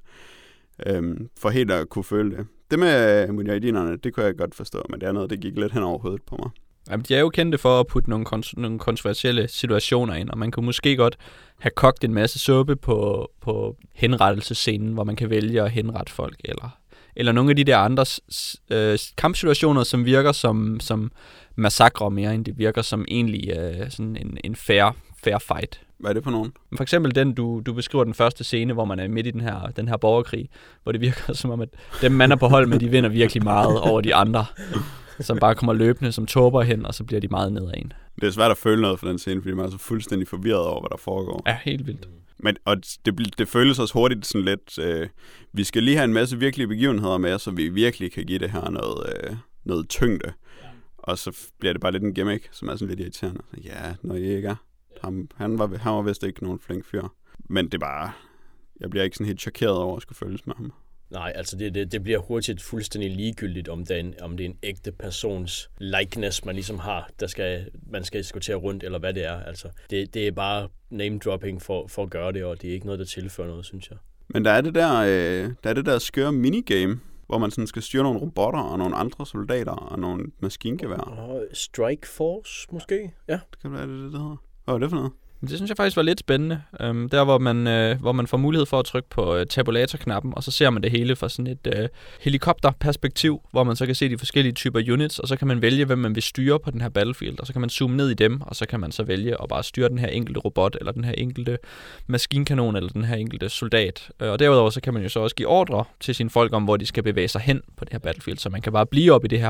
øhm, for helt at kunne føle det. Det med mujahedinerne, det kunne jeg godt forstå, men det andet, det gik lidt hen over hovedet på mig. Jamen, de er jo kendte for at putte nogle, kons- nogle kontroversielle situationer ind, og man kunne måske godt have kogt en masse suppe på, på henrettelsescenen, hvor man kan vælge at henrette folk, eller eller nogle af de der andre øh, kampsituationer, som virker som, som massakre mere, end det virker som egentlig øh, sådan en, en fair, fair fight. Hvad er det for nogen? For eksempel den, du, du beskriver den første scene, hvor man er midt i den her, den her borgerkrig, hvor det virker som om, at dem man er på hold med, de vinder virkelig meget over de andre, som bare kommer løbende som tåber hen, og så bliver de meget ned af en. Det er svært at føle noget for den scene, fordi man er så fuldstændig forvirret over, hvad der foregår. Ja, helt vildt. Men, og det, det føles også hurtigt sådan lidt, øh, vi skal lige have en masse virkelige begivenheder med, så vi virkelig kan give det her noget, øh, noget tyngde. Ja. Og så bliver det bare lidt en gimmick, som er sådan lidt irriterende. Så, ja, når I ikke er. Han, han, var, han var vist ikke nogen flink fyr. Men det er bare, jeg bliver ikke sådan helt chokeret over at skulle følges med ham. Nej, altså det, det, det bliver hurtigt fuldstændig ligegyldigt, om det, er en, om det er en ægte persons likeness, man ligesom har, der skal, man skal diskutere rundt, eller hvad det er. Altså, det, det er bare name-dropping for, for at gøre det, og det er ikke noget, der tilfører noget, synes jeg. Men der er det der, øh, der, er det der skøre minigame, hvor man sådan skal styre nogle robotter og nogle andre soldater og nogle maskingeværer. Strike Force, måske? Ja. Det kan være, det det, det hedder. Hvad er det for noget? Det synes jeg faktisk var lidt spændende. Um, der, hvor man, uh, hvor man får mulighed for at trykke på uh, tabulator-knappen, og så ser man det hele fra sådan et uh, helikopterperspektiv, hvor man så kan se de forskellige typer units, og så kan man vælge, hvem man vil styre på den her battlefield, og så kan man zoome ned i dem, og så kan man så vælge at bare styre den her enkelte robot, eller den her enkelte maskinkanon, eller den her enkelte soldat. Uh, og derudover så kan man jo så også give ordre til sine folk om, hvor de skal bevæge sig hen på det her battlefield, så man kan bare blive op i det her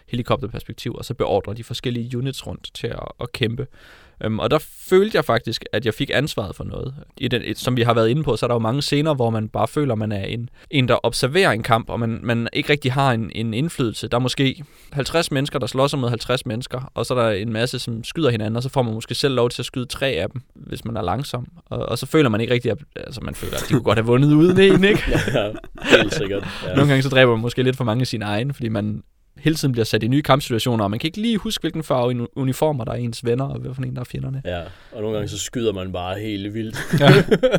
helikopterperspektiv, og så beordrer de forskellige units rundt til at, at kæmpe. Um, og der følte jeg faktisk, at jeg fik ansvaret for noget. I den, som vi har været inde på, så er der jo mange scener, hvor man bare føler, at man er en, en der observerer en kamp, og man, man ikke rigtig har en, en indflydelse. Der er måske halvtreds mennesker, der slås mod halvtreds mennesker, og så er der en masse, som skyder hinanden, og så får man måske selv lov til at skyde tre af dem, hvis man er langsom. Og, og så føler man ikke rigtig, at altså, man føler, at de kunne godt have vundet uden en, ikke? Ja, helt sikkert. Ja. Nogle gange så dræber man måske lidt for mange af sine egne, fordi man hele tiden bliver sat i nye kampsituationer, og man kan ikke lige huske, hvilken farve uniformer, der er ens venner, og hvilken en, der er fjenderne. Ja, og nogle gange så skyder man bare helt vildt. Ja.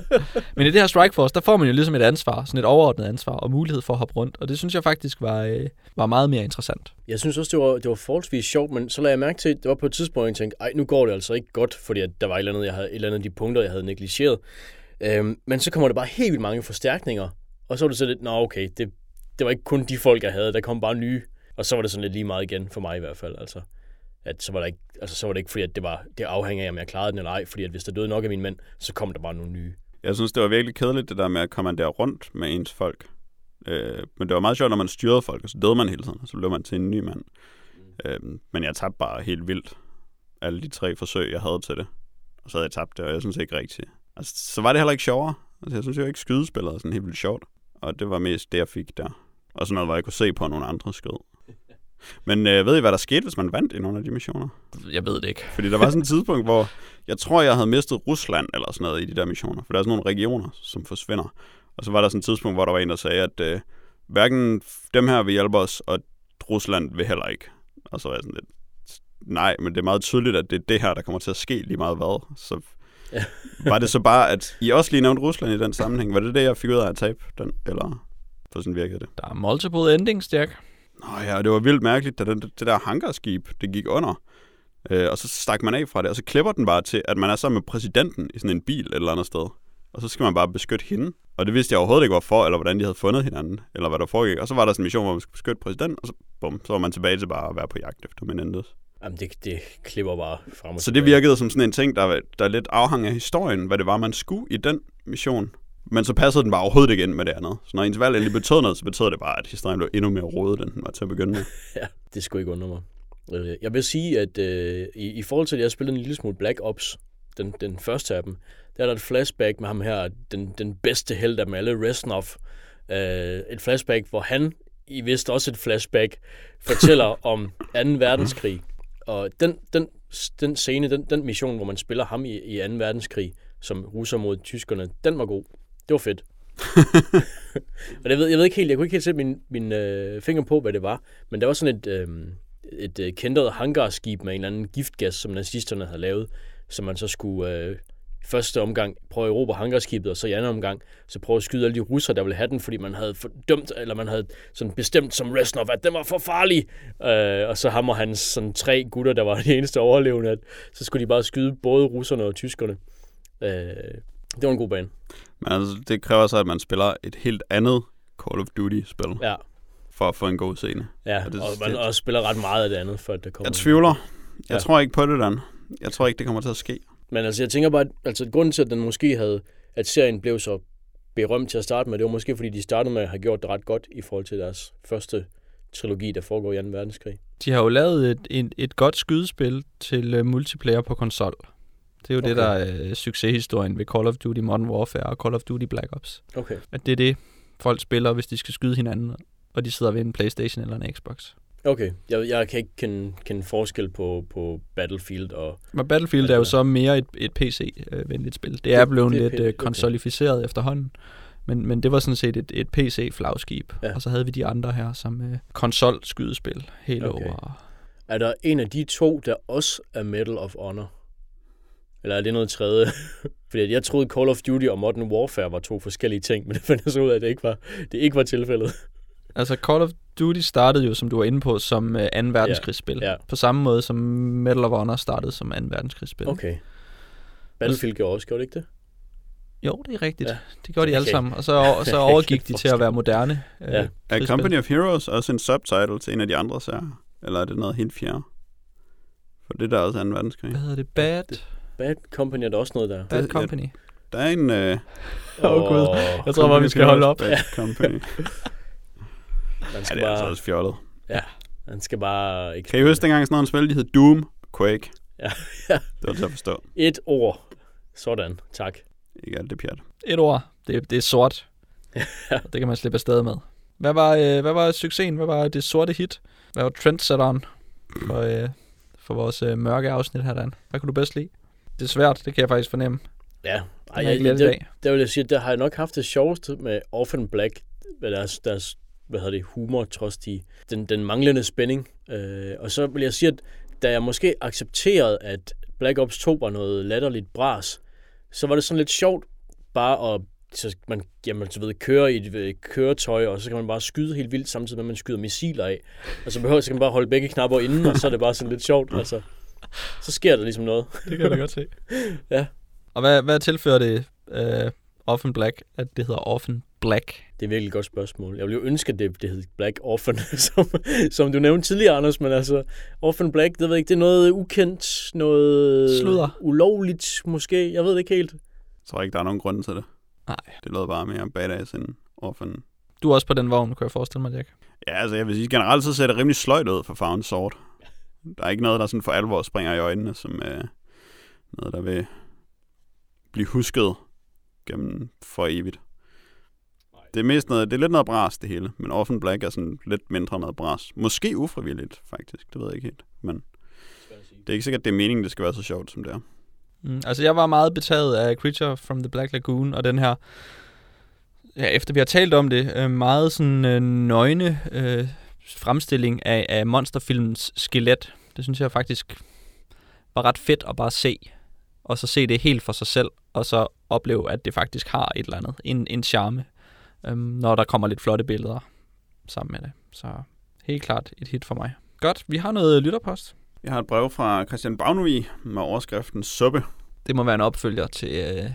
Men i det her Strikeforce, der får man jo ligesom et ansvar, sådan et overordnet ansvar, og mulighed for at hoppe rundt, og det synes jeg faktisk var, øh, var meget mere interessant. Jeg synes også, det var, det var forholdsvis sjovt, men så lagde jeg mærke til, at det var på et tidspunkt, jeg tænkte, ej, nu går det altså ikke godt, fordi at der var et eller andet, jeg havde, et eller andet af de punkter, jeg havde negligeret. Øhm, men så kommer der bare helt vildt mange forstærkninger, og så var det så lidt, nå okay, det, det var ikke kun de folk, jeg havde, der kom bare nye. Og så var det sådan lidt lige meget igen, for mig i hvert fald. Altså, at så var det ikke, altså, så var det ikke fordi, at det, var, det afhænger af, om jeg klarede den eller ej. Fordi at hvis der døde nok af mine mænd, så kom der bare nogle nye. Jeg synes, det var virkelig kedeligt, det der med at kommandere rundt med ens folk. Øh, men det var meget sjovt, når man styrede folk, og så døde man hele tiden, og så blev man til en ny mand. Mm. Øh, men jeg tabte bare helt vildt alle de tre forsøg, jeg havde til det. Og så havde jeg tabt det, og jeg synes ikke rigtigt. Altså, så var det heller ikke sjovere. Altså, jeg synes jo ikke, skydespillet er sådan helt vildt sjovt. Og det var mest det, jeg fik der. Og sådan noget, hvor jeg kunne se på nogle andre skød. Men øh, ved I, hvad der skete, hvis man vandt i nogle af de missioner? Jeg ved det ikke. Fordi der var sådan et tidspunkt, hvor jeg tror, jeg havde mistet Rusland eller sådan noget i de der missioner. For der er sådan nogle regioner, som forsvinder. Og så var der sådan et tidspunkt, hvor der var en, der sagde, at øh, hverken dem her vil hjælpe os, og Rusland vil heller ikke. Og så var jeg sådan lidt, nej, men det er meget tydeligt, at det er det her, der kommer til at ske lige meget hvad. Så ja. Var det så bare, at I også lige nævnte Rusland i den sammenhæng? Var det det, jeg fik ud af at tabe den? Eller for sådan virkede det? Der er multiple endings, Jack. Nå ja, og det var vildt mærkeligt, da den, det der hangarskib, det gik under. Øh, og så stak man af fra det, og så klipper den bare til, at man er sammen med præsidenten i sådan en bil et eller andet sted. Og så skal man bare beskytte hende. Og det vidste jeg overhovedet ikke, hvorfor, eller hvordan de havde fundet hinanden, eller hvad der foregik. Og så var der sådan en mission, hvor man skulle beskytte præsidenten, og så, bum, så var man tilbage til bare at være på jagt efter Menendez. Jamen, det, det klipper bare frem og Så det virkede som sådan en ting, der, der lidt afhang af historien, hvad det var, man skulle i den mission. Men så passede den bare overhovedet ikke ind med det andet. Så når ens valg endelig betød noget, så betød det bare, at historien blev endnu mere rodet, end den var til at begynde med. Ja, det skulle ikke undre mig. Jeg vil sige, at øh, i, i forhold til, at jeg spillede en lille smule Black Ops, den, den første af dem, der er der et flashback med ham her, den, den bedste held af dem alle, Reznov. Øh, et flashback, hvor han, i vist også et flashback, fortæller om anden verdenskrig. Og den, den, den scene, den, den mission, hvor man spiller ham i, i anden verdenskrig, som russer mod tyskerne, den var god. Det var fedt. Og jeg ved, jeg ved ikke helt, jeg kunne ikke helt sætte min, min øh, finger på, hvad det var, men der var sådan et, øh, et øh, kæntret hangarskib med en eller anden giftgas, som nazisterne havde lavet, som man så skulle øh, første omgang prøve at erobre hangarskibet, og så i anden omgang så prøve at skyde alle de russere, der ville have den, fordi man havde fordømt, eller man havde sådan bestemt som Reznov, at den var for farlig. Øh, og så ham og hans sådan tre gutter, der var de eneste overlevende, at så skulle de bare skyde både russerne og tyskerne. Øh, det var en god bane. Men altså, det kræver så, at man spiller et helt andet Call of Duty-spil. Ja. For at få en god scene. Ja, og, det, og man det, også spiller ret meget af det andet, for at det kommer. Jeg tvivler. Jeg ja. tror ikke på det, Dan. Jeg tror ikke, det kommer til at ske. Men altså, jeg tænker bare, at altså, grunden til, at den måske havde, at serien blev så berømt til at starte med, det var måske, fordi de startede med at have gjort det ret godt i forhold til deres første trilogi, der foregår i anden verdenskrig. De har jo lavet et, et, et godt skydespil til uh, multiplayer på konsol. Det er jo okay. det, der er uh, succeshistorien ved Call of Duty Modern Warfare og Call of Duty Black Ops. Okay. At det er det, folk spiller, hvis de skal skyde hinanden, og de sidder ved en PlayStation eller en Xbox. Okay, jeg, jeg kan ikke kende, kende forskel på, på Battlefield og... Men Battlefield eller... er jo så mere et, et P C-venligt spil. Det er blevet det, lidt okay. konsolificeret efterhånden, men, men det var sådan set et, et P C-flagskib. Ja. Og så havde vi de andre her som uh, konsolskydespil helt okay. over. Er der en af de to, der også er Medal of Honor? Eller er det noget tredje? Fordi jeg troede Call of Duty og Modern Warfare var to forskellige ting, men det fandt jeg så ud af, at det ikke var, det ikke var tilfældet. Altså Call of Duty startede jo, som du var inde på, som uh, anden verdenskrigsspil. Ja, ja. På samme måde som Medal of Honor startede som anden verdenskrigsspil. Okay. Battlefield gjorde også, gjorde det ikke det? Jo, det er rigtigt. Ja. Det gjorde de alle okay. sammen. Og så, så overgik de til at være moderne. Ja. Uh, er Company of Heroes også en subtitle til en af de andre serier? Eller er det noget helt fjerde? For det der er også anden verdenskrig. Hvad hedder det? Bad... Bad Company er der også noget der. Bad Company. Ja, der er en... Åh, øh, oh, Gud. Jeg tror bare, vi skal holde op. Bad Company. Man skal ja, det er bare... altså også fjollet. Ja, Han skal bare ikke... Kan I huske dengang sådan noget spil, de hed Doom, Quake? Ja, ja. Det var til at forstå. Et ord. Sådan, tak. Ikke alt det pjat. Et ord. Det, det er sort. Ja. Det kan man slippe afsted med. Hvad var, øh, hvad var succesen? Hvad var det sorte hit? Hvad var trendsetteren for, øh, for vores øh, mørke afsnit her, Dan? Hvad kunne du bedst lide? Det er svært, det kan jeg faktisk fornemme. Ja, Ej, jeg, jeg, det, det vil jeg sige, der har jeg nok haft det sjoveste med Orphan Black, med deres, deres hvad hedder det, humor, trods de, den, den manglende spænding. Øh, og så vil jeg sige, at da jeg måske accepterede, at Black Ops to var noget latterligt bras, så var det sådan lidt sjovt bare at så man, jamen, så ved, køre i et øh, køretøj, og så kan man bare skyde helt vildt, samtidig med, at man skyder missiler af. Og så, behøver, så kan man bare holde begge knapper inden, og så er det bare sådan lidt sjovt. Altså, så sker der ligesom noget. Det kan jeg godt se. Ja. Og hvad, hvad tilfører det uh, Orphan Black, at det hedder Orphan Black? Det er virkelig et godt spørgsmål. Jeg ville jo ønske, at det, det hed Black Orphan, som, som du nævnte tidligere, Anders, men altså, Orphan Black, det ved jeg ikke, det er noget ukendt, noget Sludder. Ulovligt måske, jeg ved det ikke helt. Jeg tror ikke, der er nogen grund til det. Nej. Det lød bare mere badass end Orphan. Du er også på den vogn, kan jeg forestille mig, Jack. Ja, altså jeg vil sige, generelt så ser det rimelig sløjt ud for farven sort. Der er ikke noget, der sådan for alvor springer i øjnene, som er noget, der vil blive husket gennem for evigt. Det er mest noget, det er lidt noget bras, det hele. Men Orphan Black er sådan lidt mindre noget bras. Måske ufrivilligt, faktisk. Det ved jeg ikke helt. Men det er ikke sikkert, det er meningen, det skal være så sjovt, som det er. Mm, altså, jeg var meget betaget af Creature from the Black Lagoon, og den her, ja, efter vi har talt om det, øh, meget sådan øh, nøgne øh, fremstilling af, af monsterfilmens skelet. Det synes jeg faktisk var ret fedt at bare se. Og så se det helt for sig selv, og så opleve, at det faktisk har et eller andet. En, en charme, øh, når der kommer lidt flotte billeder sammen med det. Så helt klart et hit for mig. Godt, vi har noget lytterpost. Jeg har et brev fra Christian Bagnevig med overskriften Suppe. Det må være en opfølger til øh,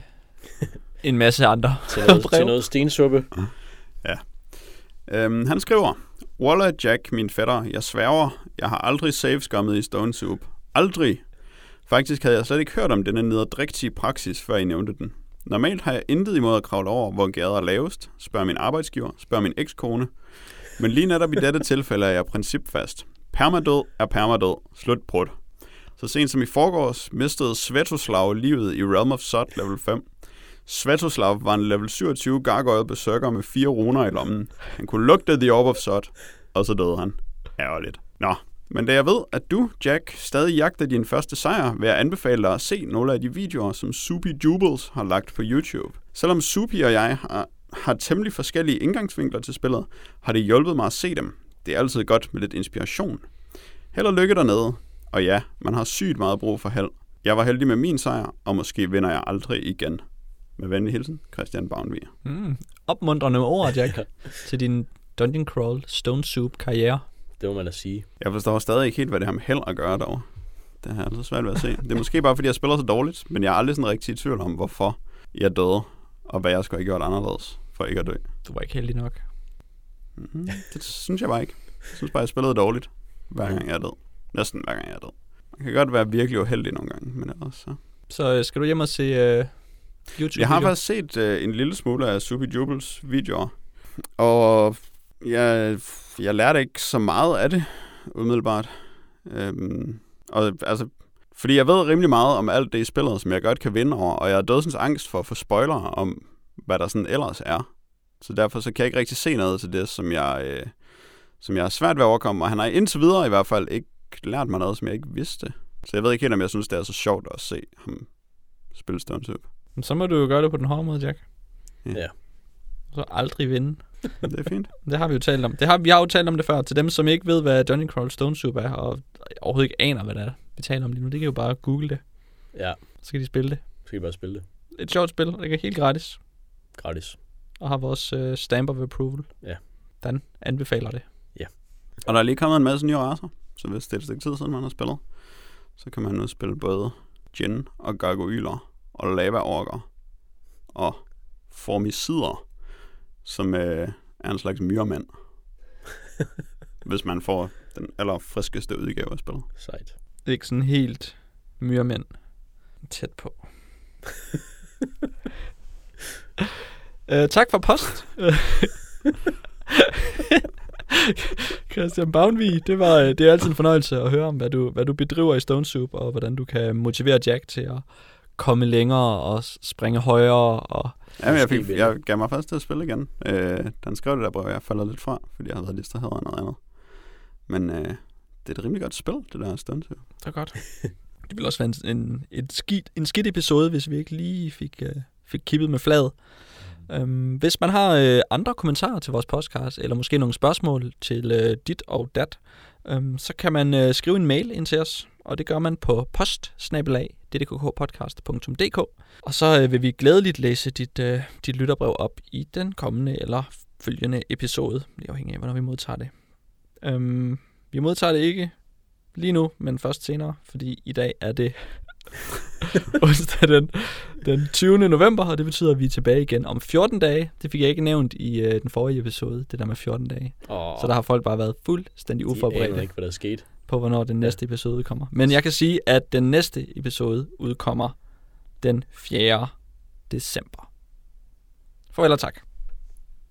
en masse andre til, noget, til noget stensuppe. Ja. Øhm, han skriver, Walla Jack, min fætter, jeg sværger, jeg har aldrig saveskummet i Stone Soup. Aldrig. Faktisk havde jeg slet ikke hørt om denne nederdrægtige praksis, før I nævnte den. Normalt har jeg intet imod at kravle over, hvor gærdet er lavest, spørger min arbejdsgiver, spørger min ekskone. Men lige netop i dette tilfælde er jeg principfast. Permadød er permadød. Slut brud. Så sent som i forgårs mistede Svetoslav livet i Realm of Sod level fem. Svetoslav var en level syvogtyve gargoyle berserker med fire runer i lommen. Han kunne lugte The Orb of Sod, og så døde han. Ærgerligt. Nå, men da jeg ved, at du, Jack, stadig jagter din første sejr, vil jeg anbefale dig at se nogle af de videoer, som Soupy Jubles har lagt på YouTube. Selvom Soupy og jeg har, har temmelig forskellige indgangsvinkler til spillet, har det hjulpet mig at se dem. Det er altid godt med lidt inspiration. Held og lykke dernede. Og ja, man har sygt meget brug for held. Jeg var heldig med min sejr, og måske vinder jeg aldrig igen. Med venlig hilsen, Christian Bagnevig. Mm, opmuntrende ord, Jack, til din Dungeon Crawl Stone Soup karriere. Det må man da sige. Jeg forstår stadig ikke helt, hvad det har med held at gøre dog. Det har jeg altså svært ved at se. Det er måske bare, fordi jeg spiller så dårligt, men jeg er aldrig sådan rigtig i tvivl om, hvorfor jeg døde, og hvad jeg skulle have gjort anderledes, for ikke at dø. Du var ikke heldig nok. Mm-hmm. Det synes jeg bare ikke. Jeg synes bare, jeg spillede dårligt, hver gang jeg er død. Næsten hver gang jeg er død. Man kan godt være virkelig uheldig nogle gange, men ellers så... Så skal du hjem og se uh, YouTube-videoer? Jeg har faktisk set uh, en lille smule af Soupy Jubles videoer, og jeg, jeg lærte ikke så meget af det, umiddelbart. Øhm, og altså, fordi jeg ved rimelig meget om alt det i spillet, som jeg godt kan vinde over, og jeg har dødsens angst for at få spoiler om, hvad der sådan ellers er. Så derfor så kan jeg ikke rigtig se noget til det, som jeg, øh, som jeg er svært ved at overkomme, og han har indtil videre i hvert fald ikke lært mig noget, som jeg ikke vidste. Så jeg ved ikke helt, om jeg synes, det er så sjovt at se ham spille Stone Soup. Så må du jo gøre det på den hårde måde, Jack. Ja. ja. Så aldrig vinde. Det er fint. Det har vi jo talt om. Det har, vi har jo talt om det før. Til dem, som ikke ved, hvad Dungeon Crawl Stone Soup er, og overhovedet ikke aner, hvad det er, vi taler om lige nu, det kan jo bare google det. Ja. Så kan de spille det. Så kan de bare spille det. Et sjovt spil, det er helt gratis. Gratis. Og har vores uh, stamp of approval. Ja. Dan anbefaler det. Ja. Og der er lige kommet en masse nye racer, så hvis det er et stykke tid siden, man har spillet, så kan man nu spille både djinn og gargoyler og lava-orker og formicider, som øh, er en slags myrmænd. Hvis man får den allerfriskeste udgave af spillet. Sejt. Det er ikke sådan helt myrmænd tæt på. uh, tak for post. Christian Bavnvig, det, var, det er altid en fornøjelse at høre om, hvad du, hvad du bedriver i Stone Soup, og hvordan du kan motivere Jack til at komme længere og springe højere. Og Jamen, jeg, fik, jeg gav mig først til at spille igen. Øh, den skrev det der brev, jeg falder lidt fra, fordi jeg havde været distraheret af noget andet. Men øh, det er et rimelig godt spil, det der Stone Soup. Det er godt. Det ville også være en, en, et skidt, en skidt episode, hvis vi ikke lige fik, uh, fik kippet med flaget. Um, hvis man har uh, andre kommentarer til vores podcast, eller måske nogle spørgsmål til uh, dit og dat, um, så kan man uh, skrive en mail ind til os, og det gør man på post snabel-a d d k k podcast punktum d k. Og så uh, vil vi glædeligt læse dit, uh, dit lytterbrev op i den kommende eller følgende episode, lige afhængig af, hvornår vi modtager det. Um, vi modtager det ikke lige nu, men først senere, fordi i dag er det onsdag den, den tyvende november, og det betyder, at vi er tilbage igen om fjorten dage. Det fik jeg ikke nævnt i uh, den forrige episode, det der med fjorten dage. Oh. Så der har folk bare været fuldstændig uforberedte ikke, hvad der skete. på, hvornår den næste episode udkommer. Men jeg kan sige, at den næste episode udkommer den fjerde december. Farvel og tak.